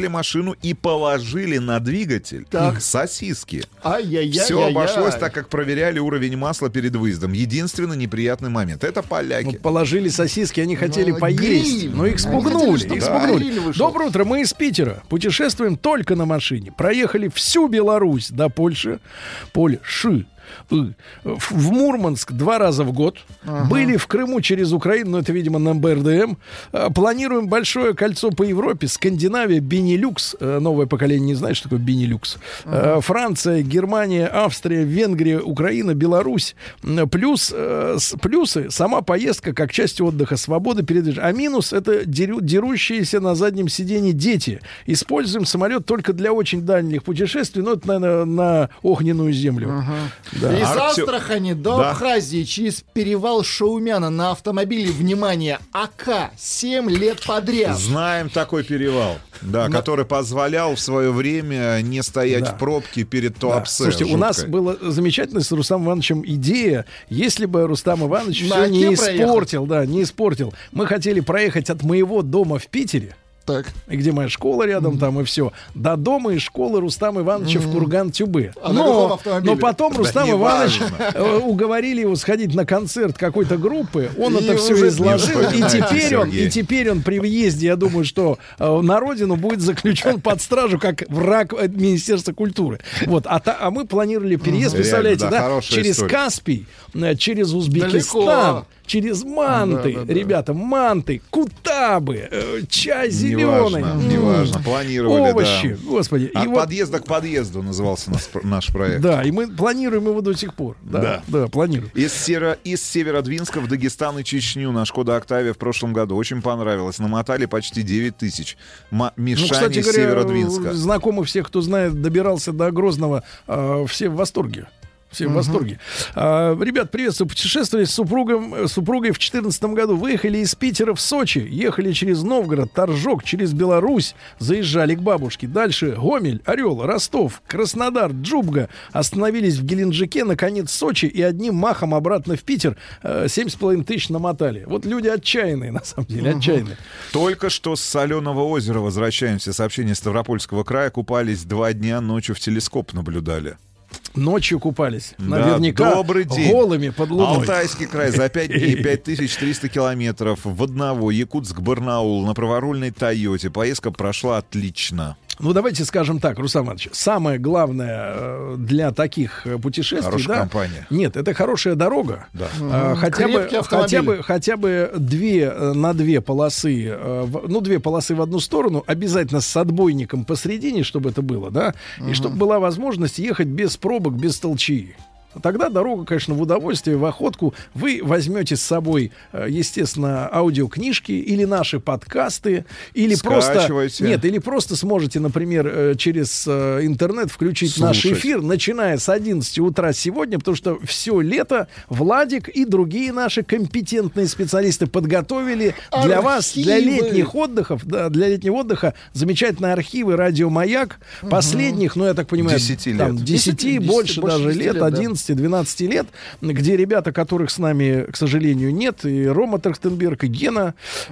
машину и положили на двигатель сосиски. Ай-яй-яй. Все обошлось так, как проверяли уровень масла перед выездом. Единственный неприятный момент — это поляки. Ну, положили сосиски, они хотели поесть, но их спугнули. Доброе утро, мы из Питера. Путешествуем только на машине. Проехали всю Беларусь до Польши. В Мурманск 2 раза в год. Были в Крыму через Украину, но это, видимо, на БРДМ. Планируем большое кольцо по Европе. Скандинавия, Бенилюкс. Новое поколение не знает, что такое Бенилюкс. Франция, Германия, Австрия, Венгрия, Украина, Беларусь. Плюсы — сама поездка как часть отдыха, свобода передвижения. А минус — это дерущиеся на заднем сиденье дети. Используем самолет только для очень дальних путешествий. Ну, это, наверное, на огненную землю. Да. Из Астрахани до Абхазии через перевал Шаумяна на автомобиле, внимание, АК 7 лет подряд. Знаем такой перевал, который позволял в свое время не стоять в пробке перед Туапсе. Слушайте, жуткой. у нас была замечательная с Рустамом Ивановичем идея, если бы Рустам Иванович все не испортил. Мы хотели проехать от моего дома в Питере, где моя школа рядом, там и все, до дома и школы Рустама Ивановича в Курган-Тюбе. Но потом Рустам Иванович уговорили его сходить на концерт какой-то группы, он это все изложил, и теперь он при въезде, я думаю, что на родину будет заключен под стражу как враг Министерства культуры. Вот. А мы планировали переезд, представляете, через Каспий, через Узбекистан, через Манты, ребята, Манты, Кутабы, чай зеленый. Неважно, планировали, овощи, господи. От подъезда к подъезду назывался наш проект. Да, и мы планируем его до сих пор. Да, планируем. Из Северодвинска в Дагестан и Чечню на Шкода Октавия в прошлом году. Очень понравилось. Намотали почти 9 тысяч. Мишань из Северодвинска. Знакомых всех, кто знает, добирался до Грозного, все в восторге. Все в восторге. Ребят, приветствую. Путешествовали с супругой в 2014 году. Выехали из Питера в Сочи. Ехали через Новгород, Торжок, через Беларусь. Заезжали к бабушке. Дальше Гомель, Орел, Ростов, Краснодар, Джубга. Остановились в Геленджике, наконец Сочи. И одним махом обратно в Питер 7,5 тысяч намотали. Вот люди отчаянные, на самом деле, отчаянные. Только что с Соленого озера возвращаемся. Сообщение Ставропольского края. Купались 2 дня, ночью в телескоп наблюдали. Ночью купались. Наверняка добрый день. Голыми под луной. Алтайский край за 5 дней 5300 километров в одного. Якутск-Барнаул на праворульной Тойоте. Поездка прошла отлично. Ну, давайте скажем так, Рустам Иванович, самое главное для таких путешествий... Хорошая компания. Нет, это хорошая дорога. Да. Хотя бы 2 полосы, 2 полосы в одну сторону, обязательно с отбойником посередине, чтобы это было, да, и чтобы была возможность ехать без пробок, без толчии. Тогда дорога, конечно, в удовольствие, в охотку. Вы возьмете с собой, естественно, аудиокнижки или наши подкасты, или просто сможете, например, через интернет включить наш эфир, начиная с 11 утра сегодня, потому что все лето Владик и другие наши компетентные специалисты подготовили для вас, для летнего отдыха, замечательные архивы «Радио Маяк», последних, я так понимаю, 10 больше даже лет, 11 12 лет, где ребята, которых с нами, к сожалению, нет, и Рома Трахтенберг, и Гена,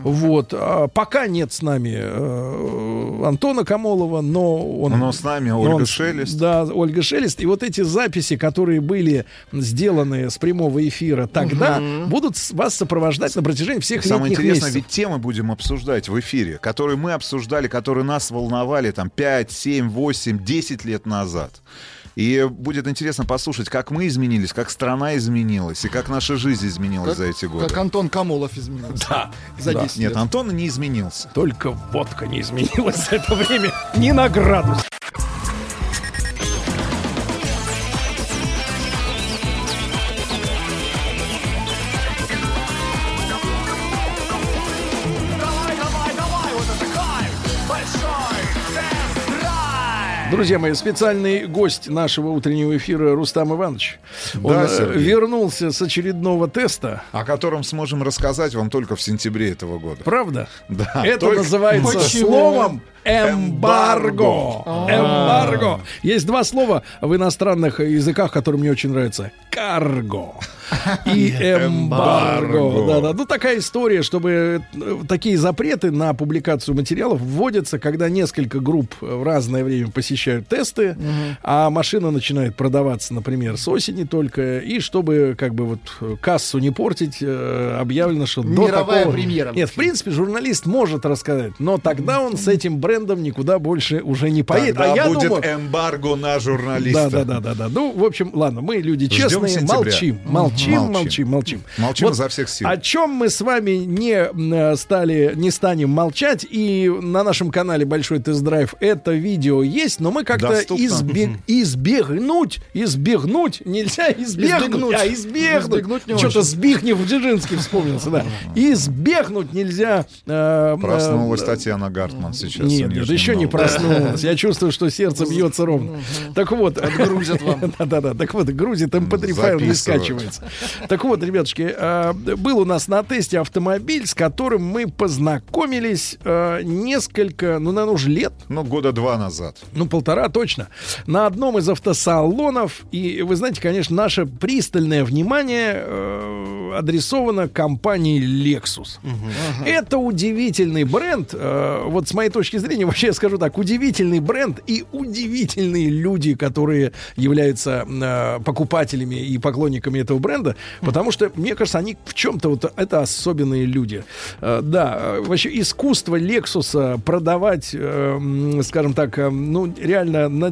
пока нет с нами Антона Камолова, но с нами Ольга Шелест. Да, Ольга Шелест. И вот эти записи, которые были сделаны с прямого эфира тогда, будут вас сопровождать на протяжении всех летних месяцев. Самое интересное, ведь темы будем обсуждать в эфире, которые мы обсуждали, которые нас волновали 5, 7, 8, 10 лет назад. И будет интересно послушать, как мы изменились, как страна изменилась, и как наша жизнь изменилась за эти годы. Как Антон Камолов изменился. За 10 лет. Нет, Антон не изменился. Только водка не изменилась за это время ни на градус. Друзья мои, специальный гость нашего утреннего эфира Рустам Иванович. Он вернулся с очередного теста. О котором сможем рассказать вам только в сентябре этого года. Правда? Да. Это называется словом эмбарго. Эмбарго. Есть 2 слова в иностранных языках, которые мне очень нравятся. Карго. и эмбарго. Да-да. Ну, такая история, чтобы такие запреты на публикацию материалов вводятся, когда несколько групп в разное время посещают тесты, а машина начинает продаваться, например, с осени только, и чтобы как бы вот кассу не портить, объявлено, что мировая премьера. Нет, в принципе, журналист может рассказать, но тогда он с этим брендом никуда больше уже не поедет. Тогда а я будет думаю, эмбарго на журналиста. Да. Ну, в общем, ладно, мы люди честные, молчим. Молчим изо всех сил. О чем мы с вами не станем молчать, и на нашем канале Большой тест-драйв это видео есть, но мы как-то избегнуть нельзя, избегнуть. Что-то Збигнев Бжезинский вспомнился, да. Избегнуть нельзя. Проснулась Татьяна Гартман сейчас. Нет, еще не проснулась. Я чувствую, что сердце бьется ровно. Так вот, отгрузят вам. Да. Так вот, грузит, MP3 файл не скачивается. Так вот, ребятушки, был у нас на тесте автомобиль, с которым мы познакомились несколько, наверное, уже лет. Года 2 назад. 1,5 точно. На одном из автосалонов. И вы знаете, конечно, наше пристальное внимание адресовано компании Lexus. Это удивительный бренд. Вот с моей точки зрения, вообще я скажу так, удивительный бренд и удивительные люди, которые являются покупателями и поклонниками этого бренда, потому что, мне кажется, они в чем-то вот это особенные люди. Да, вообще искусство Lexus продавать, скажем так, реально на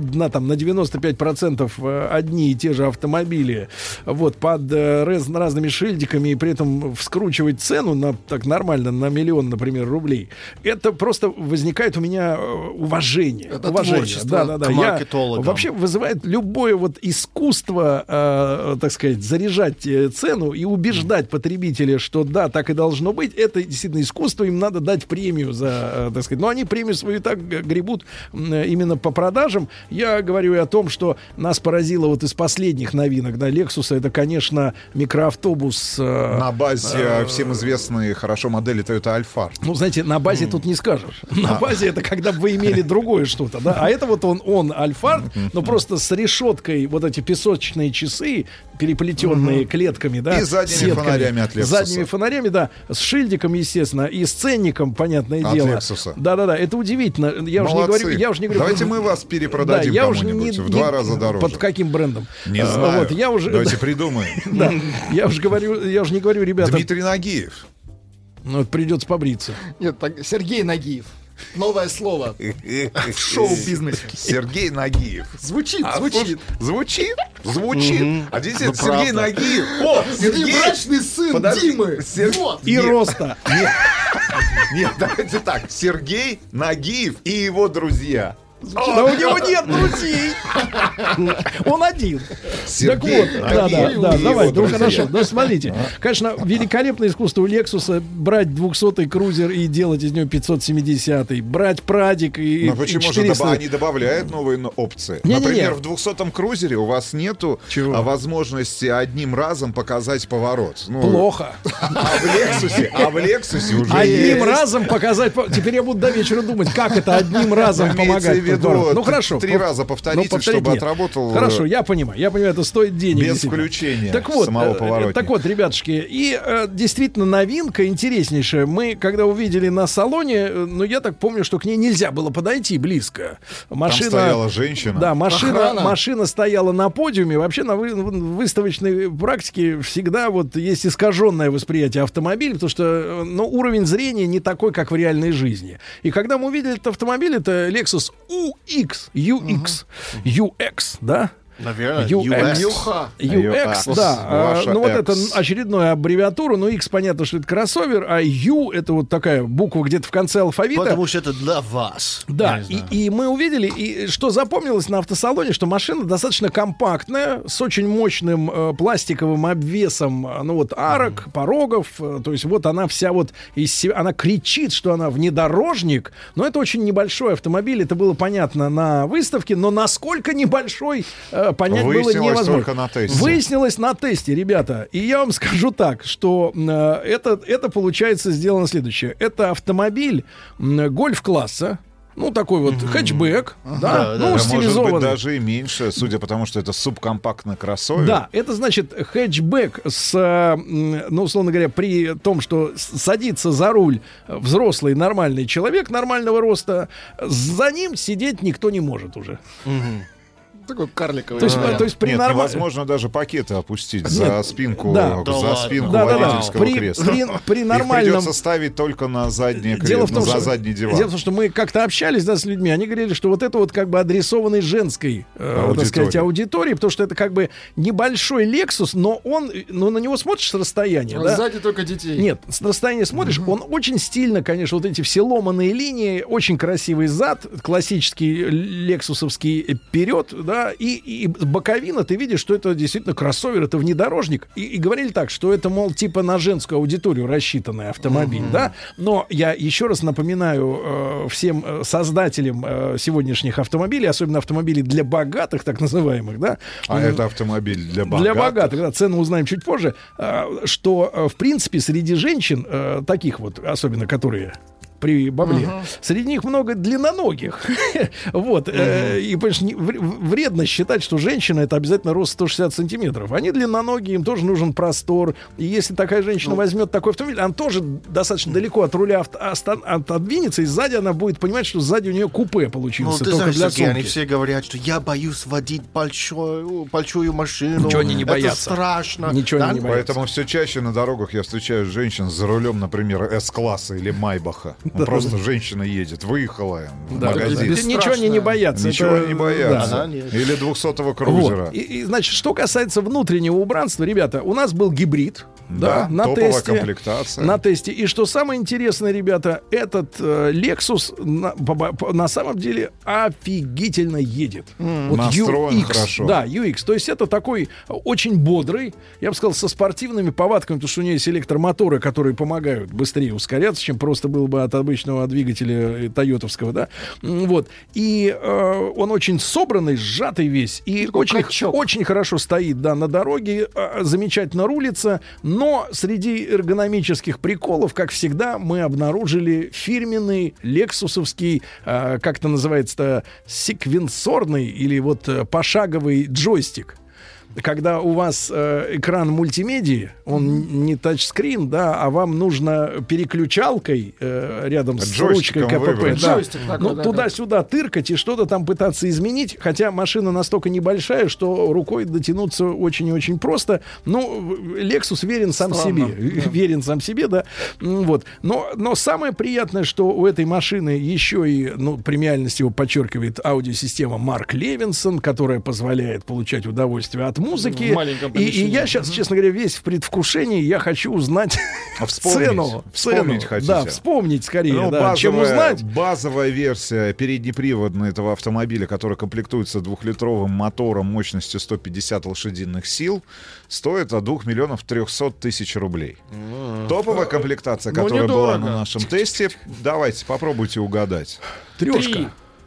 95% одни и те же автомобили, вот, под разными шильдиками, и при этом вскручивать цену на, так нормально, на миллион, например, рублей. Это просто возникает у меня уважение. Это творчество к маркетологам. Вообще вызывает любое вот искусство, так сказать, заряжать цену и убеждать потребителя, что да, так и должно быть. Это действительно искусство, им надо дать премию за, так сказать. Но они премию свою и так гребут именно по продажам. Я говорю и о том, что нас поразило вот из последних новинок, да, Lexus, это, конечно, микроавтобус. На базе всем известной хорошо модели Toyota Alphard. Ну, знаете, на базе тут не скажешь. На базе это когда бы вы имели другое что-то, да. А это вот он Alphard, но просто с решеткой, вот эти песочные часы, переплетенные клетками, да. И задними фонарями от Lexus. Задними фонарями, да. С шильдиком, естественно, и с ценником, понятное дело. От Lexus. Да. Это удивительно. Я уже не говорю. Давайте мы вас перепродадим кому-нибудь в 2 раза дороже. Под каким брендом? Не знаю. Давайте придумаем. Да. Я уже не говорю, ребята. Дмитрий Нагиев. Придется побриться. Нет, Сергей Нагиев. Новое слово в шоу-бизнесе. Сергей Нагиев. Звучит. А действительно, Сергей Нагиев. Сергей брачный сын Димы. И Роста. Нет, давайте так. Сергей Нагиев и его друзья. Да у него нет друзей. Он один. Так вот, да, давай, хорошо. Ну, смотрите, конечно, великолепное искусство у Lexus брать 200-й крузер и делать из него 570-й, брать Прадик и 400. Но почему же они добавляют новые опции? Например, в 200-м крузере у вас нету возможности одним разом показать поворот. Плохо. А в Lexus уже одним разом показать. Теперь я буду до вечера думать, как это одним разом помогать. Хорошо. 3 раза повторите, чтобы отработал. Хорошо, я понимаю, это стоит денег. Без включения самого поворотника. Так вот, ребятушки, и действительно новинка интереснейшая. Мы, когда увидели на салоне, я так помню, что к ней нельзя было подойти близко. Машина, там стояла женщина. Да, машина стояла на подиуме. Вообще на выставочной практике всегда вот есть искаженное восприятие автомобиля, потому что уровень зрения не такой, как в реальной жизни. И когда мы увидели этот автомобиль, это Lexus UX, да? Наверное, UX, да. Вот это очередная аббревиатура. X, понятно, что это кроссовер, а U это вот такая буква где-то в конце алфавита. Потому что это для вас. Да, и мы увидели, и что запомнилось на автосалоне, что машина достаточно компактная, с очень мощным пластиковым обвесом, арок, порогов. То есть вот она вся вот из себя, она кричит, что она внедорожник, но это очень небольшой автомобиль, это было понятно на выставке, но насколько небольшой, понять было невозможно. Выяснилось на тесте, ребята. И я вам скажу так, что это получается сделано следующее. Это автомобиль гольф-класса, Ну, такой вот хэтчбэк, да, ну, стилизованный. Может быть, даже и меньше, судя по тому, что это субкомпактный кроссовер. Да, это значит хэтчбэк с, ну, условно говоря, при том, что садится за руль взрослый нормальный человек нормального роста, за ним сидеть никто не может уже. Такой карликовый. То есть при Нет, невозможно даже пакеты опустить за спинку, водительского кресла. При нормальном... Их придется ставить только на заднее кресло, за задний диван. Дело в том, что мы как-то общались, да, с людьми, они говорили, что вот это вот как бы адресованный женской, так сказать, аудитории, потому что это как бы небольшой Lexus, но он, ну, на него смотришь с расстояния, да? Сзади только детей. Нет, с расстояния смотришь, он очень стильно, конечно, вот эти все ломаные линии, очень красивый зад, классический лексусовский вперед, да, и боковина, ты видишь, что это действительно кроссовер, это внедорожник. И говорили так, что это, мол, типа на женскую аудиторию рассчитанный автомобиль, да? Но я еще раз напоминаю всем создателям сегодняшних автомобилей, особенно автомобилей для богатых, так называемых, да? А это автомобиль для богатых? Для богатых, да, цену узнаем чуть позже, что, в принципе, среди женщин, таких вот, особенно которые... при бабле. Среди них много длинноногих. Вот. И, понимаешь, вредно считать, что женщина — это обязательно рост 160 сантиметров. Они длинноногие, им тоже нужен простор. И если такая женщина возьмет такой автомобиль, она тоже достаточно далеко от руля отодвинется, и сзади она будет понимать, что сзади у нее купе получилось. Ну, ты знаешь, Сергей, они все говорят, что я боюсь водить большую машину. Ничего они не боятся. Это страшно. Ничего они не боятся. Поэтому все чаще на дорогах я встречаю женщин за рулем, например, С-класса или Майбаха. Просто женщина едет, выехала в магазин. Ничего они не боятся. Ничего не боятся. Или 200-го крузера. И, значит, что касается внутреннего убранства, ребята, у нас был гибрид. Да, на тесте. Комплектация. На тесте. И что самое интересное, ребята, этот Lexus на самом деле офигительно едет. Вот настроен UX, хорошо. Да, UX. То есть это такой очень бодрый, я бы сказал, со спортивными повадками, потому что у него есть электромоторы, которые помогают быстрее ускоряться, чем просто было бы от обычного двигателя тойотовского, да. Вот. И он очень собранный, сжатый весь. И очень хорошо стоит, да, на дороге, замечательно рулится. Но среди эргономических приколов, как всегда, мы обнаружили фирменный лексусовский, как это называется-то, секвенсорный или вот пошаговый джойстик. Когда у вас экран мультимедии, он не тачскрин, да, а вам нужно переключалкой рядом с ручкой КПП, да, туда-сюда тыркать и что-то там пытаться изменить, хотя машина настолько небольшая, что рукой дотянуться очень и очень просто. Ну, Lexus верен сам себе, верен сам себе, да. Вот. Но самое приятное, что у этой машины еще и, ну, премиальность его подчеркивает аудиосистема Марк Левинсон, которая позволяет получать удовольствие от музыки. И я сейчас, честно говоря, весь в предвкушении. Я хочу узнать цену. Вспомнить хотите? Да, вспомнить скорее, да, чем узнать. Базовая версия переднеприводная этого автомобиля, который комплектуется 2-литровым мотором мощностью 150 лошадиных сил, стоит от 2 миллионов 300 тысяч рублей. Топовая комплектация, которая была на нашем тесте, давайте, попробуйте угадать. Трешка.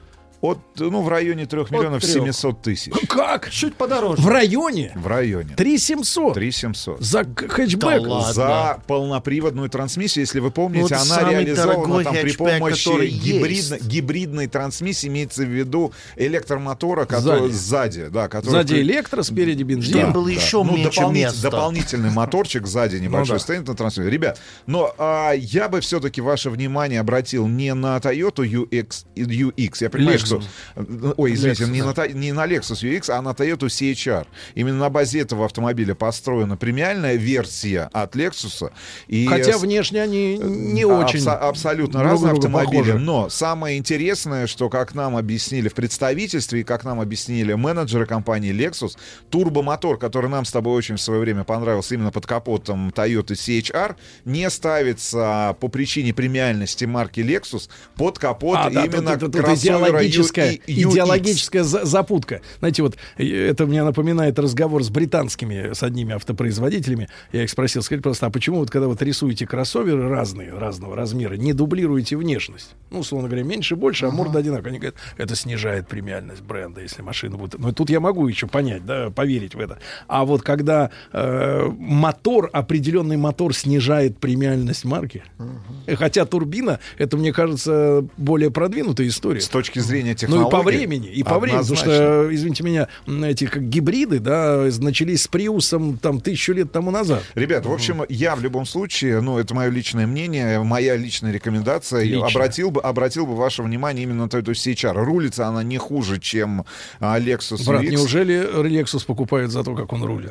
В районе 3 миллионов 700 тысяч. Как? Чуть подороже. В районе? В районе. 3700? 3700. За хэтчбэк? Да, за полноприводную трансмиссию. Если вы помните, она реализована там при помощи гибридной трансмиссии. Имеется в виду электромотора, который сзади. Да, сзади электро, спереди бензин. Там было еще меньше места. Дополнительный моторчик сзади небольшой стоит на трансмиссии. Ребят, но я бы все-таки ваше внимание обратил не на Toyota UX. Я понимаю, что... Ой, извините, не на Lexus UX, а на Toyota CHR. Именно на базе этого автомобиля построена премиальная версия от Lexus. Хотя внешне они не очень. Абсолютно разные автомобили. Похожи. Но самое интересное, что, как нам объяснили в представительстве и как нам объяснили менеджеры компании Lexus, турбомотор, который нам с тобой очень в свое время понравился именно под капотом Toyota CHR, не ставится по причине премиальности марки Lexus под капот именно кроссовера идеологическая запутка. Знаете, вот это мне напоминает разговор с британскими, с одними автопроизводителями. Я их спросил, скажите, просто, а почему вот когда вот рисуете кроссоверы разного размера, не дублируете внешность? Ну, условно говоря, меньше, больше, а морда одинаковая. Они говорят, это снижает премиальность бренда, если машина будет... Но тут я могу еще понять, да, поверить в это. А вот когда определенный мотор снижает премиальность марки, хотя турбина, это, мне кажется, более продвинутая история. С точки зрения технологии. Ну и по времени, потому что, извините меня, эти как гибриды, да, начались с Приусом там 1000 лет тому назад. Ребят, в общем, я в любом случае, ну, это мое личное мнение, моя личная рекомендация, обратил бы ваше внимание именно на эту CHR. Рулится она не хуже, чем Lexus Брат, UX. Неужели Lexus покупает за то, как он рулит?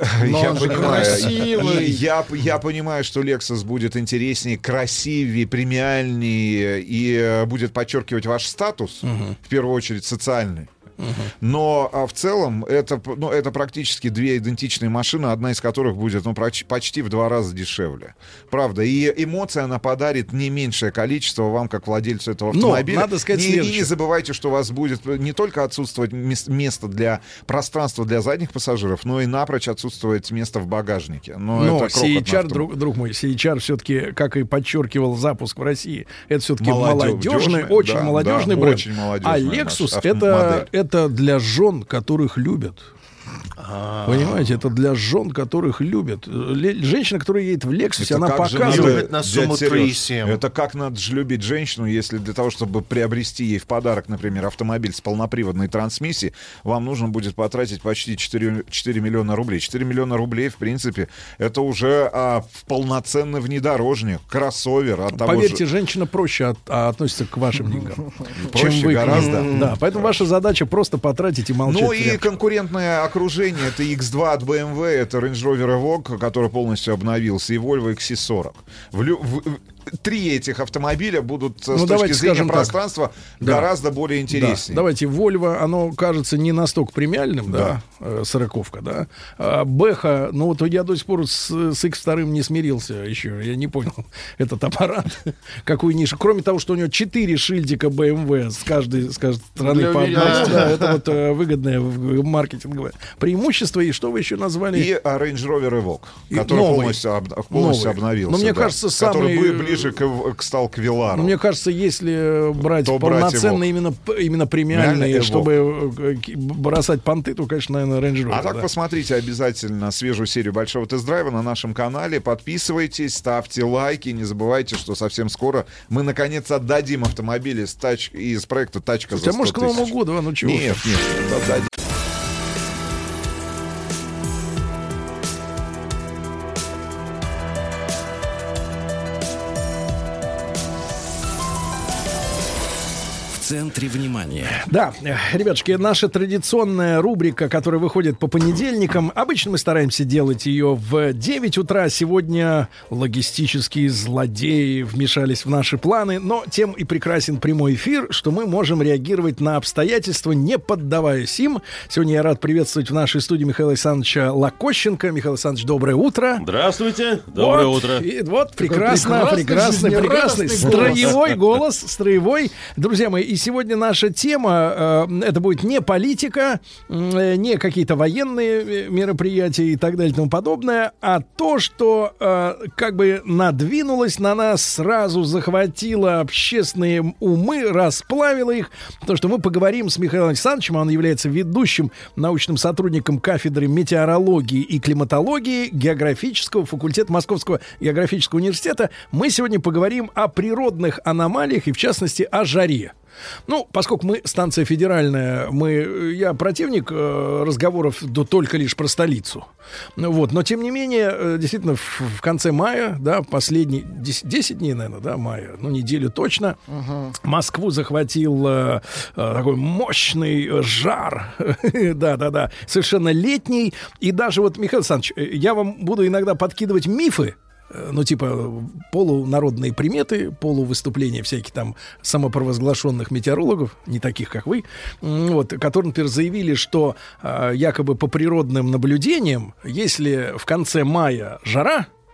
Я понимаю, что Lexus будет интереснее, красивее, премиальнее и будет подчеркивать ваш статус, в первую очередь социальный. Но в целом это практически две идентичные машины, одна из которых будет почти в 2 раза дешевле. Правда, и эмоций она подарит не меньшее количество вам, как владельцу этого автомобиля. Но, надо сказать и не забывайте, что у вас будет не только отсутствовать пространство для задних пассажиров, но и напрочь отсутствовать место в багажнике. Но это CHR, друг мой, CHR все-таки, как и подчеркивал запуск в России, это все-таки молодежный, очень молодежный бренд. Очень молодежный, а Lexus это для жен, которых любят. Понимаете, это для жен, которых любят. Женщина, которая едет в Лексусе, она показывает на сумму 3,7. Это как надо же любить женщину, если для того, чтобы приобрести ей в подарок, например, автомобиль с полноприводной трансмиссией, вам нужно будет потратить почти 4 миллиона рублей. 4 миллиона рублей, в принципе, это уже полноценный внедорожник, кроссовер. Поверьте, женщина проще относится к вашим деньгам. Проще гораздо. Да, поэтому ваша задача просто потратить и молчать. Ну и конкурентное окружение. Это X2 от BMW, это Range Rover Evoque, который полностью обновился, и Volvo XC40. 3 этих автомобиля будут с точки зрения пространства гораздо более интереснее. Да. Давайте, Volvo, оно кажется не настолько премиальным, да, 40-ка, да. Бэха, ну вот я до сих пор с X2 не смирился еще, я не понял этот аппарат, какую нишу. Кроме того, что у него 4 шильдика BMW с каждой стороны по одному. Да, это вот выгодное маркетинговое преимущество. И что вы еще назвали? И Range Rover Evoque, который полностью обновился. Но мне кажется, который стал к Велару. Мне кажется, если брать полноценно именно премиальные, чтобы бросать понты, то, конечно, наверное, Range Rover. А так посмотрите обязательно свежую серию большого тест-драйва на нашем канале. Подписывайтесь, ставьте лайки. Не забывайте, что совсем скоро мы, наконец, отдадим автомобили из проекта «Тачка за 100 000». Может, к Новому году, ну чего? Нет, отдадим. В центре внимания. Да, ребятушки, наша традиционная рубрика, которая выходит по понедельникам. Обычно мы стараемся делать ее в 9 утра. Сегодня логистические злодеи вмешались в наши планы. Но тем и прекрасен прямой эфир, что мы можем реагировать на обстоятельства, не поддаваясь им. Сегодня я рад приветствовать в нашей студии Михаила Александровича Лакощенко. Михаил Александрович, доброе утро. Здравствуйте. Доброе утро. И вот прекрасный строевой голос, строевой. Друзья мои, и сегодня наша тема, это будет не политика, не какие-то военные мероприятия и так далее и тому подобное, а то, что как бы надвинулось на нас, сразу захватило общественные умы, расплавило их. Потому что мы поговорим с Михаилом Александровичем, он является ведущим научным сотрудником кафедры метеорологии и климатологии географического факультета Московского географического университета. Мы сегодня поговорим о природных аномалиях и, в частности, о жаре. Ну, поскольку мы станция федеральная, я противник разговоров только лишь про столицу. Вот. Но, тем не менее, действительно, в конце мая, да, последние 10 дней, наверное, да, мая, неделю точно, Москву захватил такой мощный жар. Да, совершенно летний. И даже вот, Михаил Александрович, я вам буду иногда подкидывать мифы, типа полународные приметы, полувыступления всяких там самопровозглашенных метеорологов, не таких, как вы, которые, например, заявили, что якобы по природным наблюдениям, если в конце мая жара,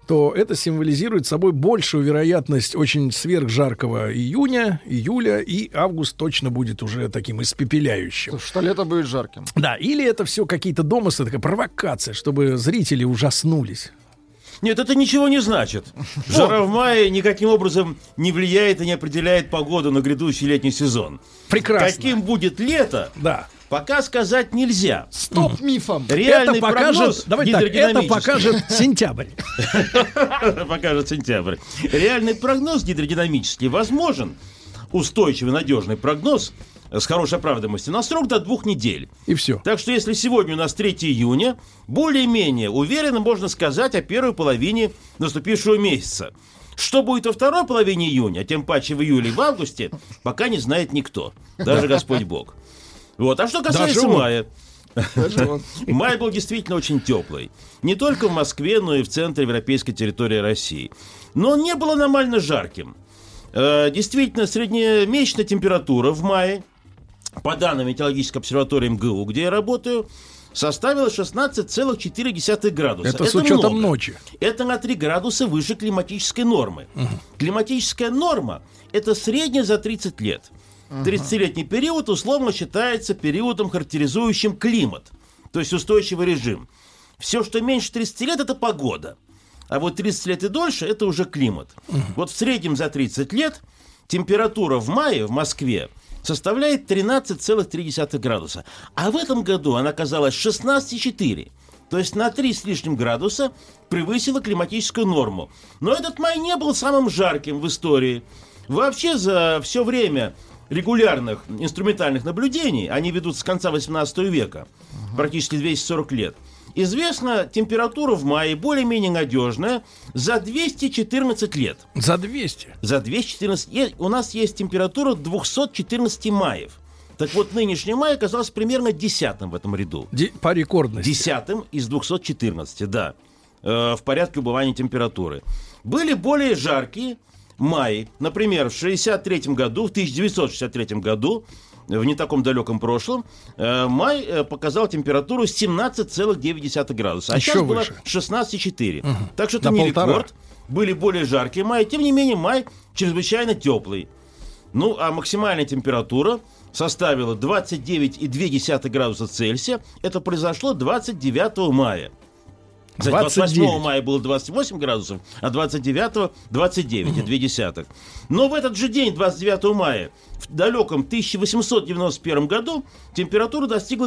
то это символизирует собой большую вероятность очень сверхжаркого июня, июля, и август точно будет уже таким испепеляющим. Что лето будет жарким. Да, или это все какие-то домыслы, такая провокация, чтобы зрители ужаснулись. Нет, это ничего не значит. Жара в мае никаким образом не влияет и не определяет погоду на грядущий летний сезон. Прекрасно. Каким будет лето, пока сказать нельзя. Стоп мифом. Реальный это покажет, это покажет сентябрь. Покажет сентябрь. Реальный прогноз гидродинамический возможен. Устойчивый, надежный прогноз с хорошей оправданностью на срок до 2 недель. И все. Так что если сегодня у нас 3 июня, более-менее уверенно можно сказать о первой половине наступившего месяца. Что будет во второй половине июня, а тем паче в июле и в августе, пока не знает никто. Даже Господь Бог. Вот. А что касается мая. Май был действительно очень теплый. Не только в Москве, но и в центре европейской территории России. Но он не был аномально жарким. Действительно, среднемесячная температура в мае, по данным метеорологической обсерватории МГУ, где я работаю, составила 16,4 градуса. Это с учетом много. Ночи. Это на 3 градуса выше климатической нормы. Климатическая норма – это средняя за 30 лет. 30-летний период условно считается периодом, характеризующим климат, то есть устойчивый режим. Все, что меньше 30 лет – это погода. А вот 30 лет и дольше – это уже климат. Вот в среднем за 30 лет температура в мае в Москве составляет 13,3 градуса. А в этом году она оказалась 16,4. То есть на 3 с лишним градуса превысила климатическую норму. Но этот май не был самым жарким в истории. Вообще за все время регулярных инструментальных наблюдений, они ведутся с конца 18 века, практически 240 лет, известна температура в мае более-менее надежная за 214 лет. За 200? За 214. У нас есть температура 214 маев. Так вот, нынешний май оказался примерно 10-м в этом ряду. По рекордности. 10-м из 214, да. В порядке убывания температуры. Были более жаркие маи. Например, в 1963 году, в не таком далеком прошлом, май показал температуру 17,9 градуса. А еще сейчас выше. было 16,4. Так что это не рекорд. Были более жаркие маи. Тем не менее, май чрезвычайно теплый. Ну, а максимальная температура составила 29,2 градуса Цельсия. Это произошло 29 мая. 28 мая было 28 градусов, а 29 29,2. Но в этот же день, 29 мая, в далеком 1891 году, температура достигла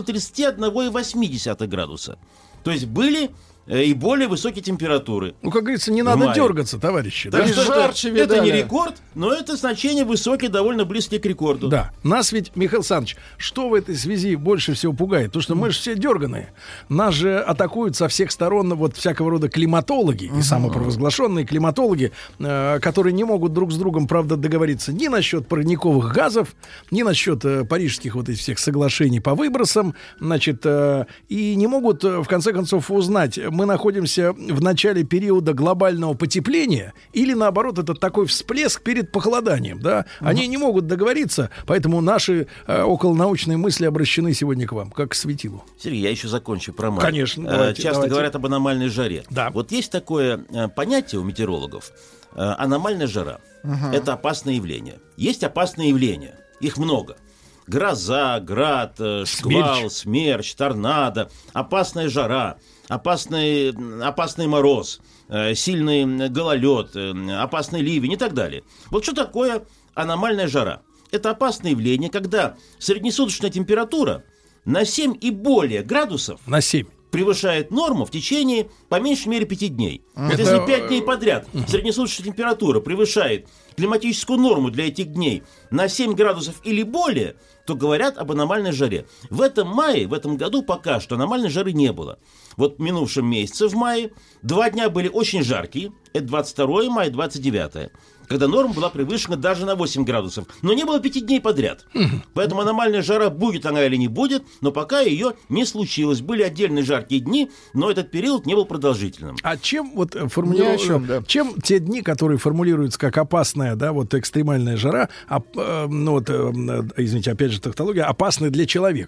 31,8 градуса. То есть были и более высокие температуры. Ну, как говорится, не надо дергаться, товарищи. Да? Это не рекорд, но это значения высокие, довольно близкие к рекорду. Да. Нас ведь, Михаил Александрович, что в этой связи больше всего пугает? Потому что мы же все дерганые. Нас же атакуют со всех сторон вот всякого рода климатологи и самопровозглашенные климатологи, которые не могут друг с другом, правда, договориться ни насчет парниковых газов, ни насчет парижских вот этих всех соглашений по выбросам, значит, и не могут, в конце концов, узнать, мы находимся в начале периода глобального потепления или, наоборот, это такой всплеск перед похолоданием, да? Они не могут договориться, поэтому наши околонаучные мысли обращены сегодня к вам, как к светилу. Сергей, я еще закончу про май. Конечно, давайте, часто говорят об аномальной жаре. Да. Вот есть такое понятие у метеорологов – аномальная жара. Это опасное явление. Есть опасные явления, их много. Гроза, град, шквал, смерч, торнадо, опасная жара, опасный мороз, сильный гололед, опасный ливень и так далее. Вот что такое аномальная жара? Это опасное явление, когда среднесуточная температура на 7 и более градусов превышает норму в течение, по меньшей мере, 5 дней. Вот если 5 дней подряд среднесуточная температура превышает климатическую норму для этих дней на 7 градусов или более, то говорят об аномальной жаре. В этом мае, в этом году пока что аномальной жары не было. Вот в минувшем месяце, в мае, 2 дня были очень жаркие. Это 22 мая и 29. Когда норма была превышена даже на 8 градусов. Но не было 5 дней подряд. Поэтому аномальная жара, будет она или не будет, но пока ее не случилось. Были отдельные жаркие дни, но этот период не был продолжительным. А чем вот чем те дни, которые формулируются как опасная, да, вот экстремальная жара, извините, опять же тавтология, опасны для человека?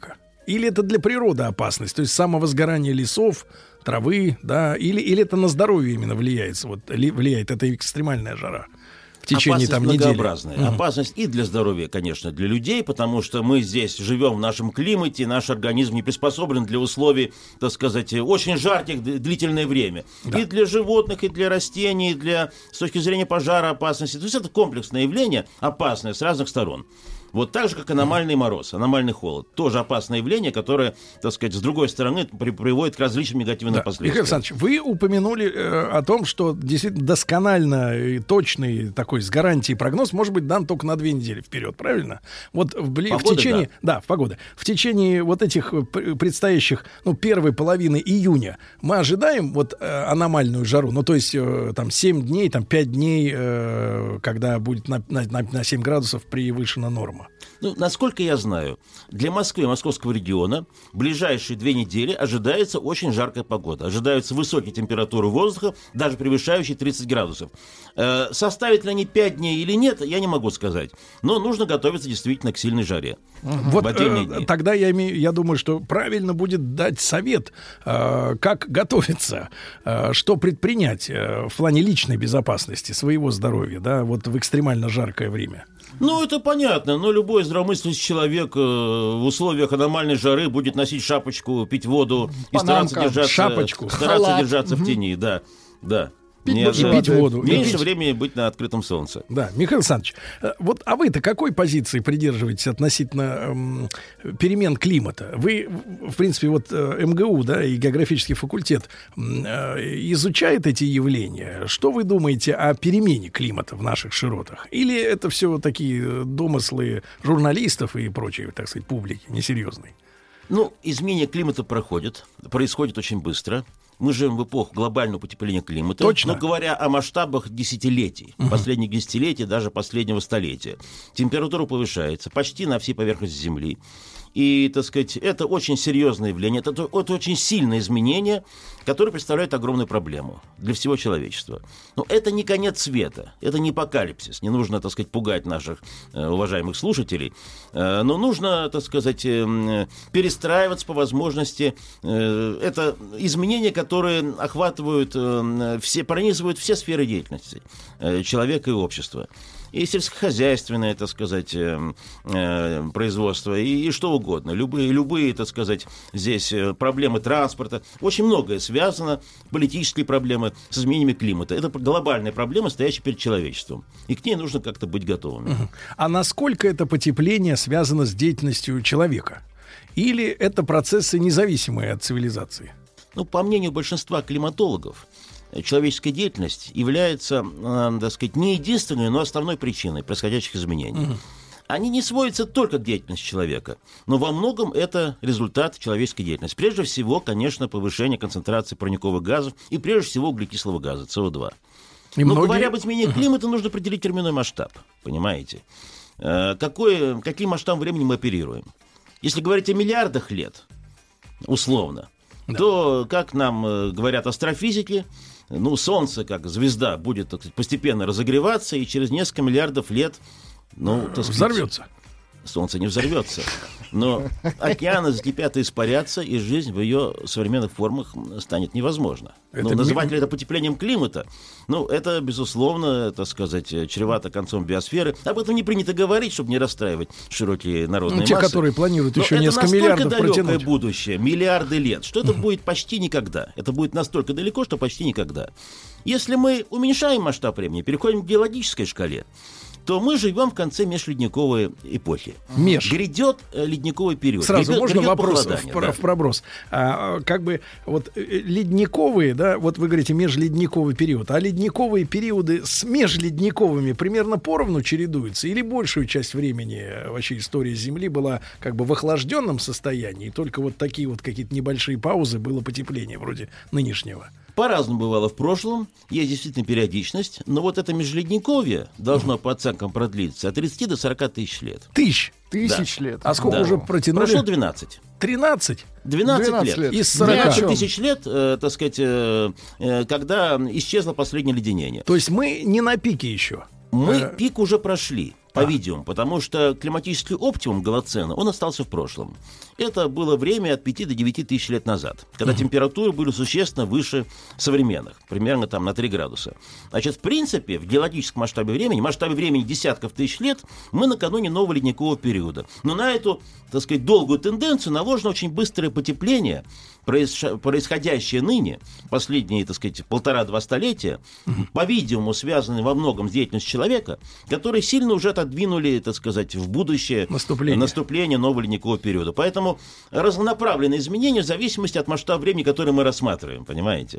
Или это для природы опасность? То есть самовозгорание лесов, травы, да? Или это на здоровье именно влияет? Вот, влияет эта экстремальная жара? В течение там недели. Многообразная. Опасность и для здоровья, конечно, для людей, потому что мы здесь живем в нашем климате, наш организм не приспособлен для условий, так сказать, очень жарких длительное время. Да. И для животных, и для растений, и с точки зрения пожара опасности. То есть это комплексное явление, опасное с разных сторон. Вот так же, как аномальный мороз, аномальный холод. Тоже опасное явление, которое, так сказать, с другой стороны приводит к различным негативным последствиям. Михаил Александрович, вы упомянули о том, что действительно досконально и точный такой с гарантией прогноз может быть дан только на 2 недели вперед, правильно? Вот в течение... Да, в погоду. В течение вот этих предстоящих, первой половины июня мы ожидаем вот аномальную жару, то есть там 7 дней, там 5 дней, когда будет на 7 градусов превышена норма. Насколько я знаю, для Москвы и московского региона в ближайшие 2 недели ожидается очень жаркая погода. Ожидаются высокие температуры воздуха, даже превышающие 30 градусов. Составят ли они 5 дней или нет, я не могу сказать. Но нужно готовиться действительно к сильной жаре. Вот тогда я думаю, что правильно будет дать совет, как готовиться, что предпринять в плане личной безопасности своего здоровья, да, вот в экстремально жаркое время. Это понятно, но любой здравомыслящий человек в условиях аномальной жары будет носить шапочку, пить воду и стараться держаться в тени, да. Пить воду. Меньше времени быть на открытом солнце. Да, Михаил Александрович, а вы-то какой позиции придерживаетесь относительно перемен климата? Вы, в принципе, МГУ, да, и географический факультет изучает эти явления. Что вы думаете о перемене климата в наших широтах? Или это все такие домыслы журналистов и прочей, так сказать, публики несерьезной? Изменение климата происходит очень быстро. Мы живем в эпоху глобального потепления климата. Точно. Но говоря о масштабах десятилетий, последних десятилетий, даже последнего столетия, температура повышается почти на всей поверхности Земли. И, так сказать, это очень серьезное явление, это очень сильное изменение, которое представляет огромную проблему для всего человечества. Но это не конец света, это не апокалипсис. Не нужно, так сказать, пугать наших уважаемых слушателей. Но нужно, так сказать, перестраиваться по возможности. Это изменения, которые охватывают пронизывают все сферы деятельности человека и общества. И сельскохозяйственное, так сказать, производство, и что угодно. Любые, так сказать, здесь проблемы транспорта. Очень многое связано, политические проблемы с изменениями климата. Это глобальная проблема, стоящая перед человечеством. И к ней нужно как-то быть готовыми. А насколько это потепление связано с деятельностью человека? Или это процессы, независимые от цивилизации? По мнению большинства климатологов, человеческая деятельность является, так сказать, не единственной, но основной причиной происходящих изменений. Они не сводятся только к деятельности человека, но во многом это результат человеческой деятельности. Прежде всего, конечно, повышение концентрации парниковых газов и прежде всего углекислого газа, СО2. Но говоря об изменении климата, нужно определить временной масштаб, понимаете? Каким масштабом времени мы оперируем? Если говорить о миллиардах лет, условно, то, как нам говорят астрофизики, Солнце, как звезда, будет, так сказать, постепенно разогреваться, и через несколько миллиардов лет, так сказать, взорвется. Солнце не взорвется. Но океаны закипят и испарятся, и жизнь в ее современных формах станет невозможна. Называть ли это потеплением климата? Это, безусловно, так сказать, чревато концом биосферы. Об этом не принято говорить, чтобы не расстраивать широкие народные массы. Те, которые планируют еще несколько миллиардов протянуть. Это настолько далекое будущее, миллиарды лет, что это будет почти никогда. Это будет настолько далеко, что почти никогда. Если мы уменьшаем масштаб времени, переходим к геологической шкале, то мы живем в конце межледниковой эпохи. Грядет ледниковый период. Сразу можно вопрос в проброс. Ледниковые, да, вы говорите межледниковый период, а ледниковые периоды с межледниковыми примерно поровну чередуются, или большую часть времени вообще история Земли была в охлажденном состоянии, и только такие какие-то небольшие паузы, было потепление вроде нынешнего. По-разному бывало в прошлом, есть действительно периодичность, но это межледниковье должно по оценкам продлиться от 30 до 40 тысяч лет. Тысяч лет. А сколько уже протянули? Прошло 12. 13? 12 лет. Из 40 тысяч лет, так сказать, когда исчезло последнее леденение. То есть мы не на пике еще? Мы пик уже прошли. По-видимому, потому что климатический оптимум Голоцена, он остался в прошлом. Это было время от 5 до 9 тысяч лет назад, когда температуры были существенно выше современных, примерно там на 3 градуса. Значит, в принципе, в геологическом масштабе времени десятков тысяч лет, мы накануне нового ледникового периода. Но на эту, так сказать, долгую тенденцию наложено очень быстрое потепление, происходящее ныне, последние, так сказать, 1,5-2 столетия, по-видимому, связаны во многом с деятельностью человека, которые сильно уже отодвинули, так сказать, в будущее наступление нового ледникового периода. Поэтому разнонаправленные изменения в зависимости от масштаба времени, который мы рассматриваем, понимаете?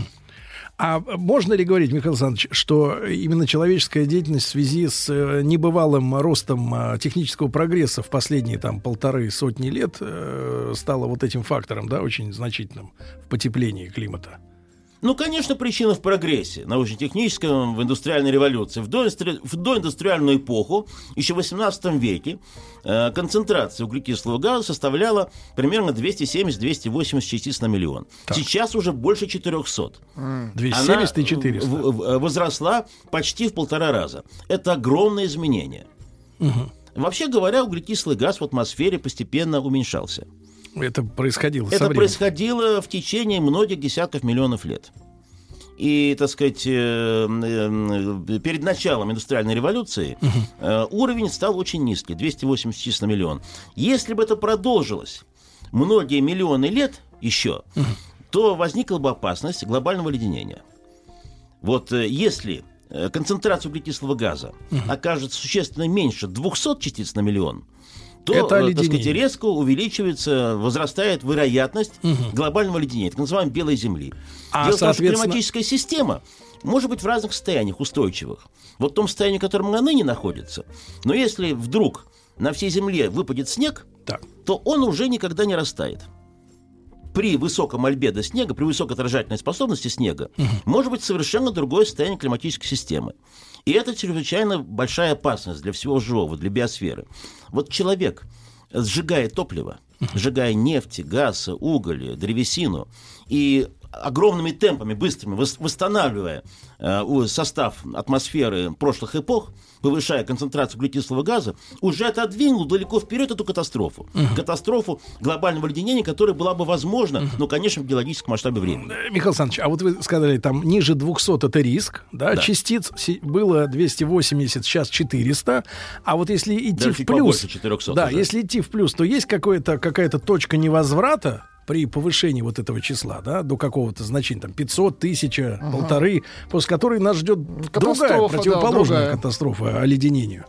А можно ли говорить, Михаил Александрович, что именно человеческая деятельность в связи с небывалым ростом технического прогресса в последние там 150 лет стала вот этим фактором, да, очень значительным в потеплении климата? Ну, конечно, причина в прогрессе научно-техническом, в индустриальной революции. В доиндустриальную эпоху, еще в 18 веке, концентрация углекислого газа составляла примерно 270-280 частиц на миллион. Так. Сейчас уже больше 400. 270 и 400. Возросла почти в 1,5 раза. Это огромное изменение. Вообще говоря, углекислый газ в атмосфере постепенно уменьшался. Это происходило со временем. Это происходило в течение многих десятков миллионов лет. И, так сказать, перед началом индустриальной революции уровень стал очень низкий, 280 частиц на миллион. Если бы это продолжилось многие миллионы лет еще, то возникла бы опасность глобального леденения. Вот если концентрация углекислого газа окажется существенно меньше 200 частиц на миллион, то, так сказать, резко увеличивается, возрастает вероятность глобального леденения, так называемой белой земли. Дело в том, что климатическая система может быть в разных состояниях устойчивых. Вот в том состоянии, в котором она ныне находится. Но если вдруг на всей Земле выпадет снег, то он уже никогда не растает. При высоком альбедо снега, при высокой отражательной способности снега, может быть совершенно другое состояние климатической системы. И это чрезвычайно большая опасность для всего живого, для биосферы. Вот человек, сжигая топливо, сжигая нефть, газ, уголь, древесину, и огромными темпами, быстрыми, восстанавливая состав атмосферы прошлых эпох, повышая концентрацию углекислого газа, уже отодвинул далеко вперед эту катастрофу. Катастрофу глобального леденения, которая была бы возможна, но, конечно, в геологическом масштабе времени. Михаил Александрович, а вот вы сказали, там ниже 200 это риск, да? Частиц было 280, сейчас 400, а вот если идти в плюс, 400 да, уже. Если идти в плюс, то есть какая-то точка невозврата при повышении вот этого числа, да, до какого-то значения, там, 500, 1000, 1500, после которой нас ждет другая, противоположная катастрофа, оледенению.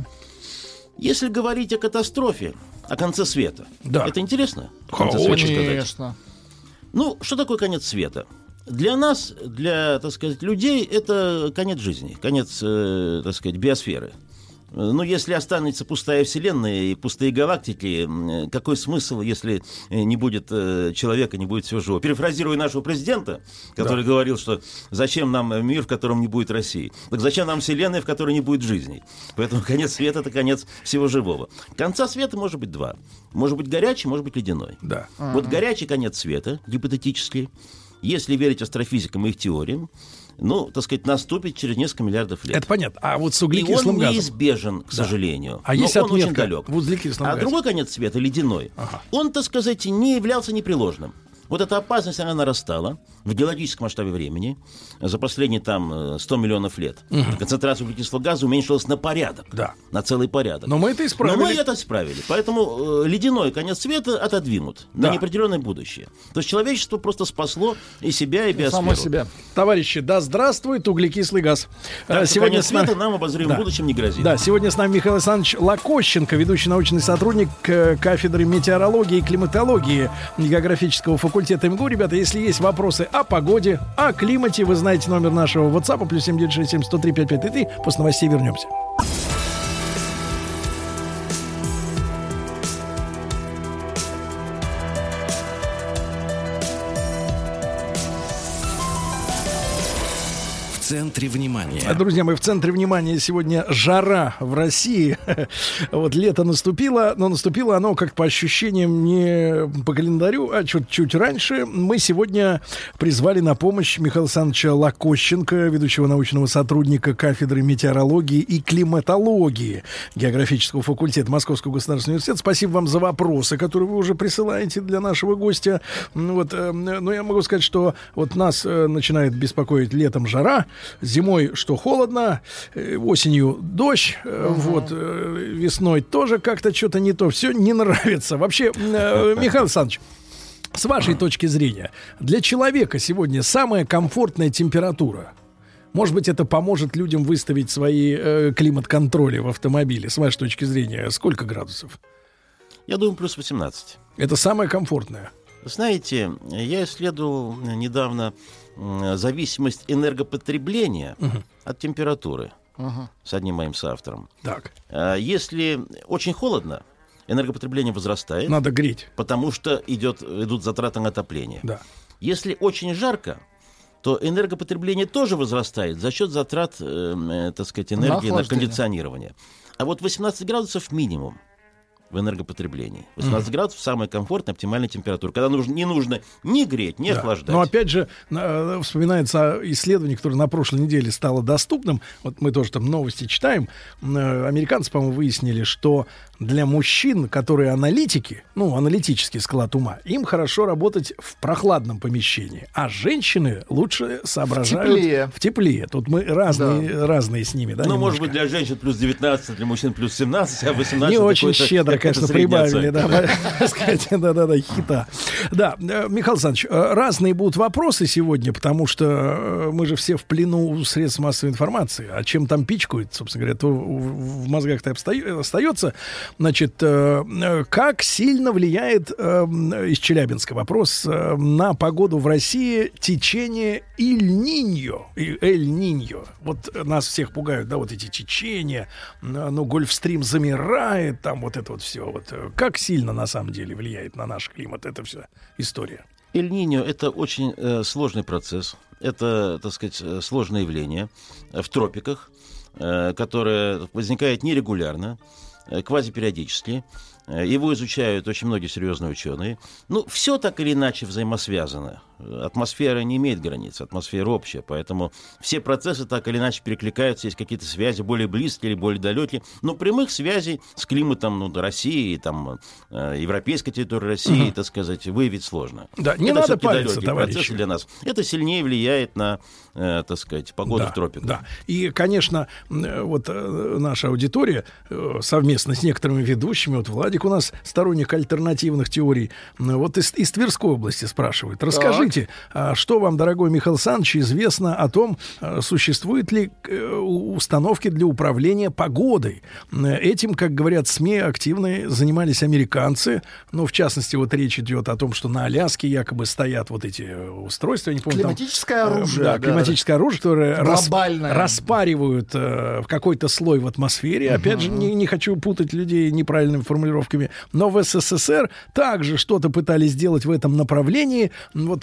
Если говорить о катастрофе, о конце света, это интересно? Конечно. Ну, что такое конец света? Для нас, для, так сказать, людей, это конец жизни, конец, так сказать, биосферы. Ну, если останется пустая Вселенная и пустые галактики, какой смысл, если не будет человека, не будет всего живого? Перефразируя нашего президента, который говорил, что зачем нам мир, в котором не будет России? Так зачем нам Вселенная, в которой не будет жизни? Поэтому конец света — это конец всего живого. Конца света может быть два. Может быть горячий, может быть ледяной. Да. Вот горячий конец света, гипотетический, если верить астрофизикам и их теориям, ну, так сказать, наступит через несколько миллиардов лет. Это понятно. А вот с углекислым газом? И он неизбежен, к сожалению. А есть отметка, он очень далек. В углекислом газе. Другой конец света, ледяной, он, так сказать, не являлся непреложным. Вот эта опасность, она нарастала в геологическом масштабе времени за последние там 100 миллионов лет. Концентрация углекислого газа уменьшилась на порядок, на целый порядок. Но мы это исправили. Поэтому ледяной конец света отодвинут на неопределенное будущее. То есть человечество просто спасло и себя, и биосферу. Само себя. Товарищи, да здравствует углекислый газ. Сегодня конец света нам в обозримом будущем не грозит. Да, сегодня с нами Михаил Александрович Лакощенко, ведущий научный сотрудник кафедры метеорологии и климатологии географического факультета МГУ. Ребята, если есть вопросы о погоде, о климате, вы знаете номер нашего WhatsApp +7 967 103 5533. После новостей вернемся. В центре внимания. Друзья мои, в центре внимания сегодня жара в России. Вот лето наступило, но наступило оно, как по ощущениям, не по календарю, а чуть-чуть раньше. Мы сегодня призвали на помощь Михаила Александровича Лакощенко, ведущего научного сотрудника кафедры метеорологии и климатологии географического факультета Московского государственного университета. Спасибо вам за вопросы, которые вы уже присылаете для нашего гостя. Вот, но я могу сказать, что вот нас начинает беспокоить летом жара, зимой что холодно, осенью дождь, вот, весной тоже как-то что-то не то, все не нравится. Вообще, Михаил Александрович, с вашей точки зрения, для человека сегодня самая комфортная температура? Может быть, это поможет людям выставить свои климат-контроли в автомобиле? С вашей точки зрения, сколько градусов? Я думаю, плюс 18. Это самое комфортное? Знаете, я исследовал недавно зависимость энергопотребления от температуры с одним моим соавтором. Так. Если очень холодно, энергопотребление возрастает. Надо греть. Потому что идут затраты на отопление. Да. Если очень жарко, то энергопотребление тоже возрастает за счет затрат, так сказать, энергии на кондиционирование. А вот 18 градусов минимум в энергопотреблении. 18 градусов самая комфортная, оптимальная температура. Когда не нужно ни греть, ни охлаждать. Но опять же, вспоминается исследование, которое на прошлой неделе стало доступным. Вот мы тоже там новости читаем. Американцы, по-моему, выяснили, что для мужчин, которые аналитики, аналитический склад ума, им хорошо работать в прохладном помещении. А женщины лучше соображают в тепле. Тут мы разные с ними. Да, может быть, для женщин плюс 19, для мужчин плюс 17, а 18... Не очень щедро, конечно, прибавили, хита. Да, Михаил Александрович, разные будут вопросы сегодня, потому что мы же все в плену средств массовой информации. А чем там пичкают, собственно говоря, то в мозгах-то остается. Значит, как сильно влияет, из Челябинска вопрос, на погоду в России течение Эль-Ниньо? Вот нас всех пугают, да, вот эти течения, Гольфстрим замирает, там вот это вот все. Вот. Как сильно на самом деле влияет на наш климат эта вся история? Эль-Ниньо — это очень сложный процесс. Это, так сказать, сложное явление в тропиках, которое возникает нерегулярно, квазипериодически. Его изучают очень многие серьезные ученые. Все так или иначе взаимосвязано. Атмосфера не имеет границ, атмосфера общая, поэтому все процессы так или иначе перекликаются, есть какие-то связи более близкие или более далекие, но прямых связей с климатом России, европейской территории России, так сказать, выявить сложно. Да, не надо париться, товарищи. Процессы для нас. Это сильнее влияет на, так сказать, погоду в тропиках. Да. И, конечно, вот наша аудитория совместно с некоторыми ведущими, вот Владик у нас сторонник альтернативных теорий, вот из Тверской области спрашивает. Расскажите, что вам, дорогой Михаил Александрович, известно о том, существуют ли установки для управления погодой? Этим, как говорят СМИ, активно занимались американцы. В частности, вот речь идет о том, что на Аляске якобы стоят вот эти устройства. Я не помню, климатическое оружие. Да, климатическое оружие, которое распаривают какой-то слой в атмосфере. Опять же, не хочу путать людей неправильными формулировками. Но в СССР также что-то пытались сделать в этом направлении. Вот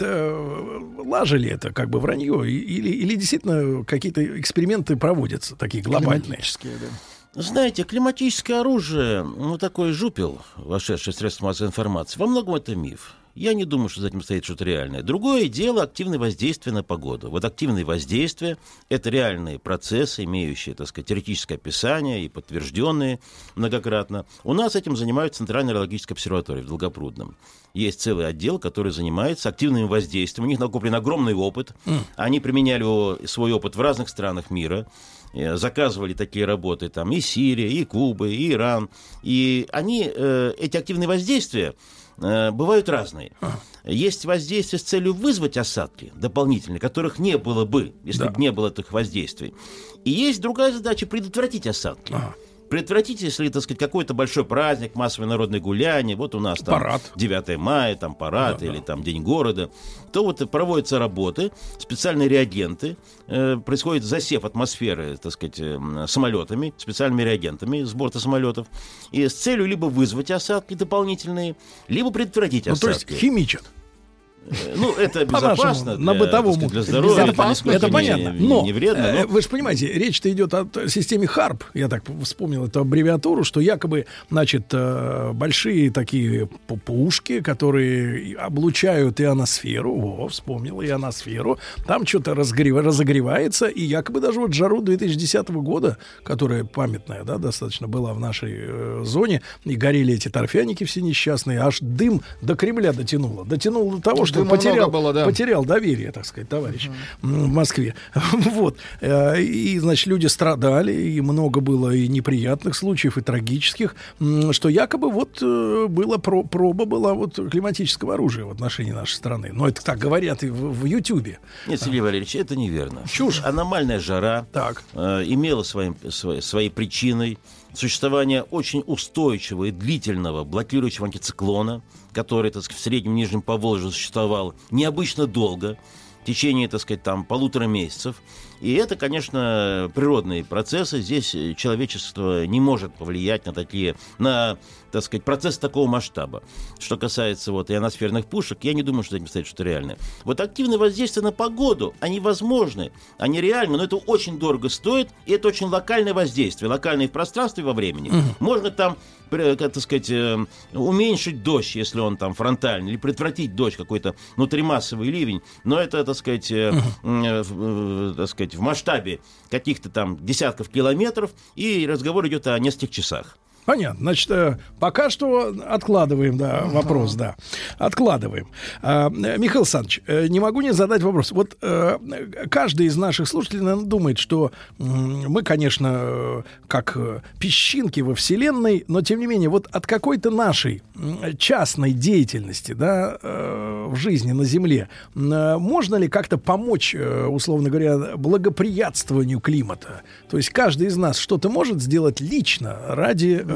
лажали это как бы вранье или действительно какие-то эксперименты проводятся такие глобальные? Да. Знаете, климатическое оружие, такой жупел, вошедший в средства массовой информации, во многом это миф. Я не думаю, что за этим стоит что-то реальное. Другое дело — активное воздействие на погоду. Вот активные воздействия — это реальные процессы, имеющие, так сказать, теоретическое описание и подтвержденные многократно. У нас этим занимаются Центральная аэрологическая обсерватория в Долгопрудном. Есть целый отдел, который занимается активным воздействием. У них накоплен огромный опыт. Они применяли свой опыт в разных странах мира. Заказывали такие работы там и Сирия, и Куба, и Иран. И они, эти активные воздействия, бывают разные. Есть воздействие с целью вызвать осадки дополнительные, которых не было бы, если бы не было этих воздействий. И есть другая задача — предотвратить осадки. Предотвратить, если, так сказать, какой-то большой праздник, массовое народное гуляние, вот у нас там парад. 9 мая, там парад или там День города, то вот проводятся работы, специальные реагенты, происходит засев атмосферы, так сказать, самолетами, специальными реагентами с борта самолетов, и с целью либо вызвать осадки дополнительные, либо предотвратить осадки. То есть химичат. Ну, это безопасно на бытовом для здоровья. Это понятно. Но не вредно, вы же понимаете, речь-то идет о системе HAARP. Я так вспомнил эту аббревиатуру, что якобы, значит, большие такие пушки, которые облучают ионосферу. Вспомнил ионосферу. Там что-то разогревается, и якобы даже вот жару 2010 года, которая памятная, да, достаточно была в нашей зоне, и горели эти торфяники все несчастные, аж дым до Кремля дотянуло. Дотянуло до того, что потерял доверие, так сказать, товарищ в Москве. Вот. И, значит, люди страдали, и много было и неприятных случаев, и трагических, что якобы вот проба была вот климатического оружия в отношении нашей страны. Но это так говорят и в Ютьюбе. Нет, Сергей Валерьевич, это неверно. Чушь. Аномальная жара имела своей причиной существование очень устойчивого и длительного блокирующего антициклона, который, так сказать, в Среднем и Нижнем Поволжье существовал необычно долго, в течение, так сказать, там, 1,5 месяцев. И это, конечно, природные процессы. Здесь человечество не может повлиять на такие, так сказать, процессы такого масштаба. Что касается вот ионосферных пушек, я не думаю, что этим стоит что-то реальное. Вот активные воздействия на погоду, они возможны, они реальны, но это очень дорого стоит, и это очень локальное воздействие, локальное в пространстве и во времени. Можно там, так сказать, уменьшить дождь, если он там фронтальный, или предотвратить дождь, какой-то внутримассовый ливень, но это, так сказать, в масштабе каких-то там десятков километров, и разговор идет о нескольких часах. Понятно. Значит, пока что откладываем, вопрос, откладываем. Михаил Александрович, не могу не задать вопрос. Вот каждый из наших слушателей, наверное, думает, что мы, конечно, как песчинки во Вселенной, но, тем не менее, вот от какой-то нашей частной деятельности, в жизни на Земле, можно ли как-то помочь, условно говоря, благоприятствованию климата? То есть каждый из нас что-то может сделать лично ради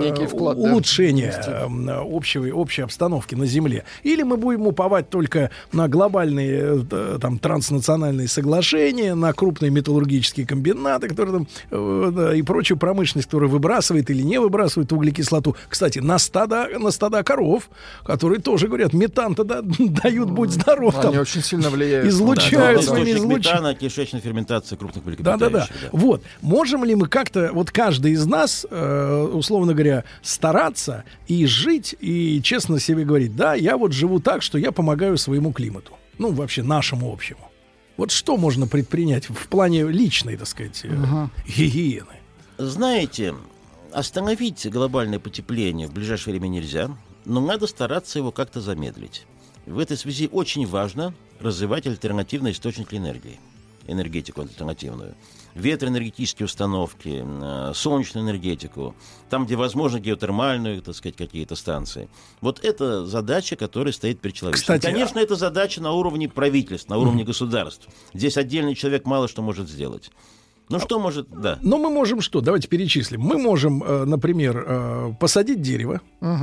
улучшения общей обстановки на Земле? Или мы будем уповать только на глобальные там транснациональные соглашения, на крупные металлургические комбинаты, которые там, и прочую промышленность, которая выбрасывает или не выбрасывает углекислоту? Кстати, на стада коров, которые тоже говорят, метан-то дают, будь здоров. Они очень сильно влияют. Излучают своими метана, кишечная ферментация крупных млекопитающих. Вот. Можем ли мы как-то, вот каждый из нас, условно говоря, стараться и жить, и честно себе говорить, я вот живу так, что я помогаю своему климату. Ну, вообще нашему общему. Вот что можно предпринять в плане личной, так сказать, гигиены? Знаете, остановить глобальное потепление в ближайшее время нельзя, но надо стараться его как-то замедлить. В этой связи очень важно развивать альтернативные источники энергии. Энергетику альтернативную. Ветроэнергетические установки, солнечную энергетику, там, где возможно геотермальную, так сказать, какие-то станции. Вот это задача, которая стоит перед человечеством. Кстати, конечно, это задача на уровне правительств, на уровне государств. Здесь отдельный человек мало что может сделать. Ну, что может, Но мы можем что? Давайте перечислим. Мы можем, например, посадить дерево.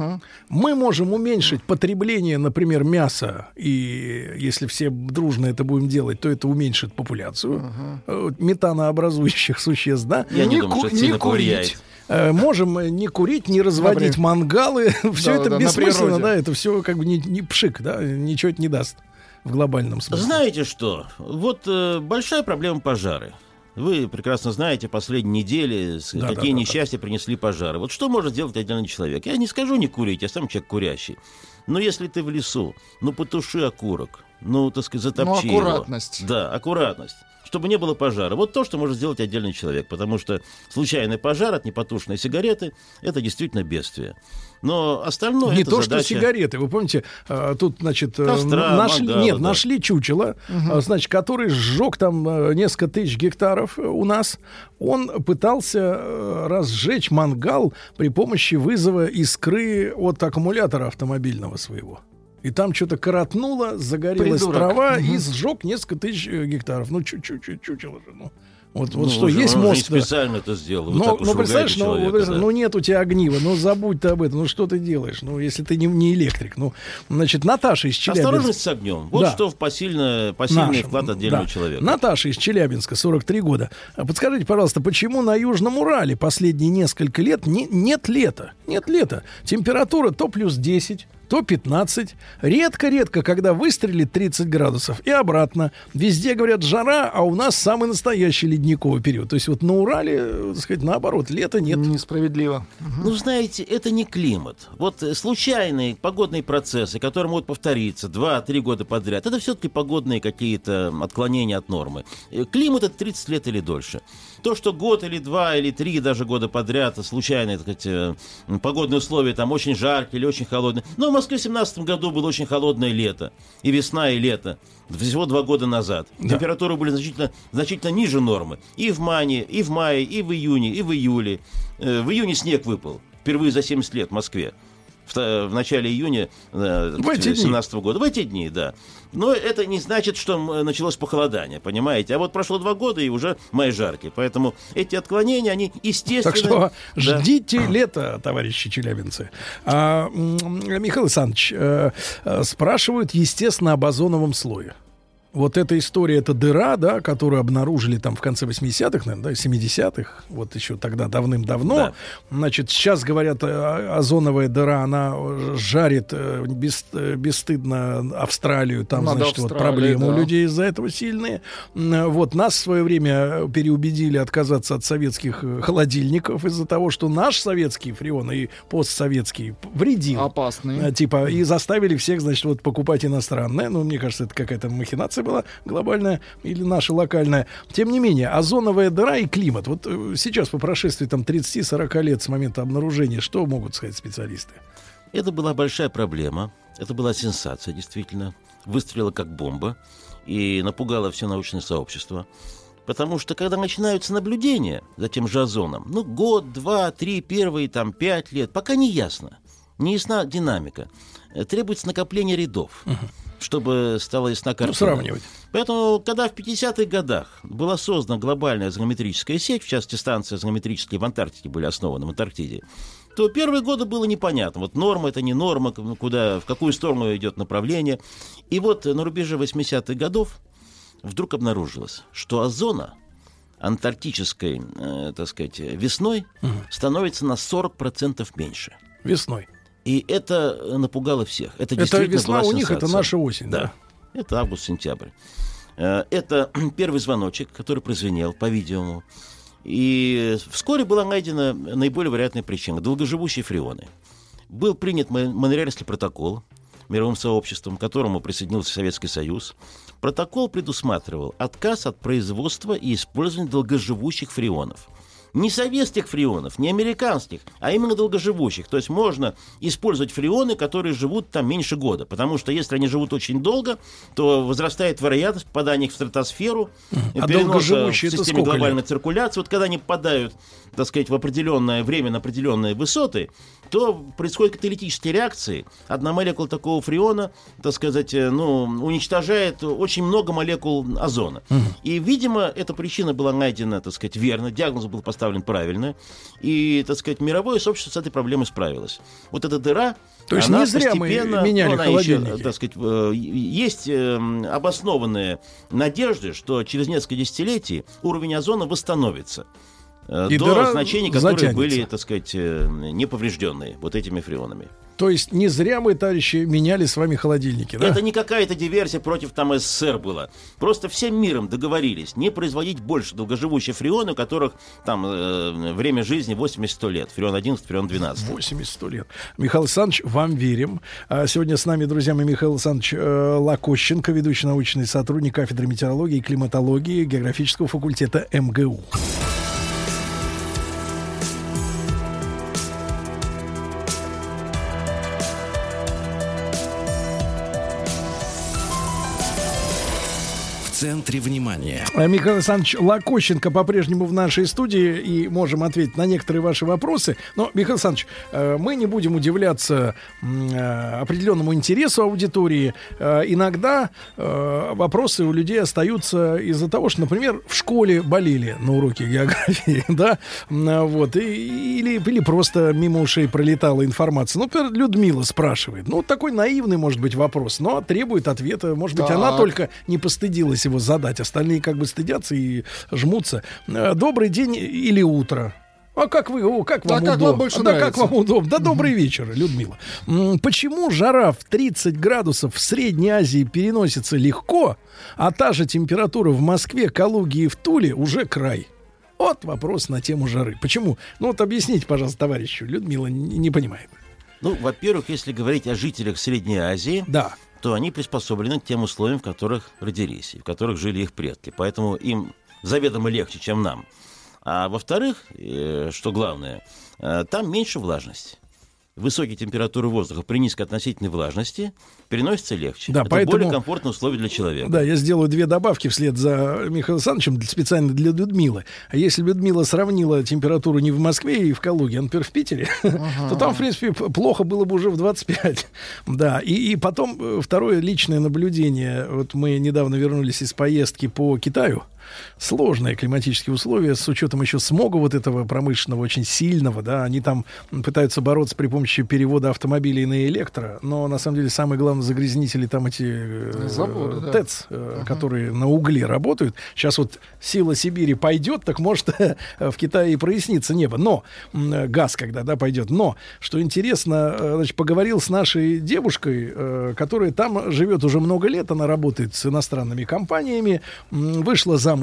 Мы можем уменьшить потребление, например, мяса. И если все дружно это будем делать, то это уменьшит популяцию метанообразующих существ, Я не думаю, что это сильно повлияет. Можем не курить, не разводить мангалы. Все это бессмысленно, это все как бы не пшик, ничего это не даст в глобальном смысле. Знаете что? Вот большая проблема пожары. Вы прекрасно знаете, последние недели, какие несчастья принесли пожары. Вот что может сделать отдельный человек? Я не скажу не курить, я сам человек курящий. Но если ты в лесу, потуши окурок, так сказать, затопчи его. Аккуратность. Да, аккуратность. Чтобы не было пожара. Вот то, что может сделать отдельный человек. Потому что случайный пожар от непотушенной сигареты — это действительно бедствие. Но остальное — это задача... Не то, что сигареты. Вы помните, тут, значит, мангалы, нашли чучело, значит, который сжег там несколько тысяч гектаров у нас. Он пытался разжечь мангал при помощи вызова искры от аккумулятора автомобильного своего. И там что-то коротнуло, загорелась трава и сжег несколько тысяч гектаров. Чучело же, Вот что, есть мост. Он специально это сделал. Представляешь, нет у тебя огнива, забудь ты об этом. Что ты делаешь? Если ты не электрик. Значит, Наташа из Челябинска. Осторожность с огнем. Вот что в посильный вклад отдельного человека. Наташа из Челябинска, 43 года. Подскажите, пожалуйста, почему на Южном Урале последние несколько лет нет лета? Нет лета. Температура то плюс 10, то 15. Редко-редко, когда выстрелит 30 градусов и обратно. Везде, говорят, жара, а у нас самый настоящий ледниковый период. То есть вот на Урале, так сказать, наоборот, лета нет. Несправедливо. Ну, знаете, это не климат. Вот случайные погодные процессы, которые могут повториться 2-3 года подряд, это все-таки погодные какие-то отклонения от нормы. Климат — это 30 лет или дольше. То, что год или 2 или 3 даже года подряд случайные, так сказать, погодные условия, там очень жаркие или очень холодные. Но в Москве в 2017 году было очень холодное лето. И весна, и лето. Всего 2 года назад. Да. Температуры были значительно ниже нормы. И в мае, и в июне, и в июле. В июне снег выпал. Впервые за 70 лет в Москве. В начале июня 2017 года. В эти дни, да. Но это не значит, что началось похолодание, понимаете? А вот прошло 2 года, и уже май жаркий. Поэтому эти отклонения, они естественны. Так что ждите лета, товарищи челябинцы. Михаил Александрович, спрашивают, естественно, об озоновом слое. Вот эта история, эта дыра, да, которую обнаружили там в конце 80-х, наверное, да, 70-х, вот еще тогда давным-давно. Да. Значит, сейчас, говорят, озоновая дыра, она жарит бесстыдно Австралию. Там, значит, вот проблемы у людей из-за этого сильные. Вот нас в свое время переубедили отказаться от советских холодильников из-за того, что наш советский фреон и постсоветский вредил. Опасный. Типа, и заставили всех, значит, вот покупать иностранное. Ну, мне кажется, это какая-то махинация была глобальная или наша локальная. Тем не менее, озоновая дыра и климат. Вот сейчас, по прошествии там 30-40 лет с момента обнаружения, что могут сказать специалисты? Это была большая проблема. Это была сенсация, действительно. Выстрелила как бомба и напугала все научное сообщество. Потому что, когда начинаются наблюдения за тем же озоном, ну, год, 2, 3, первые там 5 лет, пока не ясно. Не ясна динамика. Требуется накопление рядов. Чтобы стала ясна картина. Сравнивать. Поэтому, когда в 50-х годах была создана глобальная озонометрическая сеть, в частности, станции озонометрические в Антарктике были основаны, в Антарктиде, то первые годы было непонятно. Вот норма это не норма, куда, в какую сторону идет направление. И вот на рубеже 80-х годов вдруг обнаружилось, что озона антарктической, так сказать, весной становится на 40% меньше. Весной. И это напугало всех. Это действительно весна была у них, это наша осень, да? Это август-сентябрь. Это первый звоночек, который прозвенел, по-видимому. И вскоре была найдена наиболее вероятная причина – долгоживущие фреоны. Был принят Монреальский протокол мировым сообществом, к которому присоединился Советский Союз. Протокол предусматривал отказ от производства и использования долгоживущих фреонов. Не советских фреонов, не американских, а именно долгоживущих. То есть можно использовать фреоны, которые живут там меньше года. Потому что если они живут очень долго, то возрастает вероятность попадания их в стратосферу, переноса в системе глобальной циркуляции. Вот когда они попадают, так сказать, в определенное время на определенные высоты, то происходят каталитические реакции. Одна молекула такого фреона, так сказать, уничтожает очень много молекул озона. И, видимо, эта причина была найдена, так сказать, верно. Диагноз был поставлен правильно. И, так сказать, мировое сообщество с этой проблемой справилось. Вот эта дыра, то есть не зря мы меняли холодильники. Еще, так сказать, есть обоснованные надежды, что через несколько десятилетий уровень озона восстановится. И до значений, которые затянется. Были, так сказать, неповрежденные вот этими фреонами. То есть не зря мы, товарищи, меняли с вами холодильники, да? Это не какая-то диверсия против там СССР была. Просто всем миром договорились не производить больше долгоживущих фреонов, у которых там время жизни 80-100 лет. Фреон 11, фреон 12. 80-100 лет. Михаил Александрович, вам верим. Сегодня с нами, друзья мои, Михаил Александрович Лакощенко, ведущий научный сотрудник кафедры метеорологии и климатологии географического факультета МГУ. В центре внимания. Михаил Александрович Лакощенко по-прежнему в нашей студии, и можем ответить на некоторые ваши вопросы. Но, Михаил Александрович, мы не будем удивляться определенному интересу аудитории. Иногда вопросы у людей остаются из-за того, что, например, в школе болели на уроке географии, да, вот, или просто мимо ушей пролетала информация. Ну, например, Людмила спрашивает. Ну, такой наивный, может быть, вопрос, но требует ответа. Может быть, она только не постыдилась его задать. Остальные как бы стыдятся и жмутся. Добрый день или утро. А как вы, как вам удобно? Как вам больше нравится? Как вам удобно? Да, добрый вечер, Людмила. Почему жара в 30 градусов в Средней Азии переносится легко, а та же температура в Москве, Калуге и в Туле уже край? Вот вопрос на тему жары. Почему? Ну вот объясните, пожалуйста, товарищу. Людмила не понимает. Ну, во-первых, если говорить о жителях Средней Азии, да, то они приспособлены к тем условиям, в которых родились и в которых жили их предки. Поэтому им заведомо легче, чем нам. А во-вторых, что главное, там меньше влажности. Высокие температуры воздуха при низкой относительной влажности переносятся легче. Да, это поэтому, более комфортные условия для человека. Да, я сделаю 2 добавки вслед за Михаилом Александровичем, специально для Людмилы. А если Людмила сравнила температуру не в Москве и в Калуге, а, например, в Питере, то там, в принципе, плохо было бы уже в 25. Да, и потом второе личное наблюдение. Вот мы недавно вернулись из поездки по Китаю. Сложные климатические условия, с учетом еще смога вот этого промышленного, очень сильного, да, они там пытаются бороться при помощи перевода автомобилей на электро, но на самом деле самые главные загрязнители там эти заводы, ТЭЦ, которые на угле работают. Сейчас вот сила Сибири пойдет, так может в Китае и прояснится небо, но газ когда, да, пойдет. Но, что интересно, значит, поговорил с нашей девушкой, которая там живет уже много лет, она работает с иностранными компаниями, вышла замуж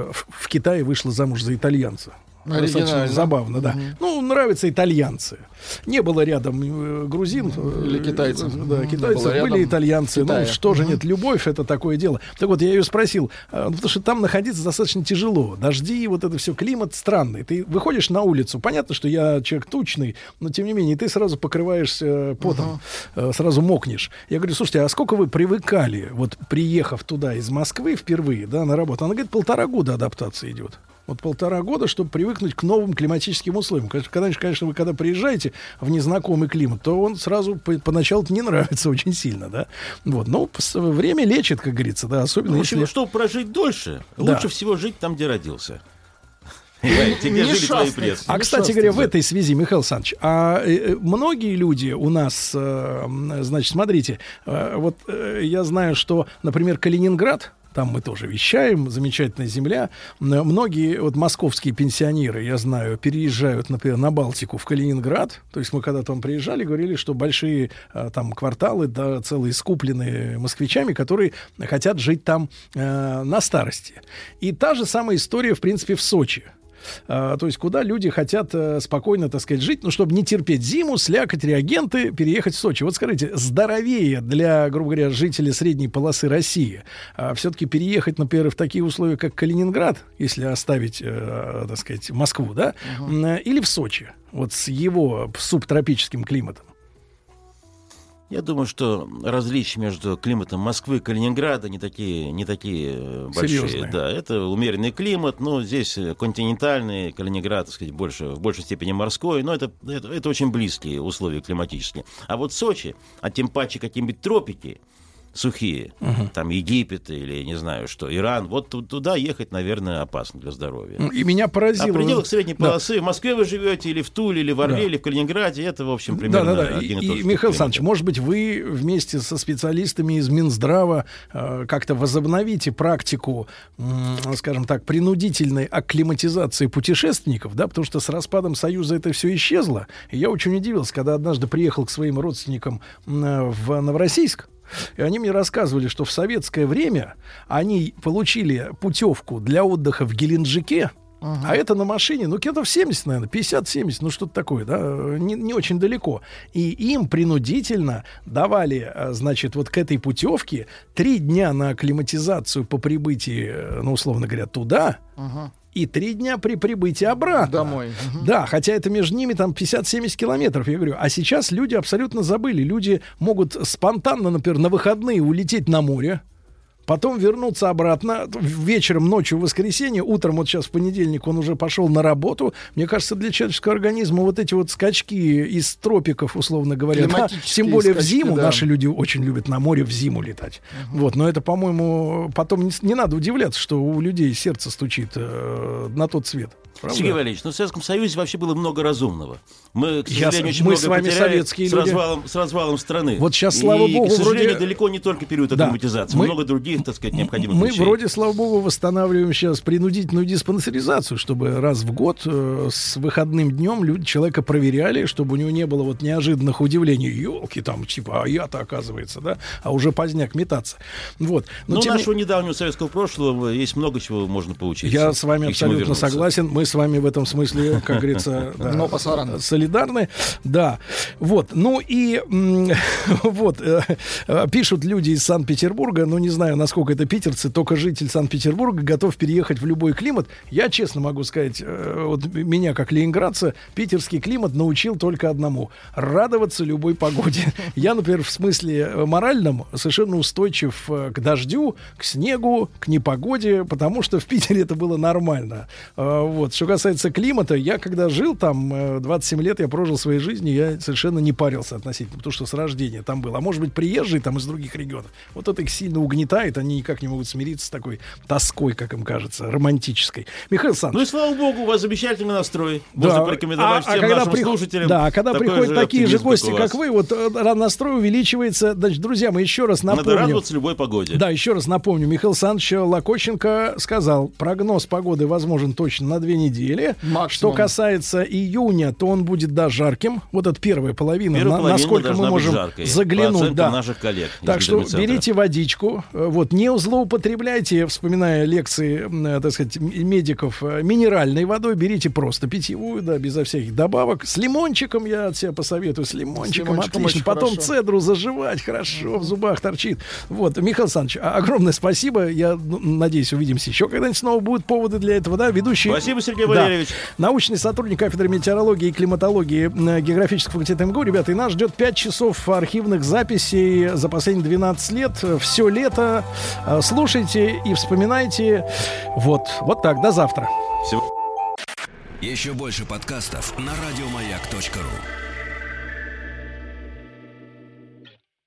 в Китае, вышла замуж за итальянца. Достаточно забавно, да. Ну, нравятся итальянцы. Не было рядом грузин или китайцев. Да, китайцев были итальянцы. Ну, что же нет, любовь — это такое дело. Так вот, я ее спросил, потому что там находиться достаточно тяжело. Дожди, вот это все, климат странный. Ты выходишь на улицу, понятно, что я человек тучный, но тем не менее, ты сразу покрываешься потом, сразу мокнешь. Я говорю, слушайте, а сколько вы привыкали, вот приехав туда из Москвы впервые, да, на работу? Она говорит, 1,5 года адаптация идет. Вот 1,5 года, чтобы привыкнуть к новым климатическим условиям. Конечно, вы когда приезжаете в незнакомый климат, то он сразу поначалу не нравится очень сильно, да. Вот, но время лечит, как говорится, да, особенно если... Чтобы прожить дольше, лучше всего жить там, где родился. Где жили твои предки. А, кстати говоря, в этой связи, Михаил Александрович, многие люди у нас, значит, смотрите, вот я знаю, что, например, Калининград, там мы тоже вещаем, замечательная земля. Многие вот московские пенсионеры, я знаю, переезжают, например, на Балтику в Калининград. То есть мы когда там приезжали, говорили, что большие там кварталы, да, целые скупленные москвичами, которые хотят жить там на старости. И та же самая история, в принципе, в Сочи. То есть куда люди хотят спокойно, так сказать, жить, ну, чтобы не терпеть зиму, слякоть, реагенты, переехать в Сочи. Вот скажите, здоровее для, грубо говоря, жителей средней полосы России все-таки переехать, например, в такие условия, как Калининград, если оставить, так сказать, Москву, да, или в Сочи, вот с его субтропическим климатом? Я думаю, что различия между климатом Москвы и Калининграда не такие большие. Серьезные. Да, это умеренный климат, но здесь континентальный, Калининград, так сказать, в большей степени морской, но это очень близкие условия климатические. А вот Сочи, а тем паче какие-нибудь тропики сухие, там Египет или, не знаю что, Иран, вот туда ехать, наверное, опасно для здоровья. И меня поразило... А в пределах средней полосы, в Москве вы живете, или в Туле, или в Орле, или в Калининграде, это, в общем, примерно один и тот же. Михаил Александрович, может быть, вы вместе со специалистами из Минздрава как-то возобновите практику, скажем так, принудительной акклиматизации путешественников, да, потому что с распадом Союза это все исчезло. И я очень удивился, когда однажды приехал к своим родственникам в Новороссийск. И они мне рассказывали, что в советское время они получили путевку для отдыха в Геленджике, а это на машине, ну, километров 70, наверное, 50-70, ну, что-то такое, да, не очень далеко. И им принудительно давали, значит, вот к этой путевке 3 дня на акклиматизацию по прибытии, ну, условно говоря, туда, и 3 дня при прибытии обратно. Домой. Да, хотя это между ними там 50-70 километров, я говорю. А сейчас люди абсолютно забыли. Люди могут спонтанно, например, на выходные улететь на море, потом вернуться обратно вечером, ночью в воскресенье, утром, вот сейчас в понедельник он уже пошел на работу. Мне кажется, для человеческого организма вот эти вот скачки из тропиков, условно говоря, да, тем более в зиму, да. Наши люди очень любят на море в зиму летать. Вот, но это, по-моему, потом не надо удивляться, что у людей сердце стучит на тот свет. Сергей Валерьевич, в Советском Союзе вообще было много разумного. Мы, к сожалению, очень мы много с вами потеряли с развалом страны. Вот сейчас, слава богу, к сожалению, вроде... далеко не только период акклиматизации, много других, так сказать, необходимых мы вещей. Вроде, слава богу, восстанавливаем сейчас принудительную диспансеризацию, чтобы раз в год с выходным днем человека проверяли, чтобы у него не было вот неожиданных удивлений. Ёлки, там, типа, а я-то, оказывается, да? А уже поздняк метаться. Вот. Но нашего недавнего советского прошлого есть много чего можно поучиться. Я с вами абсолютно согласен. Мы с вами в этом смысле, как говорится, солидарны. Да. Вот. Ну и вот. Пишут люди из Санкт-Петербурга, ну не знаю, насколько это питерцы, только житель Санкт-Петербурга готов переехать в любой климат. Я честно могу сказать, вот меня как ленинградца, питерский климат научил только одному — радоваться любой погоде. Я, например, в смысле моральном совершенно устойчив к дождю, к снегу, к непогоде, потому что в Питере это было нормально. Вот. Что касается климата, я когда жил там, 27 лет я прожил своей жизни, я совершенно не парился относительно, потому что с рождения там был. А может быть, приезжие там из других регионов. Вот это их сильно угнетает, они никак не могут смириться с такой тоской, как им кажется, романтической. Михаил Александрович. Ну и слава богу, у вас замечательный настрой. Можно порекомендовать всем нашим слушателям. Да, а когда приходят такие же гости, как вы, вот настрой увеличивается. Значит, друзья, мы еще раз напомним. Надо радоваться любой погоде. Да, еще раз напомню. Михаил Александрович Локоченко сказал, прогноз погоды возможен точно на 2 недели. Максимум. Что касается июня, то он будет, да, жарким. Вот это первая половина, насколько мы можем заглянуть. Да. Наших коллег. Так что берите водичку. Вот, не злоупотребляйте, вспоминая лекции, так сказать, медиков, минеральной водой. Берите просто питьевую, да, безо всяких добавок. С лимончиком я от себя посоветую. С лимончиком отлично. Потом цедру заживать хорошо, в зубах торчит. Вот, Михаил Александрович, огромное спасибо. Я надеюсь, увидимся еще когда-нибудь. Снова будут поводы для этого, да, ведущий. Спасибо, Сергей Валерьевич. Научный сотрудник кафедры метеорологии и климатологии Географического факультета МГУ. Ребята, и нас ждет 5 часов архивных записей за последние 12 лет. Все лето. Слушайте и вспоминайте. Вот так. До завтра. Еще больше подкастов на радиомаяк.ру.